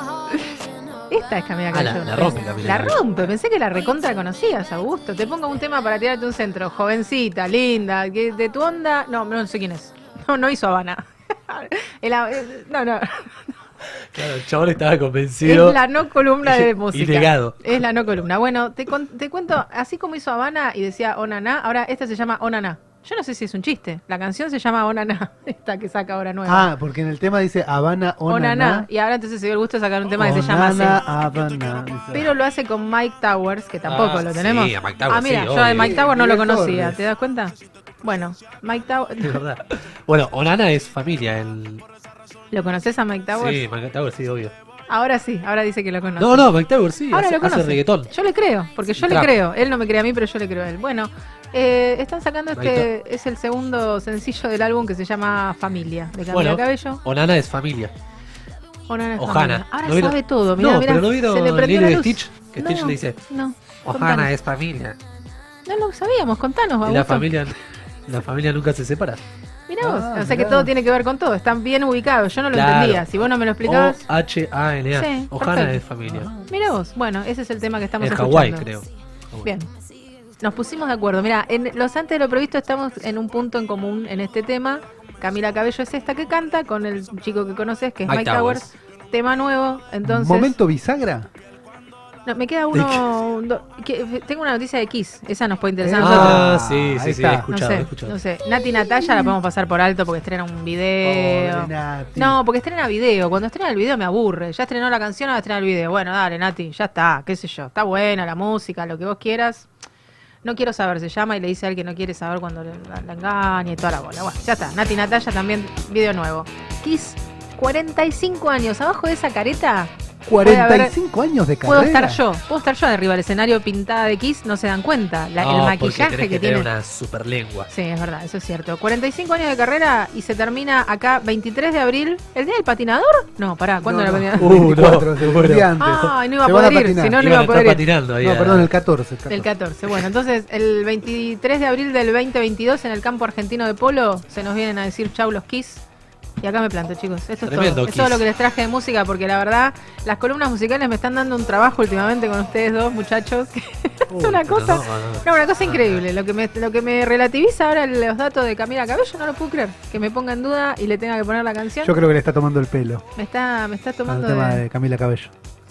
Esta es Camila Ah, la- Cabello. la rompe Camila La Cabello. rompe, pensé que la recontra conocías, Augusto. Te pongo un tema para tirarte un centro. Jovencita, linda, que de tu onda. No, no sé quién es. No, no hizo Habana. El- eh, no, no. Claro, el chabón estaba convencido. Es la no columna de Y música. negado. Es la no columna. Bueno, te, con- te cuento, así como hizo Habana y decía Onaná, ahora esta se llama Onaná. Yo no sé si es un chiste. La canción se llama Onaná, esta que saca ahora nueva. Ah, porque en el tema dice Habana, Onaná. Onaná. Y ahora entonces se dio el gusto de sacar un tema que se llama Onana, así. Habana. Pero lo hace con Mike Towers, que tampoco Ah, lo tenemos. sí, a Mike Towers, ah, mira, sí, yo a obvio. Mike Towers no lo Miguel conocía, Torres. ¿te das cuenta? Bueno, Mike Towers. Es verdad. Bueno, Onana es familia. El... ¿Lo conoces a Mike Towers? Sí, Mike Towers, sí, obvio. Ahora sí, ahora dice que lo conoce. No, no, Mike Towers sí, Ahora hace, lo conoce. hace reggaetón. Yo le creo, porque yo le Trap. creo. Él no me cree a mí, pero yo le creo a él. Bueno, eh, están sacando Ahí este, es el segundo sencillo del álbum que se llama Familia, de Camila Bueno, Cabello. Onana es familia. Ohana es Ohana. familia. Ahora ¿No vieron? sabe todo, mirá, No, mirá, pero ¿no vieron se le prendió Lilo la de luz. Stitch? Que Stitch No, le dice, No, Ohana contanos. es familia. No lo sabíamos, contanos, Y la Augusto. familia, la familia nunca se separa. Mirá vos, Ah, o sea que mirá. todo tiene que ver con todo, están bien ubicados, yo no lo Claro. entendía, si vos no me lo explicabas, O H A N A. Sí, Ohana perfecto. es familia. mirá vos, bueno, ese es el tema que estamos En escuchando. Hawái, creo. Hawái. Bien, nos pusimos de acuerdo, mira, en los antes de lo previsto estamos en un punto en común en este tema, Camila Cabello es esta que canta con el chico que conoces que es Mike Mike, Towers. Tema nuevo, entonces... ¿Momento bisagra? No, me queda uno... un do- que- tengo una noticia de Kiss, esa nos puede interesar a Ah, nosotros. sí, Ahí sí, sí, está. he No escuchado, he sé, escuchado. no sé. Nati Natalia la podemos pasar por alto porque estrena un video. Pobre Nati. No, porque estrena video. Cuando estrena el video me aburre. Ya estrenó la canción, ahora estrena el video. Bueno, dale, Nati, ya está, qué sé yo. Está buena la música, lo que vos quieras. No quiero saber, se llama y le dice a él que no quiere saber cuando le- la, la engaña y toda la bola. Bueno, ya está. Nati Natalia también, video nuevo. Kiss, cuarenta y cinco años. Abajo de esa careta puede haber- cuarenta y cinco años de carrera. puedo estar yo. Puedo estar yo arriba del escenario pintada de Kiss, no se dan cuenta. La- No, el porque maquillaje tenés que, que tiene. tener una super lengua. Sí, es verdad, eso es cierto. cuarenta y cinco años de carrera y se termina acá veintitrés de abril. ¿El día del patinador? No, pará, ¿cuándo No, era el no. patinador? Uh, veinticuatro, no, se bueno. fue antes. Ay, no iba a Se van poder ir, patinar. si no, no Iban iba a a poder estar ir. patinando ahí. No, a- perdón, el catorce. el catorce. El catorce. Bueno, entonces el veintitrés de abril del veinte veintidós en el campo argentino de polo se nos vienen a decir chau los Kiss. Y acá me planto, chicos. Esto es Tremendo todo. Es todo Kiss. lo que les traje de música porque la verdad, las columnas musicales me están dando un trabajo últimamente con ustedes dos, muchachos. Uh, es una pero cosa. no, no, no. No, una cosa increíble. Lo que me, lo que me relativiza ahora los datos de Camila Cabello, no lo puedo creer. Que me ponga en duda y le tenga que poner la canción. Yo creo que le está tomando el pelo Me está, me está al tomando tema de- de Camila Cabello.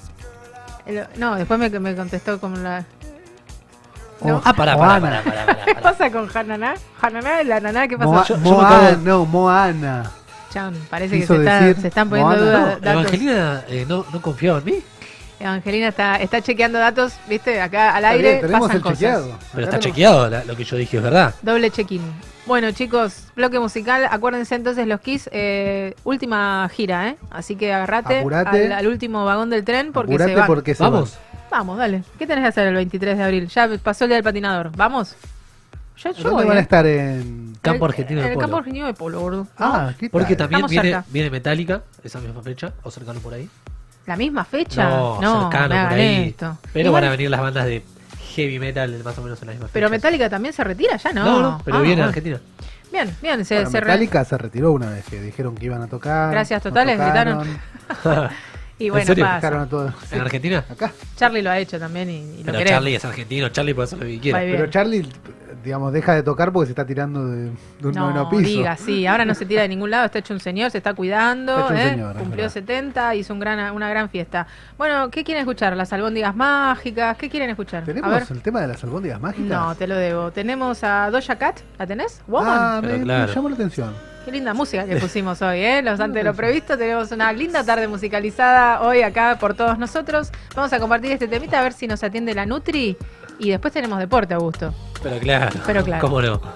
el- no, después me, me contestó como la... O- No. Ah, pará, pará, Moana. pará, pará, ¿Qué pará. pasa con Hananá? ¿Hananá es la naná? ¿Qué pasa? Moa- Yo- yo me Moana, acabo- no, Moana. Chan, parece que Quiso se, está- decir se están poniendo Moana. dudas. No, datos. Evangelina eh, no, no confiaba en mí, Evangelina está, está chequeando datos, viste, acá al Está aire bien, tenemos pasan el cosas. chequeado. pero Acá está tenemos- chequeado la- lo que yo dije, es verdad. Doble check-in. Bueno, chicos, bloque musical. Acuérdense entonces los Kiss, eh, última gira, ¿eh? Así que agarrate Apurate. al, al último vagón del tren porque Apurate se van. porque se Vamos. Vamos, dale. ¿Qué tenés que hacer el veintitrés de abril? Ya pasó el día del patinador. ¿Vamos? Yo, van. yo ¿Dónde voy, van a ¿eh? estar en...? Campo El- argentino en de el polo. campo argentino de polo, gordo. Ah, ¿qué Porque tal? también Estamos viene, cerca. viene Metallica esa misma fecha, o cercano por ahí. ¿La misma fecha? No, no cercano me por hagan ahí. esto. Pero Igual- van a venir las bandas de heavy metal más o menos en la misma fecha. Pero Metallica también se retira, ya no. No, no, pero Ah, viene a bueno. Argentina. Bien, bien, se, Bueno, se re- Metallica se retiró una vez que dijeron que iban a tocar. Gracias no totales, tocaron. gritaron. Y bueno, serio? pasa. Dejaron a todos. ¿En Argentina? Acá. Charlie lo ha hecho también y, y lo Pero queremos. Charlie es argentino, Charlie puede hacer lo que quiera. Va bien. Pero Charlie, digamos, deja de tocar porque se está tirando de, de un No, noveno piso. diga, sí, ahora no se tira de ningún lado, está hecho un señor, se está cuidando, Está hecho un ¿eh? señor, es Cumplió verdad. setenta, hizo un gran, una gran fiesta. Bueno, ¿qué quieren escuchar? ¿Las albóndigas mágicas? ¿Qué quieren escuchar? A ver. ¿Tenemos el tema de las albóndigas mágicas? No, te lo debo. Tenemos a Doja Cat, ¿la tenés? Woman. Ah, me, Pero me claro. llamó la atención. Qué linda música que pusimos hoy, ¿eh? Los antes de lo previsto, tenemos una linda tarde musicalizada hoy acá por todos nosotros. Vamos a compartir este temita a ver si nos atiende la Nutri y después tenemos deporte, Augusto. Pero claro, Pero claro. ¿Cómo no?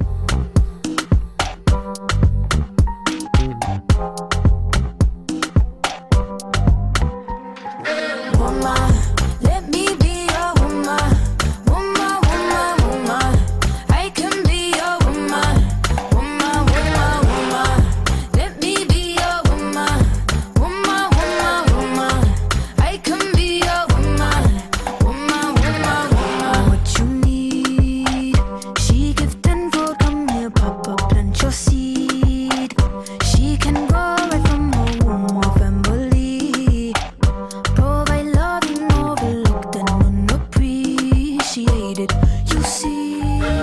Woman, let me be your woman. Woman, woman, woman. I can be your woman. Woman, woman, woman. Let me be your woman. Woman, woman, woman. I can be your woman. Woman, woman, woman. What you need? She give ten fold, come here, Papa, plant your seed. She can grow right from her womb or family. Provide loving, overlooked and unappreciated. You see,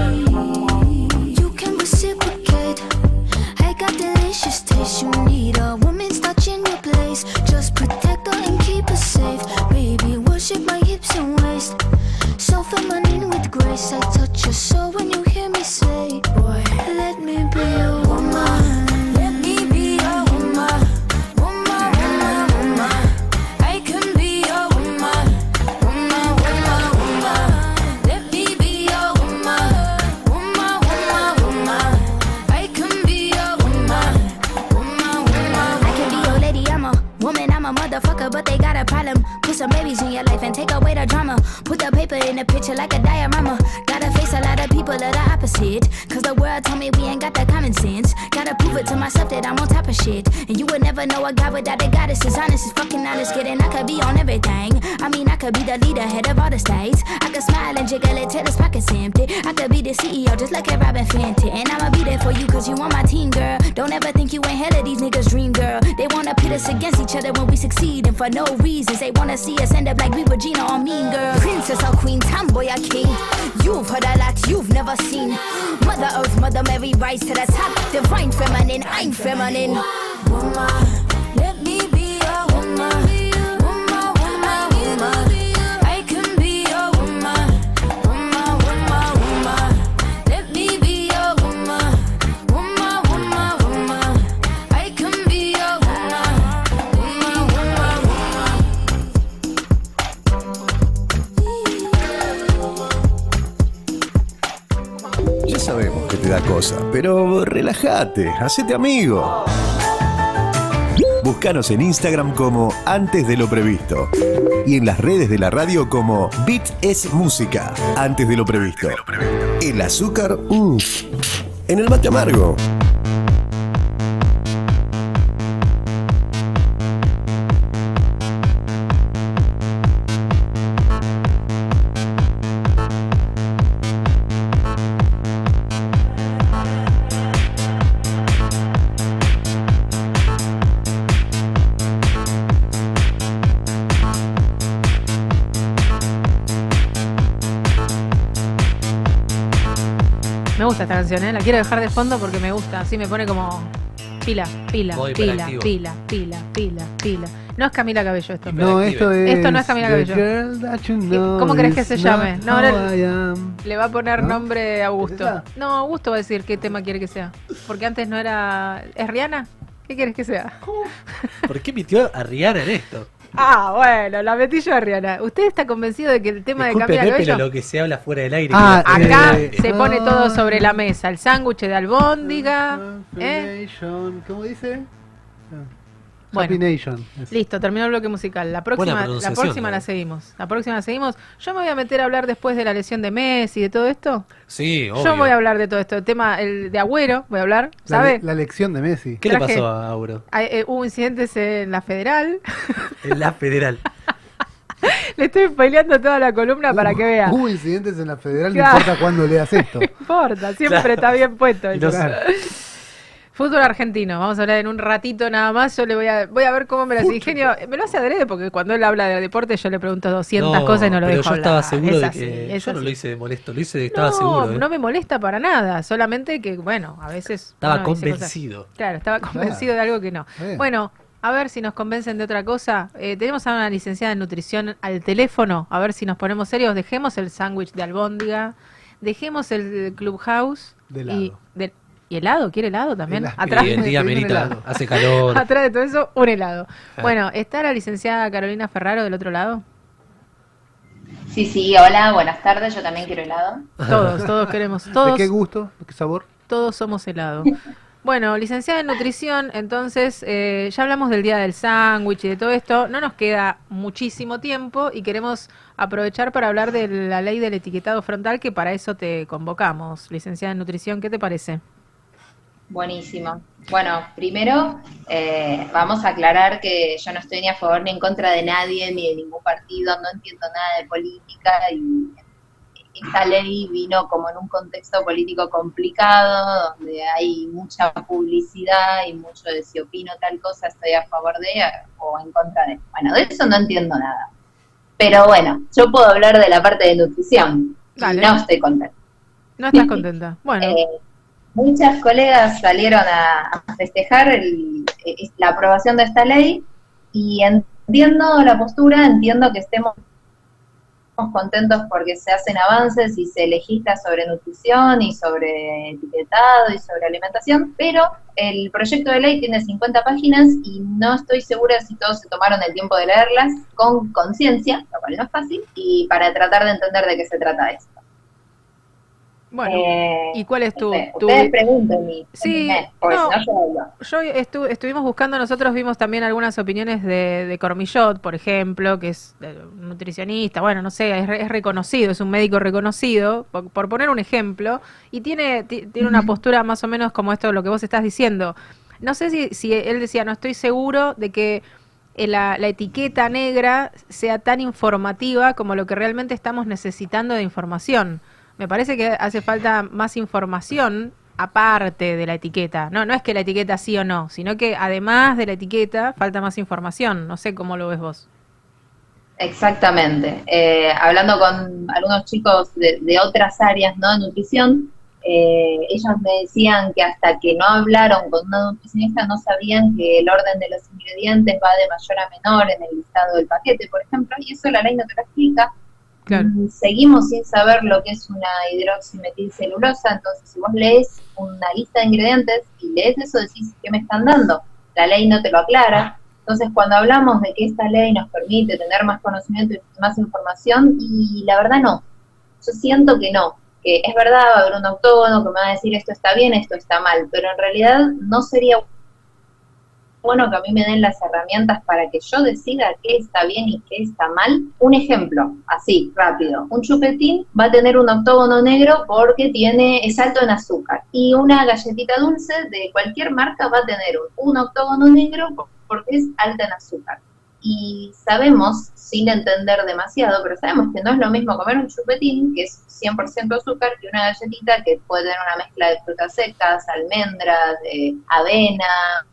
you can reciprocate. I got delicious taste. You need a woman's touch in your place. Just protect her and keep her safe. Baby, worship my hips and waist. So feminine with grace. I touch your soul when you hear me say, boy, let me be your woman. Let me be your woman. Woman, woman, woman. I can be your woman. Woman, woman, woman. Let me be your woman. Woman, woman, woman. I can be your woman. Woman, woman, I can be your lady, I'm a woman, I'm a motherfucker, but they got a problem. Put some babies in your life and take away the drama. Put the paper in the picture like a diorama. Gotta face a lot of people that are opposite. Cause the world told me we ain't got that common sense. Gotta prove it to myself that I'm on top of shit. And you would never know a guy without a goddess. Is honest, is fucking honest, kidding. I could be on everything. I mean, I could be the leader, head of all the states. I could smile and jiggle it till his pockets empty. I could be the C E O just like a Robin Fenty. And I'ma be there for you cause you on my team, girl. Don't ever think you ain't hell of these niggas' dream, girl. They wanna pit us against each other when we succeed. And for no reasons, they wanna see us end up like we Regina or Mean Girl. Princess or queen, tomboy or king. You've heard a lot you've never seen. Mother Earth, Mother Mary, rise to the top. Divine feminine, I'm feminine. woman. Let me be your woman. Woman, woman, woman. I can be your woman. Woman, woman, woman. Let me be your woman. Woman, woman, woman. I can be your woman. Woman, woman, Ya sabemos que te da cosa, pero relájate, hacete amigo. Búscanos en Instagram como Antes de lo Previsto y en las redes de la radio como Beat es Música. Antes de lo Previsto. El azúcar, uff, en el mate amargo. Me gusta esta canción, ¿eh? La quiero dejar de fondo porque me gusta. Así me pone como pila, pila, Muy pila, hiperactivo. pila, pila, pila, pila. No es Camila Cabello esto. No, esto es. Esto no es Camila The Cabello. Girl That You Know ¿Cómo querés que Is se llame? Not No, ahora How I Am. le va a poner ¿No? nombre a Augusto. ¿Es esa? No, Augusto va a decir qué tema quiere que sea. Porque antes no era... ¿Es Rihanna? ¿Qué quieres que sea? ¿Por qué metió a Rihanna en esto? Ah, bueno, la metí yo a Rihanna. ¿Usted está convencido de que el tema de Camila Discúlpeme, Cabello? pero lo que se habla fuera del aire. Ah, que la- Acá Eh, se pone ah. todo sobre la mesa. El sándwich de albóndiga. ¿eh? Nation, ¿cómo dice? Ah, Bueno. Happy Nation. Es- Listo, terminó el bloque musical. La próxima, la pronunciación, próxima la ¿no? seguimos. La próxima la seguimos. Yo me voy a meter a hablar después de la lesión de Messi y de todo esto. Sí, obvio. Yo voy a hablar de todo esto. El tema el de Agüero, voy a hablar. La, ¿Sabe? la lección de Messi. ¿Qué le traje- pasó a Auro? Hay, eh, hubo incidentes en la Federal. En la federal. Le estoy peleando toda la columna para que vea. Hubo incidentes en la federal, Claro. no importa cuándo leas esto. No importa, siempre Claro. está bien puesto. Y no eso. sé. Fútbol argentino, vamos a hablar en un ratito nada más. Yo le voy a voy a ver cómo me las Fútbol. ingenio. Me lo hace adrede porque cuando él habla de deporte yo le pregunto doscientas No, cosas y no lo pero dejo yo estaba hablar. seguro Es de así, que. es Yo no así. lo hice de molesto, lo hice de que estaba No, seguro. ¿eh? no me molesta para nada, solamente que, bueno, a veces... Estaba uno dice cosas- convencido. Claro, estaba convencido de algo que no. Bien. Bueno, a ver si nos convencen de otra cosa. Eh, tenemos a una licenciada en nutrición al teléfono, a ver si nos ponemos serios. Dejemos el sándwich de albóndiga, dejemos el Clubhouse De y, lado. de- ¿Y helado? ¿Quiere helado también? Helado. Atrás, Y el día amerita, hace calor. atrás de todo eso, un helado. Bueno, ¿está la licenciada Carolina Ferraro del otro lado? Sí, sí, hola, buenas tardes, yo también quiero helado. Todos, todos queremos, todos. ¿De qué gusto? ¿De qué sabor? Todos somos helado. Bueno, licenciada en nutrición, entonces eh, ya hablamos del día del sándwich y de todo esto. No nos queda muchísimo tiempo y queremos aprovechar para hablar de la ley del etiquetado frontal, que para eso te convocamos. Licenciada en nutrición, ¿qué te parece? Buenísimo. Bueno, primero eh, vamos a aclarar que yo no estoy ni a favor ni en contra de nadie, ni de ningún partido, no entiendo nada de política y esta ley vino como en un contexto político complicado, donde hay mucha publicidad y mucho de si opino tal cosa estoy a favor de ella o en contra de. Bueno, de eso no entiendo nada. Pero bueno, yo puedo hablar de la parte de nutrición. Dale. Y no estoy contenta. No estás contenta. Bueno. Eh, muchas colegas salieron a, a festejar el, eh, la aprobación de esta ley y entiendo la postura, entiendo que estemos contentos porque se hacen avances y se legisla sobre nutrición y sobre etiquetado y sobre alimentación, pero el proyecto de ley tiene cincuenta páginas y no estoy segura si todos se tomaron el tiempo de leerlas con conciencia, lo cual no es fácil, y para tratar de entender de qué se trata esto. Bueno, eh, ¿y cuál es tu...? Ustedes, tu... ustedes pregúntenme, sí, porque no, si no yo hablo. yo estu estuvimos buscando, nosotros vimos también algunas opiniones de, de Cormillot, por ejemplo, que es un nutricionista, bueno, no sé, es, es reconocido, es un médico reconocido, por, por poner un ejemplo, y tiene, tiene una postura más o menos como esto, lo que vos estás diciendo. No sé si, si él decía, no estoy seguro de que la, la etiqueta negra sea tan informativa como lo que realmente estamos necesitando de información. Me parece que hace falta más información aparte de la etiqueta. No, no es que la etiqueta sí o no, sino que además de la etiqueta falta más información. No sé cómo lo ves vos. Exactamente. Eh, hablando con algunos chicos de, de otras áreas, ¿no?, de nutrición, eh, ellos me decían que hasta que no hablaron con una nutricionista no sabían que el orden de los ingredientes va de mayor a menor en el listado del paquete, por ejemplo, y eso la ley no te lo explica. Claro. Seguimos sin saber lo que es una hidroximetilcelulosa, entonces si vos lees una lista de ingredientes y lees eso decís, ¿qué me están dando? La ley no te lo aclara. Entonces cuando hablamos de que esta ley nos permite tener más conocimiento y más información, y la verdad no, yo siento que no, que es verdad, va a haber un autónomo que me va a decir esto está bien, esto está mal, pero en realidad no sería bueno que a mí me den las herramientas para que yo decida qué está bien y qué está mal. Un ejemplo, así, rápido. Un chupetín va a tener un octógono negro porque tiene, es alto en azúcar. Y una galletita dulce de cualquier marca va a tener un, un octógono negro porque es alta en azúcar. Y sabemos, sin entender demasiado, pero sabemos que no es lo mismo comer un chupetín, que es cien por ciento azúcar, que una galletita que puede tener una mezcla de frutas secas, almendras, de avena,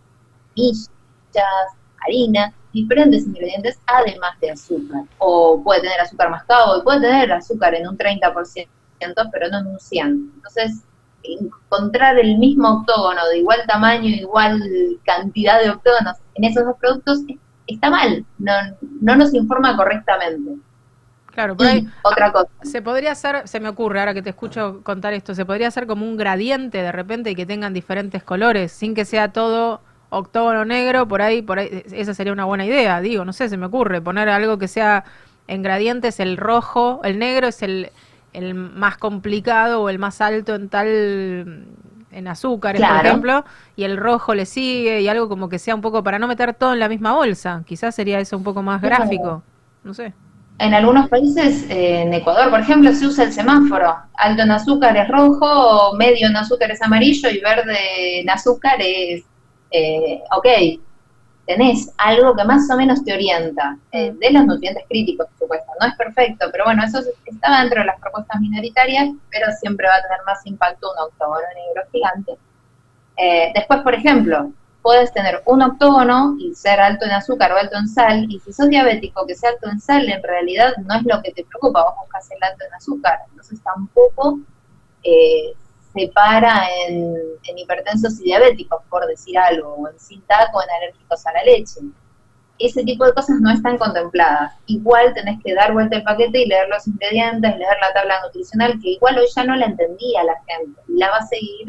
harina, diferentes ingredientes además de azúcar, o puede tener azúcar mascabo y puede tener azúcar en un treinta por ciento pero no en un cien por ciento. Entonces encontrar el mismo octógono de igual tamaño, igual cantidad de octógonos en esos dos productos está mal, no, no nos informa correctamente. Claro, por ahí, otra cosa. Se podría hacer, se me ocurre ahora que te escucho contar esto, se podría hacer como un gradiente de repente y que tengan diferentes colores, sin que sea todo octógono negro, por ahí, por ahí, esa sería una buena idea, digo, no sé, se me ocurre, poner algo que sea en gradientes, el rojo, el negro es el, el más complicado o el más alto en tal, en azúcares, claro, por ejemplo, y el rojo le sigue, y algo como que sea un poco, para no meter todo en la misma bolsa, quizás sería eso un poco más gráfico, no sé. En algunos países, eh, en Ecuador, por ejemplo, se usa el semáforo. Alto en azúcar es rojo, medio en azúcar es amarillo y verde en azúcar es, eh, ok, tenés algo que más o menos te orienta, eh, de los nutrientes críticos, por supuesto. No es perfecto, pero bueno, eso estaba dentro de las propuestas minoritarias, pero siempre va a tener más impacto un octógono negro gigante. Eh, después, por ejemplo, puedes tener un octógono y ser alto en azúcar o alto en sal, y si sos diabético, que sea alto en sal, en realidad no es lo que te preocupa, vos buscas el alto en azúcar, entonces tampoco eh, se para en, en hipertensos y diabéticos, por decir algo, o en sin taco, o en alérgicos a la leche. Ese tipo de cosas no están contempladas. Igual tenés que dar vuelta el paquete y leer los ingredientes, leer la tabla nutricional, que igual hoy ya no la entendía la gente, la va a seguir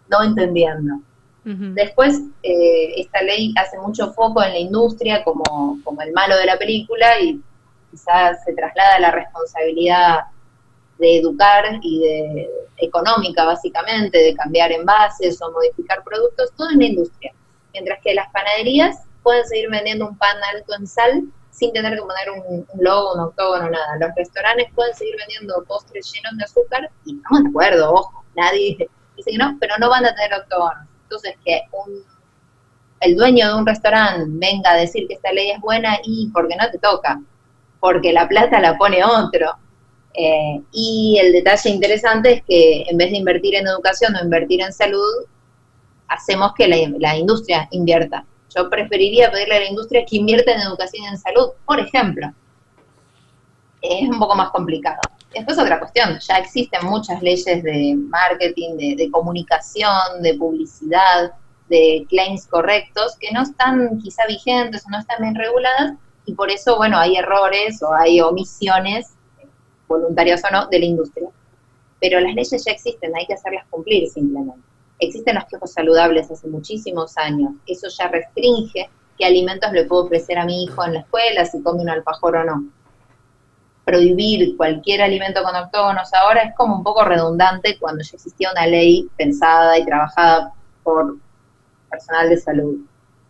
no entendiendo. Ujú. Después, eh, esta ley hace mucho foco en la industria como, como el malo de la película y quizás se traslada la responsabilidad de educar y de económica, básicamente, de cambiar envases o modificar productos, todo en la industria. Mientras que las panaderías pueden seguir vendiendo un pan alto en sal sin tener que poner un, un logo, un octógono, nada. Los restaurantes pueden seguir vendiendo postres llenos de azúcar y estamos de acuerdo, ojo, nadie dice que no, pero no van a tener octógonos. Entonces, que un, el dueño de un restaurante venga a decir que esta ley es buena y porque no te toca, porque la plata la pone otro. Eh, y el detalle interesante es que en vez de invertir en educación o invertir en salud, hacemos que la, la industria invierta. Yo preferiría pedirle a la industria que invierta en educación y en salud, por ejemplo. Es un poco más complicado. Después otra cuestión, ya existen muchas leyes de marketing, de, de comunicación, de publicidad, de claims correctos, que no están quizá vigentes o no están bien reguladas, y por eso, bueno, hay errores o hay omisiones, voluntarias o no, de la industria. Pero las leyes ya existen, hay que hacerlas cumplir simplemente. Existen los kioscos saludables hace muchísimos años, eso ya restringe qué alimentos le puedo ofrecer a mi hijo en la escuela, si come un alfajor o no. Prohibir cualquier alimento con octógonos ahora es como un poco redundante cuando ya existía una ley pensada y trabajada por personal de salud.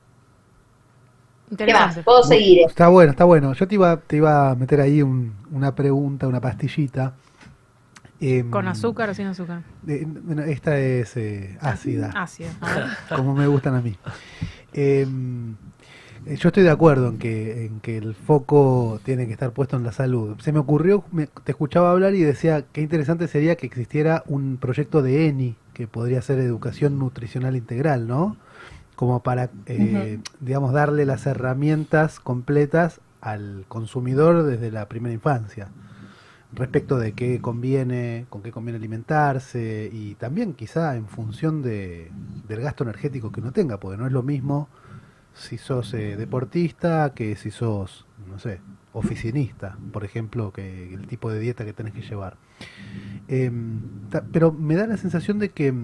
¿Qué más? ¿Puedo seguir? Está bueno, está bueno. Yo te iba, te iba a meter ahí un, una pregunta, una pastillita. Eh, ¿Con azúcar o sin azúcar? Eh, bueno, esta es eh, ácida. Ácida. A ver. Como me gustan a mí. Eh, yo estoy de acuerdo en que, en que el foco tiene que estar puesto en la salud. Se me ocurrió, me, te escuchaba hablar y decía qué interesante sería que existiera un proyecto de ENI, que podría ser Educación Nutricional Integral, ¿no? Como para, eh, uh-huh. digamos, darle las herramientas completas al consumidor desde la primera infancia, respecto de qué conviene, con qué conviene alimentarse, y también quizá en función de, del gasto energético que uno tenga, porque no es lo mismo si sos eh, deportista que si sos, no sé, oficinista, por ejemplo, que el tipo de dieta que tenés que llevar. Eh, ta, pero me da la sensación de que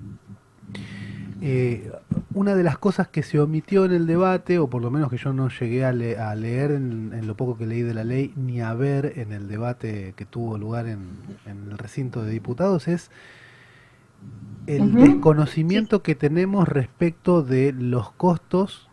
eh, una de las cosas que se omitió en el debate, o por lo menos que yo no llegué a, le a leer en, en lo poco que leí de la ley, ni a ver en el debate que tuvo lugar en, en el recinto de diputados, es el uh-huh. desconocimiento que tenemos respecto de los costos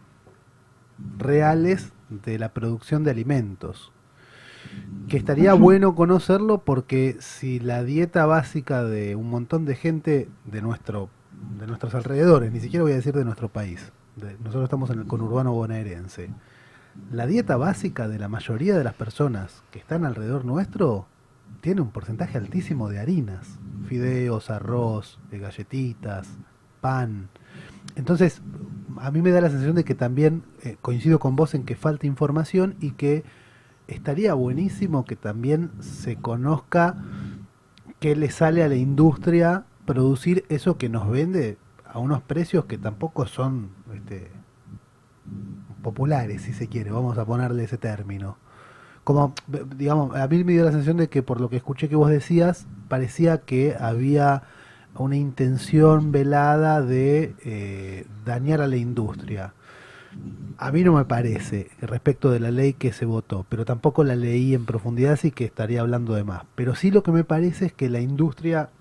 reales de la producción de alimentos. Que estaría uh-huh. bueno conocerlo, porque si la dieta básica de un montón de gente de nuestro de nuestros alrededores, ni siquiera voy a decir de nuestro país, de, nosotros estamos en el conurbano bonaerense, la dieta básica de la mayoría de las personas que están alrededor nuestro tiene un porcentaje altísimo de harinas, fideos, arroz, galletitas, pan. Entonces, a mí me da la sensación de que también eh, coincido con vos en que falta información, y que estaría buenísimo que también se conozca qué le sale a la industria producir eso que nos vende a unos precios que tampoco son este, populares, si se quiere, vamos a ponerle ese término. Como, digamos, a mí me dio la sensación de que, por lo que escuché que vos decías, parecía que había una intención velada de eh, dañar a la industria. A mí no me parece, respecto de la ley que se votó, pero tampoco la leí en profundidad, así que estaría hablando de más. Pero sí, lo que me parece es que la industria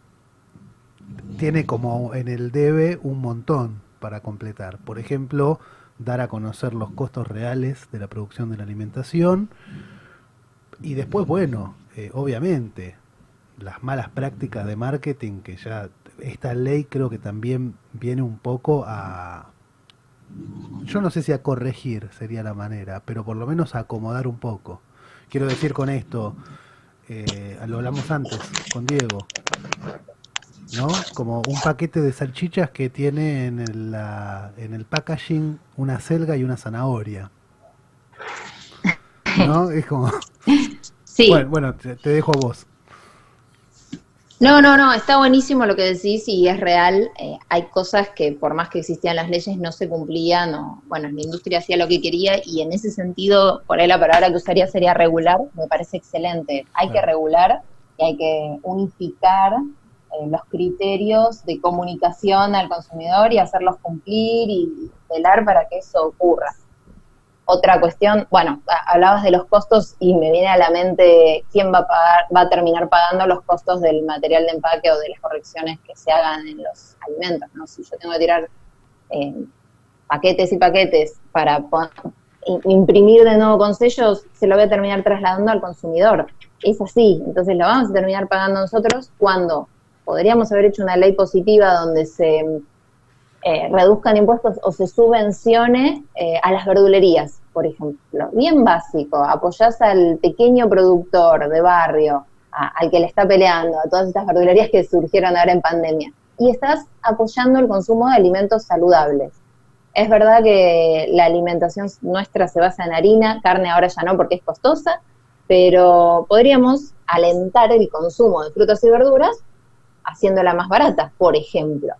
tiene como en el debe un montón para completar. Por ejemplo, dar a conocer los costos reales de la producción de la alimentación, y después, bueno, eh, obviamente, las malas prácticas de marketing, que ya esta ley creo que también viene un poco a, yo no sé si a corregir sería la manera, pero por lo menos a acomodar un poco. Quiero decir con esto, eh, lo hablamos antes con Diego, ¿no? Como un paquete de salchichas que tiene en el, la, en el packaging una selga y una zanahoria, ¿no? Es como... Sí. Bueno, bueno te, te dejo a vos. No, no, no, está buenísimo lo que decís y es real. Eh, hay cosas que por más que existían las leyes no se cumplían, o bueno, la industria hacía lo que quería, y en ese sentido, por ahí la palabra que usaría sería regular. Me parece excelente. Hay que regular y hay que unificar eh, los criterios de comunicación al consumidor y hacerlos cumplir y velar para que eso ocurra. Otra cuestión, bueno, hablabas de los costos y me viene a la mente quién va a pagar, va a terminar pagando los costos del material de empaque o de las correcciones que se hagan en los alimentos, ¿no? Si yo tengo que tirar eh, paquetes y paquetes para imprimir de nuevo con sellos, se lo voy a terminar trasladando al consumidor. Es así, entonces lo vamos a terminar pagando nosotros cuando podríamos haber hecho una ley positiva donde se eh, reduzcan impuestos o se subvencione eh, a las verdulerías, por ejemplo. Bien básico, apoyás al pequeño productor de barrio, a, al que le está peleando, a todas estas verdulerías que surgieron ahora en pandemia, y estás apoyando el consumo de alimentos saludables. Es verdad que la alimentación nuestra se basa en harina, carne ahora ya no porque es costosa, pero podríamos alentar el consumo de frutas y verduras haciéndola más barata, por ejemplo.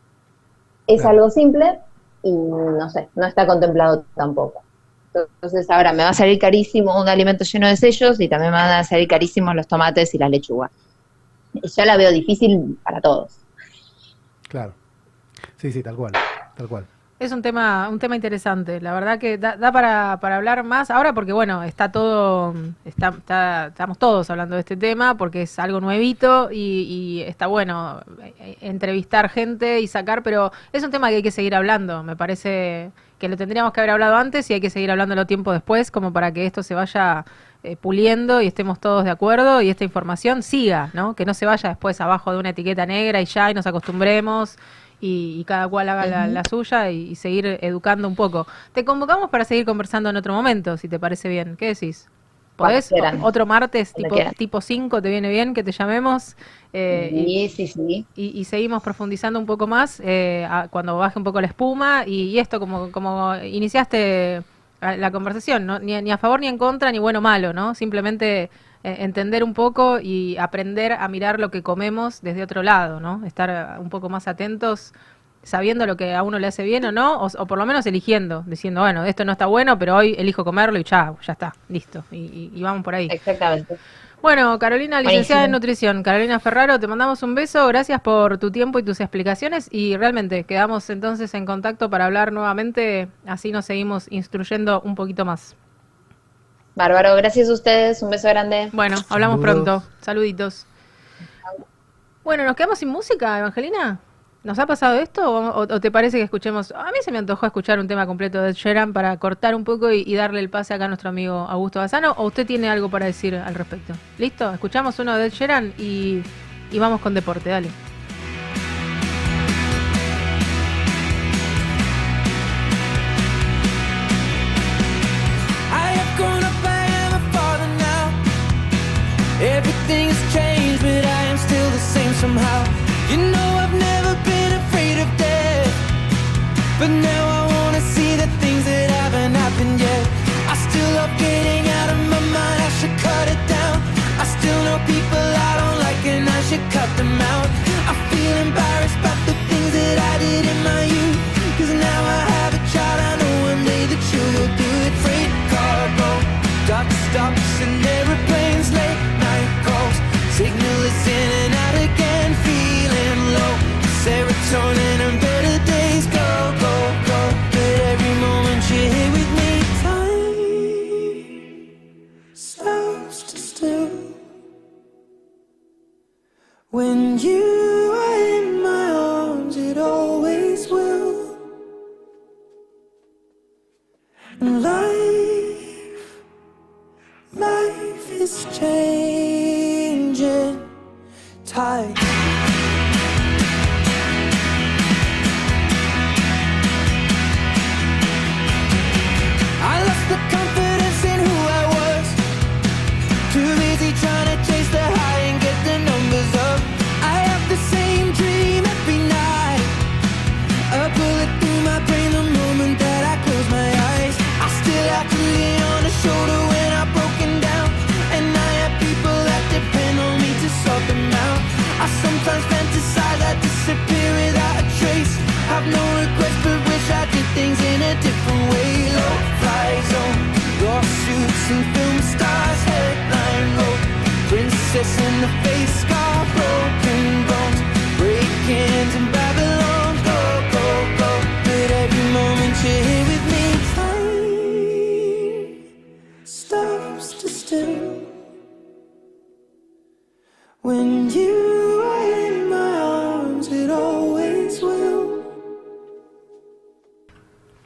Es claro. Algo simple y no sé, no está contemplado tampoco. Entonces ahora me va a salir carísimo un alimento lleno de sellos y también me van a salir carísimos los tomates y las lechugas. Ya la veo difícil para todos. Claro. Sí, sí, tal cual, tal cual. Es un tema un tema interesante, la verdad que da, da para, para hablar más ahora porque, bueno, está todo, está, está, estamos todos hablando de este tema porque es algo nuevito y, y está bueno entrevistar gente y sacar, pero es un tema que hay que seguir hablando, me parece que lo tendríamos que haber hablado antes y hay que seguir hablándolo tiempo después como para que esto se vaya eh, puliendo y estemos todos de acuerdo y esta información siga, ¿no? Que no se vaya después abajo de una etiqueta negra y ya y nos acostumbremos. Y, y cada cual haga la, la suya y, y seguir educando un poco. Te convocamos para seguir conversando en otro momento, si te parece bien. ¿Qué decís? ¿Podés? O, otro martes, tipo, tipo cinco, ¿te viene bien que te llamemos? Eh, sí, y, sí, sí. Y, y seguimos profundizando un poco más eh, a, cuando baje un poco la espuma. Y, y esto, como, como iniciaste la conversación, ¿no? Ni, ni a favor ni en contra, ni bueno o malo, ¿no? Simplemente entender un poco y aprender a mirar lo que comemos desde otro lado, ¿no? Estar un poco más atentos, sabiendo lo que a uno le hace bien o no, o, o por lo menos eligiendo, diciendo, bueno, esto no está bueno, pero hoy elijo comerlo y ya, ya está, listo, y, y, y vamos por ahí. Exactamente. Bueno, Carolina, licenciada Buenísimo. en nutrición, Carolina Ferraro, te mandamos un beso, gracias por tu tiempo y tus explicaciones y realmente quedamos entonces en contacto para hablar nuevamente, así nos seguimos instruyendo un poquito más. Bárbaro, gracias a ustedes, un beso grande. Bueno, hablamos Saludos. pronto. Saluditos. Bueno, ¿nos quedamos sin música, Evangelina? ¿Nos ha pasado esto o, o te parece que escuchemos? A mí se me antojó escuchar un tema completo de Ed Sheeran para cortar un poco y, y darle el pase acá a nuestro amigo Augusto Bassano, ¿o usted tiene algo para decir al respecto? ¿Listo? Escuchamos uno de Ed Sheeran y, y vamos con deporte, dale. Everything has changed, but I am still the same somehow. You know I've never been afraid of death, but now I wanna see the things that haven't happened yet. I still love getting out of my mind, I should cut it down. I still know people I don't like and I should cut them out. I feel embarrassed about the things that I did in my youth, cause now I have a child, I know one day that you will do it. Freight car broke, dock stops and airplanes late. Signal is in and out again, feeling low. Serotonin and better days go, go, go. But every moment you're here with me, time stops to still. When you are in my arms, it always will. And life, life is changing. Tight. I lost the confidence in who I was. Too busy trying to chase the high and get the numbers up. I have the same dream every night. A bullet through my brain the moment that I close my eyes. I still have to lean on a shoulder when I'm broken down, and I have people that depend on me to sort them out. I sometimes fantasize I disappear without a trace. Have no regrets but wish I did things in a different way. Low fly zone, lawsuits and film stars, headline road. Princess in the face, scar, broken bones.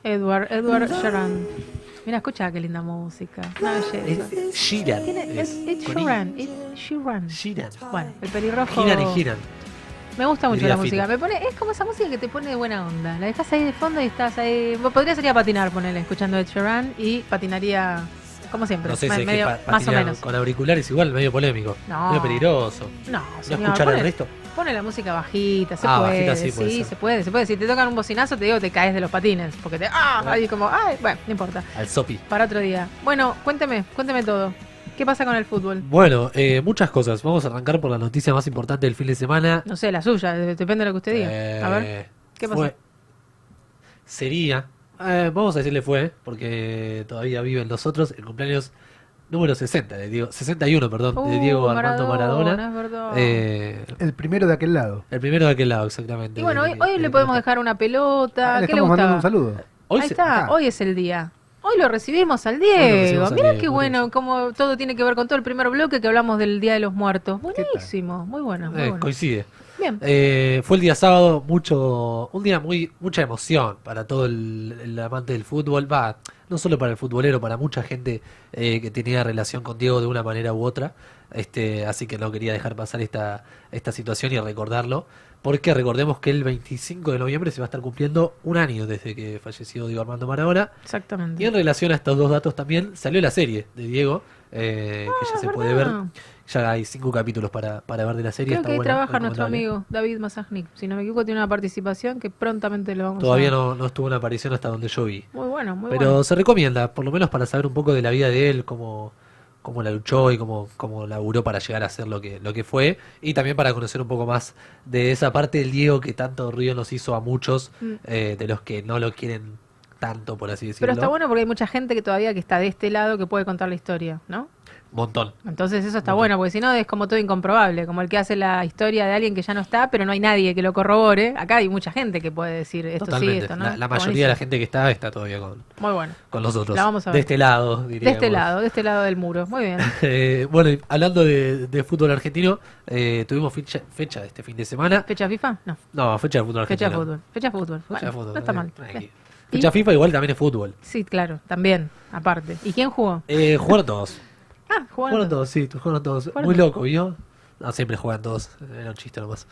Edward, Edward Sheeran. Mira, escucha qué linda música. Una belleza. Es Sheeran. Tiene- es es Ed con I. Sheeran. Ed Sheeran. Sheeran. Bueno, el pelirrojo. Giran y giran. Me gusta mucho Diría la música. Fito. Me pone, es como esa música que te pone de buena onda. La dejas ahí de fondo y estás ahí. Vos podrías salir a patinar, ponele, escuchando Ed Sheeran y patinaría como siempre. No sé me- si es que medio- pa- más o patinar menos. con auriculares igual, medio polémico. No. Medio peligroso. No, ¿No señor, escuchar el pone- resto? Pone la música bajita, se Ah, puede. bajita sí puede ser. se puede, se puede. Si te tocan un bocinazo, te digo, te caes de los patines. Porque te. ¡Ah! Ahí como. ¡Ay! Bueno, no importa. Al sopi. Para otro día. Bueno, cuénteme, cuénteme todo. ¿Qué pasa con el fútbol? Bueno, eh, muchas cosas. Vamos a arrancar por la noticia más importante del fin de semana. No sé, la suya, de- depende de lo que usted diga. Eh, A ver, ¿qué pasa? fue- sería, eh, vamos a decirle fue, porque todavía viven los otros, el cumpleaños número sesenta, de Diego, sesenta y uno, perdón, de Uh, Diego Armando Maradona, Maradona. es verdad. Eh, El primero de aquel lado. el primero de aquel lado, exactamente. Y bueno, hoy, del- hoy del le podemos planeta. dejar una pelota. Ah, le ¿Qué le estamos mandando gustaba? un saludo. Hoy Ahí se- está, ah. hoy es el día. Hoy lo recibimos al Hoy lo Diego. recibimos al Mira Diego, qué por bueno, eso. como todo tiene que ver con todo el primer bloque que hablamos del Día de los Muertos. ¿Qué tal? Buenísimo, muy bueno, muy Eh, bueno. coincide. Bien. Eh, fue el día sábado, mucho, un día muy, mucha emoción para todo el, el amante del fútbol, va, no solo para el futbolero, para mucha gente eh, que tenía relación con Diego de una manera u otra. Este, así que no quería dejar pasar esta, esta situación y recordarlo, porque recordemos que el veinticinco de noviembre se va a estar cumpliendo un año desde que falleció Diego Armando Maradona. Exactamente. Y en relación a estos dos datos también salió la serie de Diego, eh, que ya Ah, se puede ver. ¿verdad? Ya hay cinco capítulos para, para ver de la serie. Creo está que ahí buena, trabaja nuestro recomendable. amigo David Mazajnik. Si no me equivoco, tiene una participación que prontamente lo vamos Todavía a... no, no estuvo una aparición hasta donde yo vi. Muy bueno, muy Pero bueno. se recomienda, por lo menos para saber un poco de la vida de él, cómo, cómo la luchó y cómo, cómo laburó para llegar a ser lo que, lo que fue. Y también para conocer un poco más de esa parte del Diego que tanto ruido nos hizo a muchos, Mm. eh, de los que no lo quieren tanto, por así decirlo. Pero está bueno porque hay mucha gente que todavía que está de este lado que puede contar la historia, ¿no? Montón. Entonces eso está Montón. bueno, porque si no es como todo incomprobable, como el que hace la historia de alguien que ya no está, pero no hay nadie que lo corrobore. Acá hay mucha gente que puede decir esto Totalmente. sí, esto no. la, la Está mayoría de buenísimo. la gente que está está todavía con, Muy bueno. con nosotros. La vamos a ver. De este lado, De diríamos. este lado, de este lado del muro. Muy bien. Eh, bueno, y hablando de, de fútbol argentino, eh, tuvimos fecha, fecha de este fin de semana. ¿Fecha FIFA? No. No, fecha de fútbol Fecha argentino. de fútbol. Fecha de fútbol. Fecha Bueno, de fútbol, no está eh, mal. tranqui. Bien. Fecha ¿Y? FIFA igual también es fútbol. Sí, claro, también, aparte. ¿Y quién jugó? Eh, jugaron todos. Ah, jugaron. Jugaron todos, sí, jugaron todos. Jugaron Muy todos. loco, ¿vio? No, siempre juegan todos. Era un chiste nomás.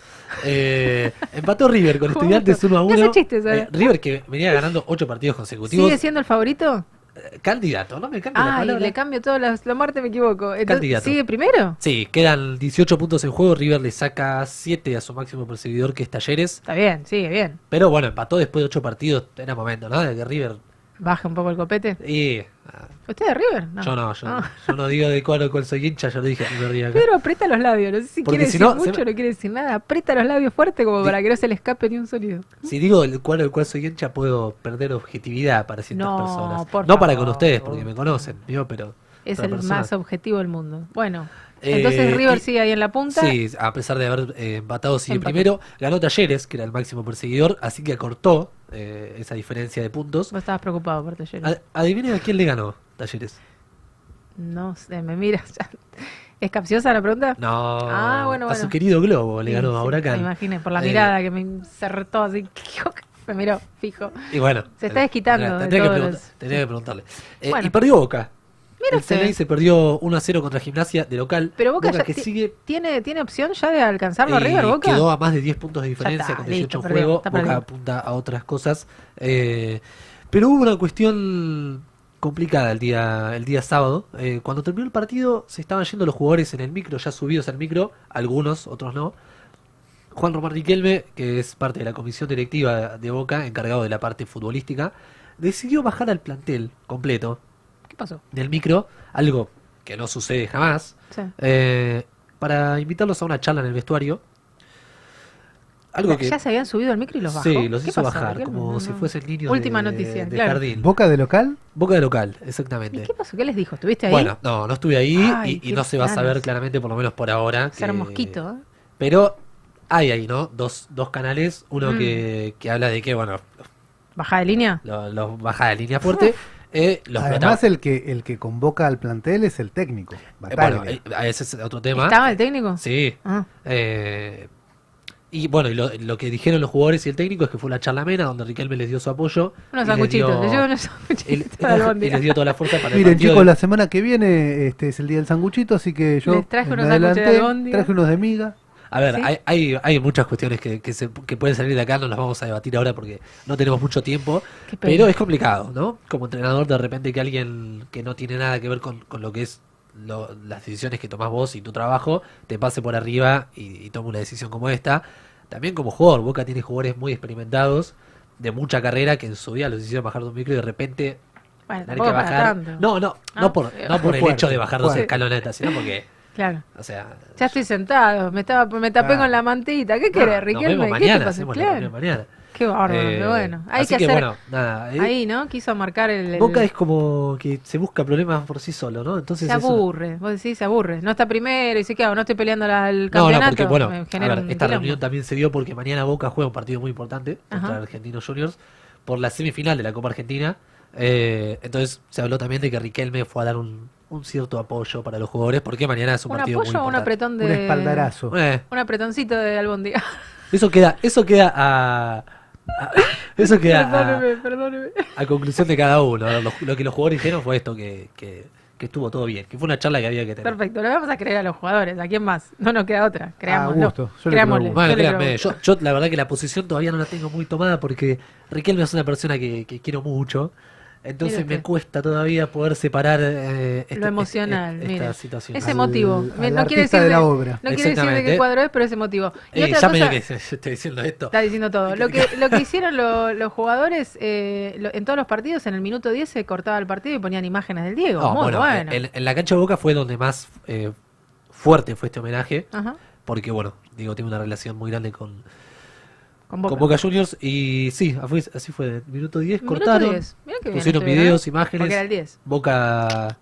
Eh, empató River con Jugaron Estudiantes todos. uno a ¿Qué hace uno. chistes, eh? Eh, River que venía ganando ocho partidos consecutivos. ¿Sigue siendo el favorito? Eh, Candidato, ¿no? Me cambia la Ay, palabra. le cambio todas las... La Marte me equivoco. Entonces, Candidato. ¿sigue primero? Sí, quedan dieciocho puntos en juego. River le saca siete a su máximo perseguidor, que es Talleres. Está bien, sigue bien. Pero bueno, empató después de ocho partidos. Era momento, ¿no? De que River. Baja un poco el copete. Y. ¿Usted es de River? No. Yo no, yo, Ah. yo no digo de cuál o cuál soy hincha, yo lo dije el primer día acá. Pedro aprieta los labios, no sé si Porque quiere si decir no, mucho se o no quiere decir nada. Aprieta los labios fuerte como para que no se le escape ni un sonido. Si digo el cual o el cual soy hincha, puedo perder objetividad para ciertas No, personas. por no para con favor. ustedes, porque me conocen, ¿vio? Pero. Es otra el persona. más objetivo del mundo. Bueno, Eh, entonces River y- sigue ahí en la punta. Sí, a pesar de haber eh, empatado, sigue Empató. primero. Ganó Talleres, que era el máximo perseguidor, así que acortó eh, esa diferencia de puntos. Vos estabas preocupado por Talleres. Ad- Adivinen a quién le ganó Talleres. No sé, me miras. ¿Es capciosa la pregunta? No, Ah, bueno, a su bueno. querido Globo le Sí, ganó a sí, Huracán. Me imaginé, por la Eh, mirada que me insertó así. Me miró, fijo. Y bueno, Se está desquitando tendría- de tendría que todos preguntar- los- tendría que preguntarle. Eh, Bueno. Y perdió Boca. Mira el C N I usted. se perdió uno a cero contra Gimnasia de local. Pero Boca, ya que ti- sigue tiene, tiene opción ya de alcanzarlo a eh, River, Boca. quedó a más de diez puntos de Ya diferencia está, con dieciocho listo, en perdió, juego. está Boca perdido. apunta a otras cosas. Eh, pero hubo una cuestión complicada el día el día sábado. Eh, cuando terminó el partido, se estaban yendo los jugadores en el micro, ya subidos al micro, algunos, otros no. Juan Román Riquelme, que es parte de la comisión directiva de Boca, encargado de la parte futbolística, decidió bajar al plantel completo ¿Qué pasó? del micro, algo que no sucede jamás, Sí. eh, para invitarlos a una charla en el vestuario. Algo que ¿Ya se habían subido al micro y los bajó? sí, los ¿Qué hizo pasó, bajar, Riquelme? como No, si no. fuesen niños Última de, noticia, de claro. jardín. ¿Boca de local? Boca de local, ¿Y exactamente. qué pasó? ¿Qué les dijo? ¿Estuviste ahí? Bueno, no, no estuve ahí Ay, y, y qué no se va a saber planes. claramente, por lo menos por ahora. Ser que- mosquito, ¿eh? Pero hay ahí, ¿no? Dos, dos canales, uno Mm. que, que habla de que, bueno, ¿Baja de línea? los lo baja de línea fuerte. eh, los Además, prota- el que, el que convoca al plantel es el técnico. eh, Bataglia. bueno, eh, ese es otro tema. ¿Estaba el técnico? Sí. Ah. Eh, Y bueno, y lo, lo que dijeron los jugadores y el técnico es que fue una charla amena donde Riquelme les dio su apoyo. Unos y les sanguchitos, dio- les llevo unos sanguchitos y- al bondi. y les dio toda la fuerza para el Miren, partido chicos, de- la semana que viene este es el día del sanguchito, así que yo Les traje me unos sándwiches de adelanté, albóndiga. traje unos de miga. A ver, ¿Sí? hay, hay, hay muchas cuestiones que, que, se, que pueden salir de acá, no las vamos a debatir ahora porque no tenemos mucho tiempo, Qué pena. pero es complicado, ¿no? Como entrenador, de repente que alguien que no tiene nada que ver con, con lo que es lo- las decisiones que tomás vos y tu trabajo, te pase por arriba y, y tome una decisión como esta. También como jugador, Boca tiene jugadores muy experimentados, de mucha carrera, que en su día los hicieron bajar de un micro y de repente Bueno, tener que tampoco para bajar. tanto. No, no, no, No, por, eh, no por el fuerte, hecho de bajar dos fuerte. escalonetas, sino porque, Claro. o sea, Ya estoy sentado, me estaba me tapé Claro. con la mantita. ¿Qué no, querés, nos Riquelme? vemos ¿Qué mañana, te pasa? hacemos la Claro. reunión mañana. Qué bárbaro, Eh, pero bueno. Hay así que, hacer. bueno, nada. eh, Ahí, ¿no? Quiso marcar el. el- Boca es como que se busca problemas por sí solo, ¿no? Entonces se eso- aburre, vos decís, se aburre. No está primero y se queda, no estoy peleando la- el No, campeonato. no, porque bueno, me a genera ver, un esta quilombo. reunión también se dio porque mañana Boca juega un partido muy importante contra Ajá. Argentinos Juniors por la semifinal de la Copa Argentina. Eh, entonces se habló también de que Riquelme fue a dar un, un cierto apoyo para los jugadores porque mañana es un, ¿Un partido muy apoyo o un importante. apretón de. Un espaldarazo. Eh, Un apretoncito de albóndiga. eso queda, eso queda a, a- eso queda Perdóneme, a, perdóneme. a conclusión de cada uno. Lo, lo que los jugadores dijeron fue esto, que, que, que estuvo todo bien, que fue una charla que había que tener. Perfecto, le vamos a creer a los jugadores. ¿A quién más? No nos queda otra. Creámoslo. gusto, yo le Creámosle. creo a Bueno, Yo le creo créanme, a yo, gusto. yo la verdad que la posición todavía no la tengo muy tomada porque Riquelme es una persona que, que quiero mucho. Entonces Mire me usted. cuesta todavía poder separar eh, este- Lo emocional, este- mire. esta situación. Es emotivo. Al- Me- al no quiere artista decir de la de- obra. No quiere decir de Exactamente. qué cuadro es, pero es emotivo. Y Eh, otra ya cosa, medio que se- yo estoy diciendo esto. está diciendo todo. Lo que, lo que hicieron lo- los jugadores eh, lo- en todos los partidos, en el minuto diez se cortaba el partido y ponían imágenes del Diego. No, Muy bueno, bueno. En, en la cancha de Boca fue donde más eh, fuerte fue este homenaje. Ajá. Porque, bueno, digo, tiene una relación muy grande con, Con Boca. con Boca Juniors. Y sí, así fue, así fue. Minuto diez, Minuto cortaron. diez. Mirá qué bien Pusieron estuvieron, videos, ¿eh? imágenes. Porque era el diez. Boca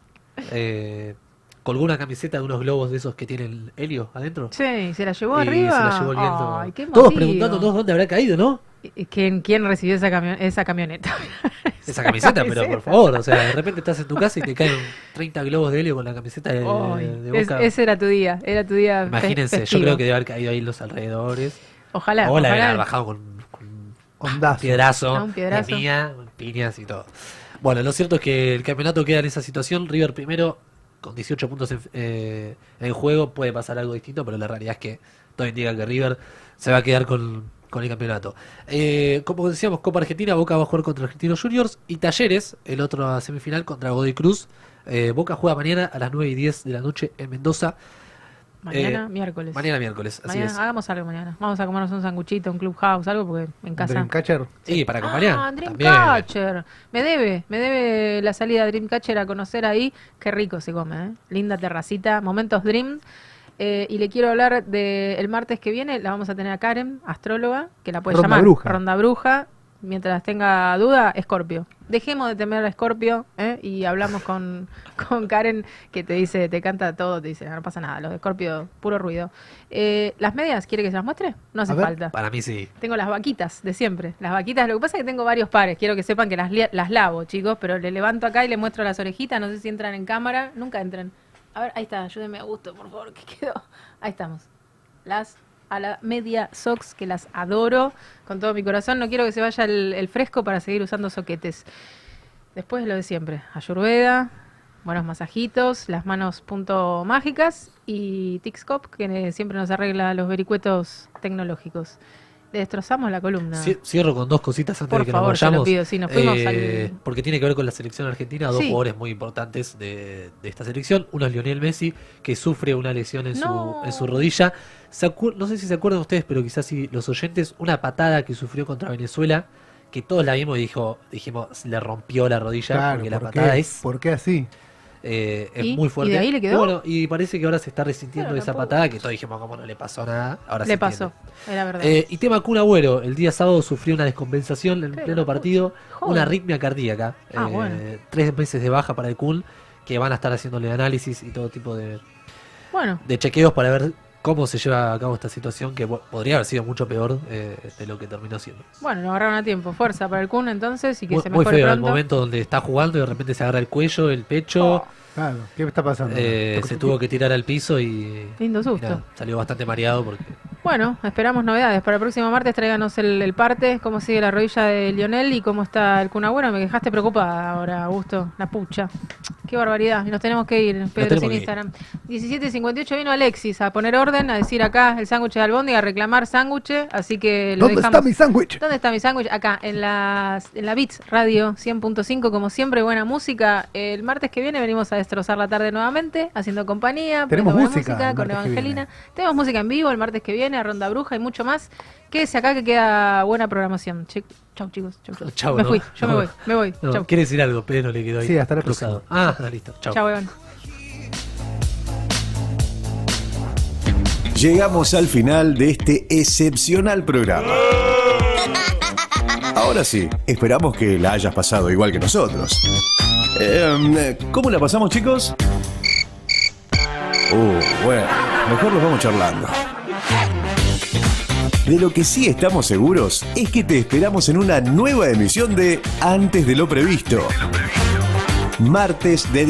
eh, colgó una camiseta de unos globos de esos que tienen helio adentro. Sí, se la llevó y arriba. se la llevó el viento. Ay, qué Todos emotivo. preguntándonos dónde habrá caído, ¿no? ¿Y ¿Quién, quién recibió esa, camion esa camioneta? Esa camiseta, pero por camiseta. favor, o sea, de repente estás en tu casa y te caen treinta globos de helio con la camiseta de, Ay, de es- Boca. ese era tu día, era tu día. fe- Imagínense, yo festivo. creo que debe haber caído ahí en los alrededores. Ojalá. o la deben ojalá. haber bajado con, con Ondazo. un piedrazo, Ah, un piedrazo. de mía, piñas y todo. Bueno, lo cierto es que el campeonato queda en esa situación. River primero, con dieciocho puntos en, eh, en juego, puede pasar algo distinto, pero la realidad es que todo indica que River se va a quedar con, con el campeonato. Eh, como decíamos, Copa Argentina, Boca va a jugar contra Argentinos Juniors y Talleres, el otro semifinal contra Godoy Cruz. Eh, Boca juega mañana a las nueve y diez de la noche en Mendoza. Mañana, Eh, miércoles. Mañana miércoles, así Mañana, es. hagamos algo mañana. Vamos a comernos un sanguchito, un clubhouse, algo, porque en casa. Dreamcatcher. Sí, para acompañar. Ah, también. Dreamcatcher. Me debe, me debe la salida de Dreamcatcher a conocer ahí. Qué rico se come, ¿eh? Linda terracita, momentos Dream. Eh, y le quiero hablar de el martes que viene, la vamos a tener a Karen, astróloga, que la puede Ronda llamar. Bruja. Ronda Bruja. Mientras tenga duda, Escorpio. Dejemos de temer a Escorpio, ¿eh? Y hablamos con, con Karen, que te dice, te canta todo, te dice, no, no pasa nada, los de Escorpio, puro ruido. Eh, ¿Las medias, quiere que se las muestre? No hace A ver. falta. Para mí sí. Tengo las vaquitas de siempre. Las vaquitas, lo que pasa es que tengo varios pares. Quiero que sepan que las, li- las lavo, chicos, pero le levanto acá y le muestro las orejitas. No sé si entran en cámara. Nunca entran. A ver, ahí está. Ayúdenme a gusto, por favor, que quedó. Ahí estamos. Las a la media socks, que las adoro con todo mi corazón. No quiero que se vaya el, el fresco para seguir usando soquetes. Después lo de siempre. Ayurveda, buenos masajitos, las manos punto mágicas y Tixcop, que siempre nos arregla los vericuetos tecnológicos. Le destrozamos la columna. Cie- Cierro con dos cositas antes Por de que favor, nos te lo vayamos. pido, sí, nos fuimos Eh, al- Porque tiene que ver con la selección argentina, dos Sí. jugadores muy importantes de, de esta selección. Uno es Lionel Messi, que sufre una lesión en, No. su, en su rodilla. Se acu- no sé si se acuerdan ustedes, pero quizás sí los oyentes, una patada que sufrió contra Venezuela, que todos la vimos y dijo, dijimos, le rompió la rodilla, Claro, porque la ¿por patada qué? es, ¿Por qué así? eh, es ¿Y? muy ¿Y fuerte. de ahí le quedó? Y bueno, y parece que ahora se está resintiendo Claro, de esa no puedo. patada, que todos dijimos, como no le pasó nada, ahora se Le entiende. pasó, era verdad. Eh, y tema Kun Agüero, el día sábado sufrió una descompensación en Pero, pleno partido, joder. una arritmia cardíaca. Ah, Eh, bueno. Tres meses de baja para el Kun, que van a estar haciéndole análisis y todo tipo de, Bueno, de chequeos para ver cómo se lleva a cabo esta situación, que bo- podría haber sido mucho peor eh, de lo que terminó siendo. bueno, lo agarraron a tiempo. Fuerza para el Kun entonces y que Muy, se muy mejore feo el pronto. momento donde está jugando y de repente se agarra el cuello, el pecho, Oh, Claro, ¿qué está pasando? eh, se tuvo que tirar al piso y, lindo y susto. nada, salió bastante mareado porque... Bueno, Bueno, esperamos novedades. Para el próximo martes tráiganos el, el parte, cómo sigue la rodilla de Lionel y cómo está el Kun Agüero. Me dejaste preocupada ahora, Augusto. La pucha. Qué barbaridad. Y nos tenemos que ir, Pedro, sin Instagram. diecisiete cincuenta y ocho vino Alexis a poner orden, a decir acá el sándwich de albóndiga, a reclamar sándwich. Así que lo ¿Dónde dejamos. está mi sándwich? ¿Dónde está mi sándwich? Acá, en la, en la Beats Radio cien punto cinco, como siempre, buena música. El martes que viene venimos a destrozar la tarde nuevamente, haciendo compañía. Tenemos buena música, música el con martes que Evangelina. viene. Tenemos música en vivo el martes que viene, a Ronda Bruja y mucho más. Quédese acá que queda buena programación. Che, chau, chicos. Chau, chau. Chau, me no, fui, yo no, me voy, me voy. no, Chau. quiere decir algo, pero le quedó ahí. Sí, hasta la cruzado. próxima. Ah, listo. Chau. Chau, Evan. Llegamos al final de este excepcional programa. Ahora sí, esperamos que la hayas pasado igual que nosotros. Eh, ¿Cómo la pasamos, chicos? Uh, bueno, mejor los vamos charlando. De lo que sí estamos seguros es que te esperamos en una nueva emisión de Antes de lo Previsto. Martes de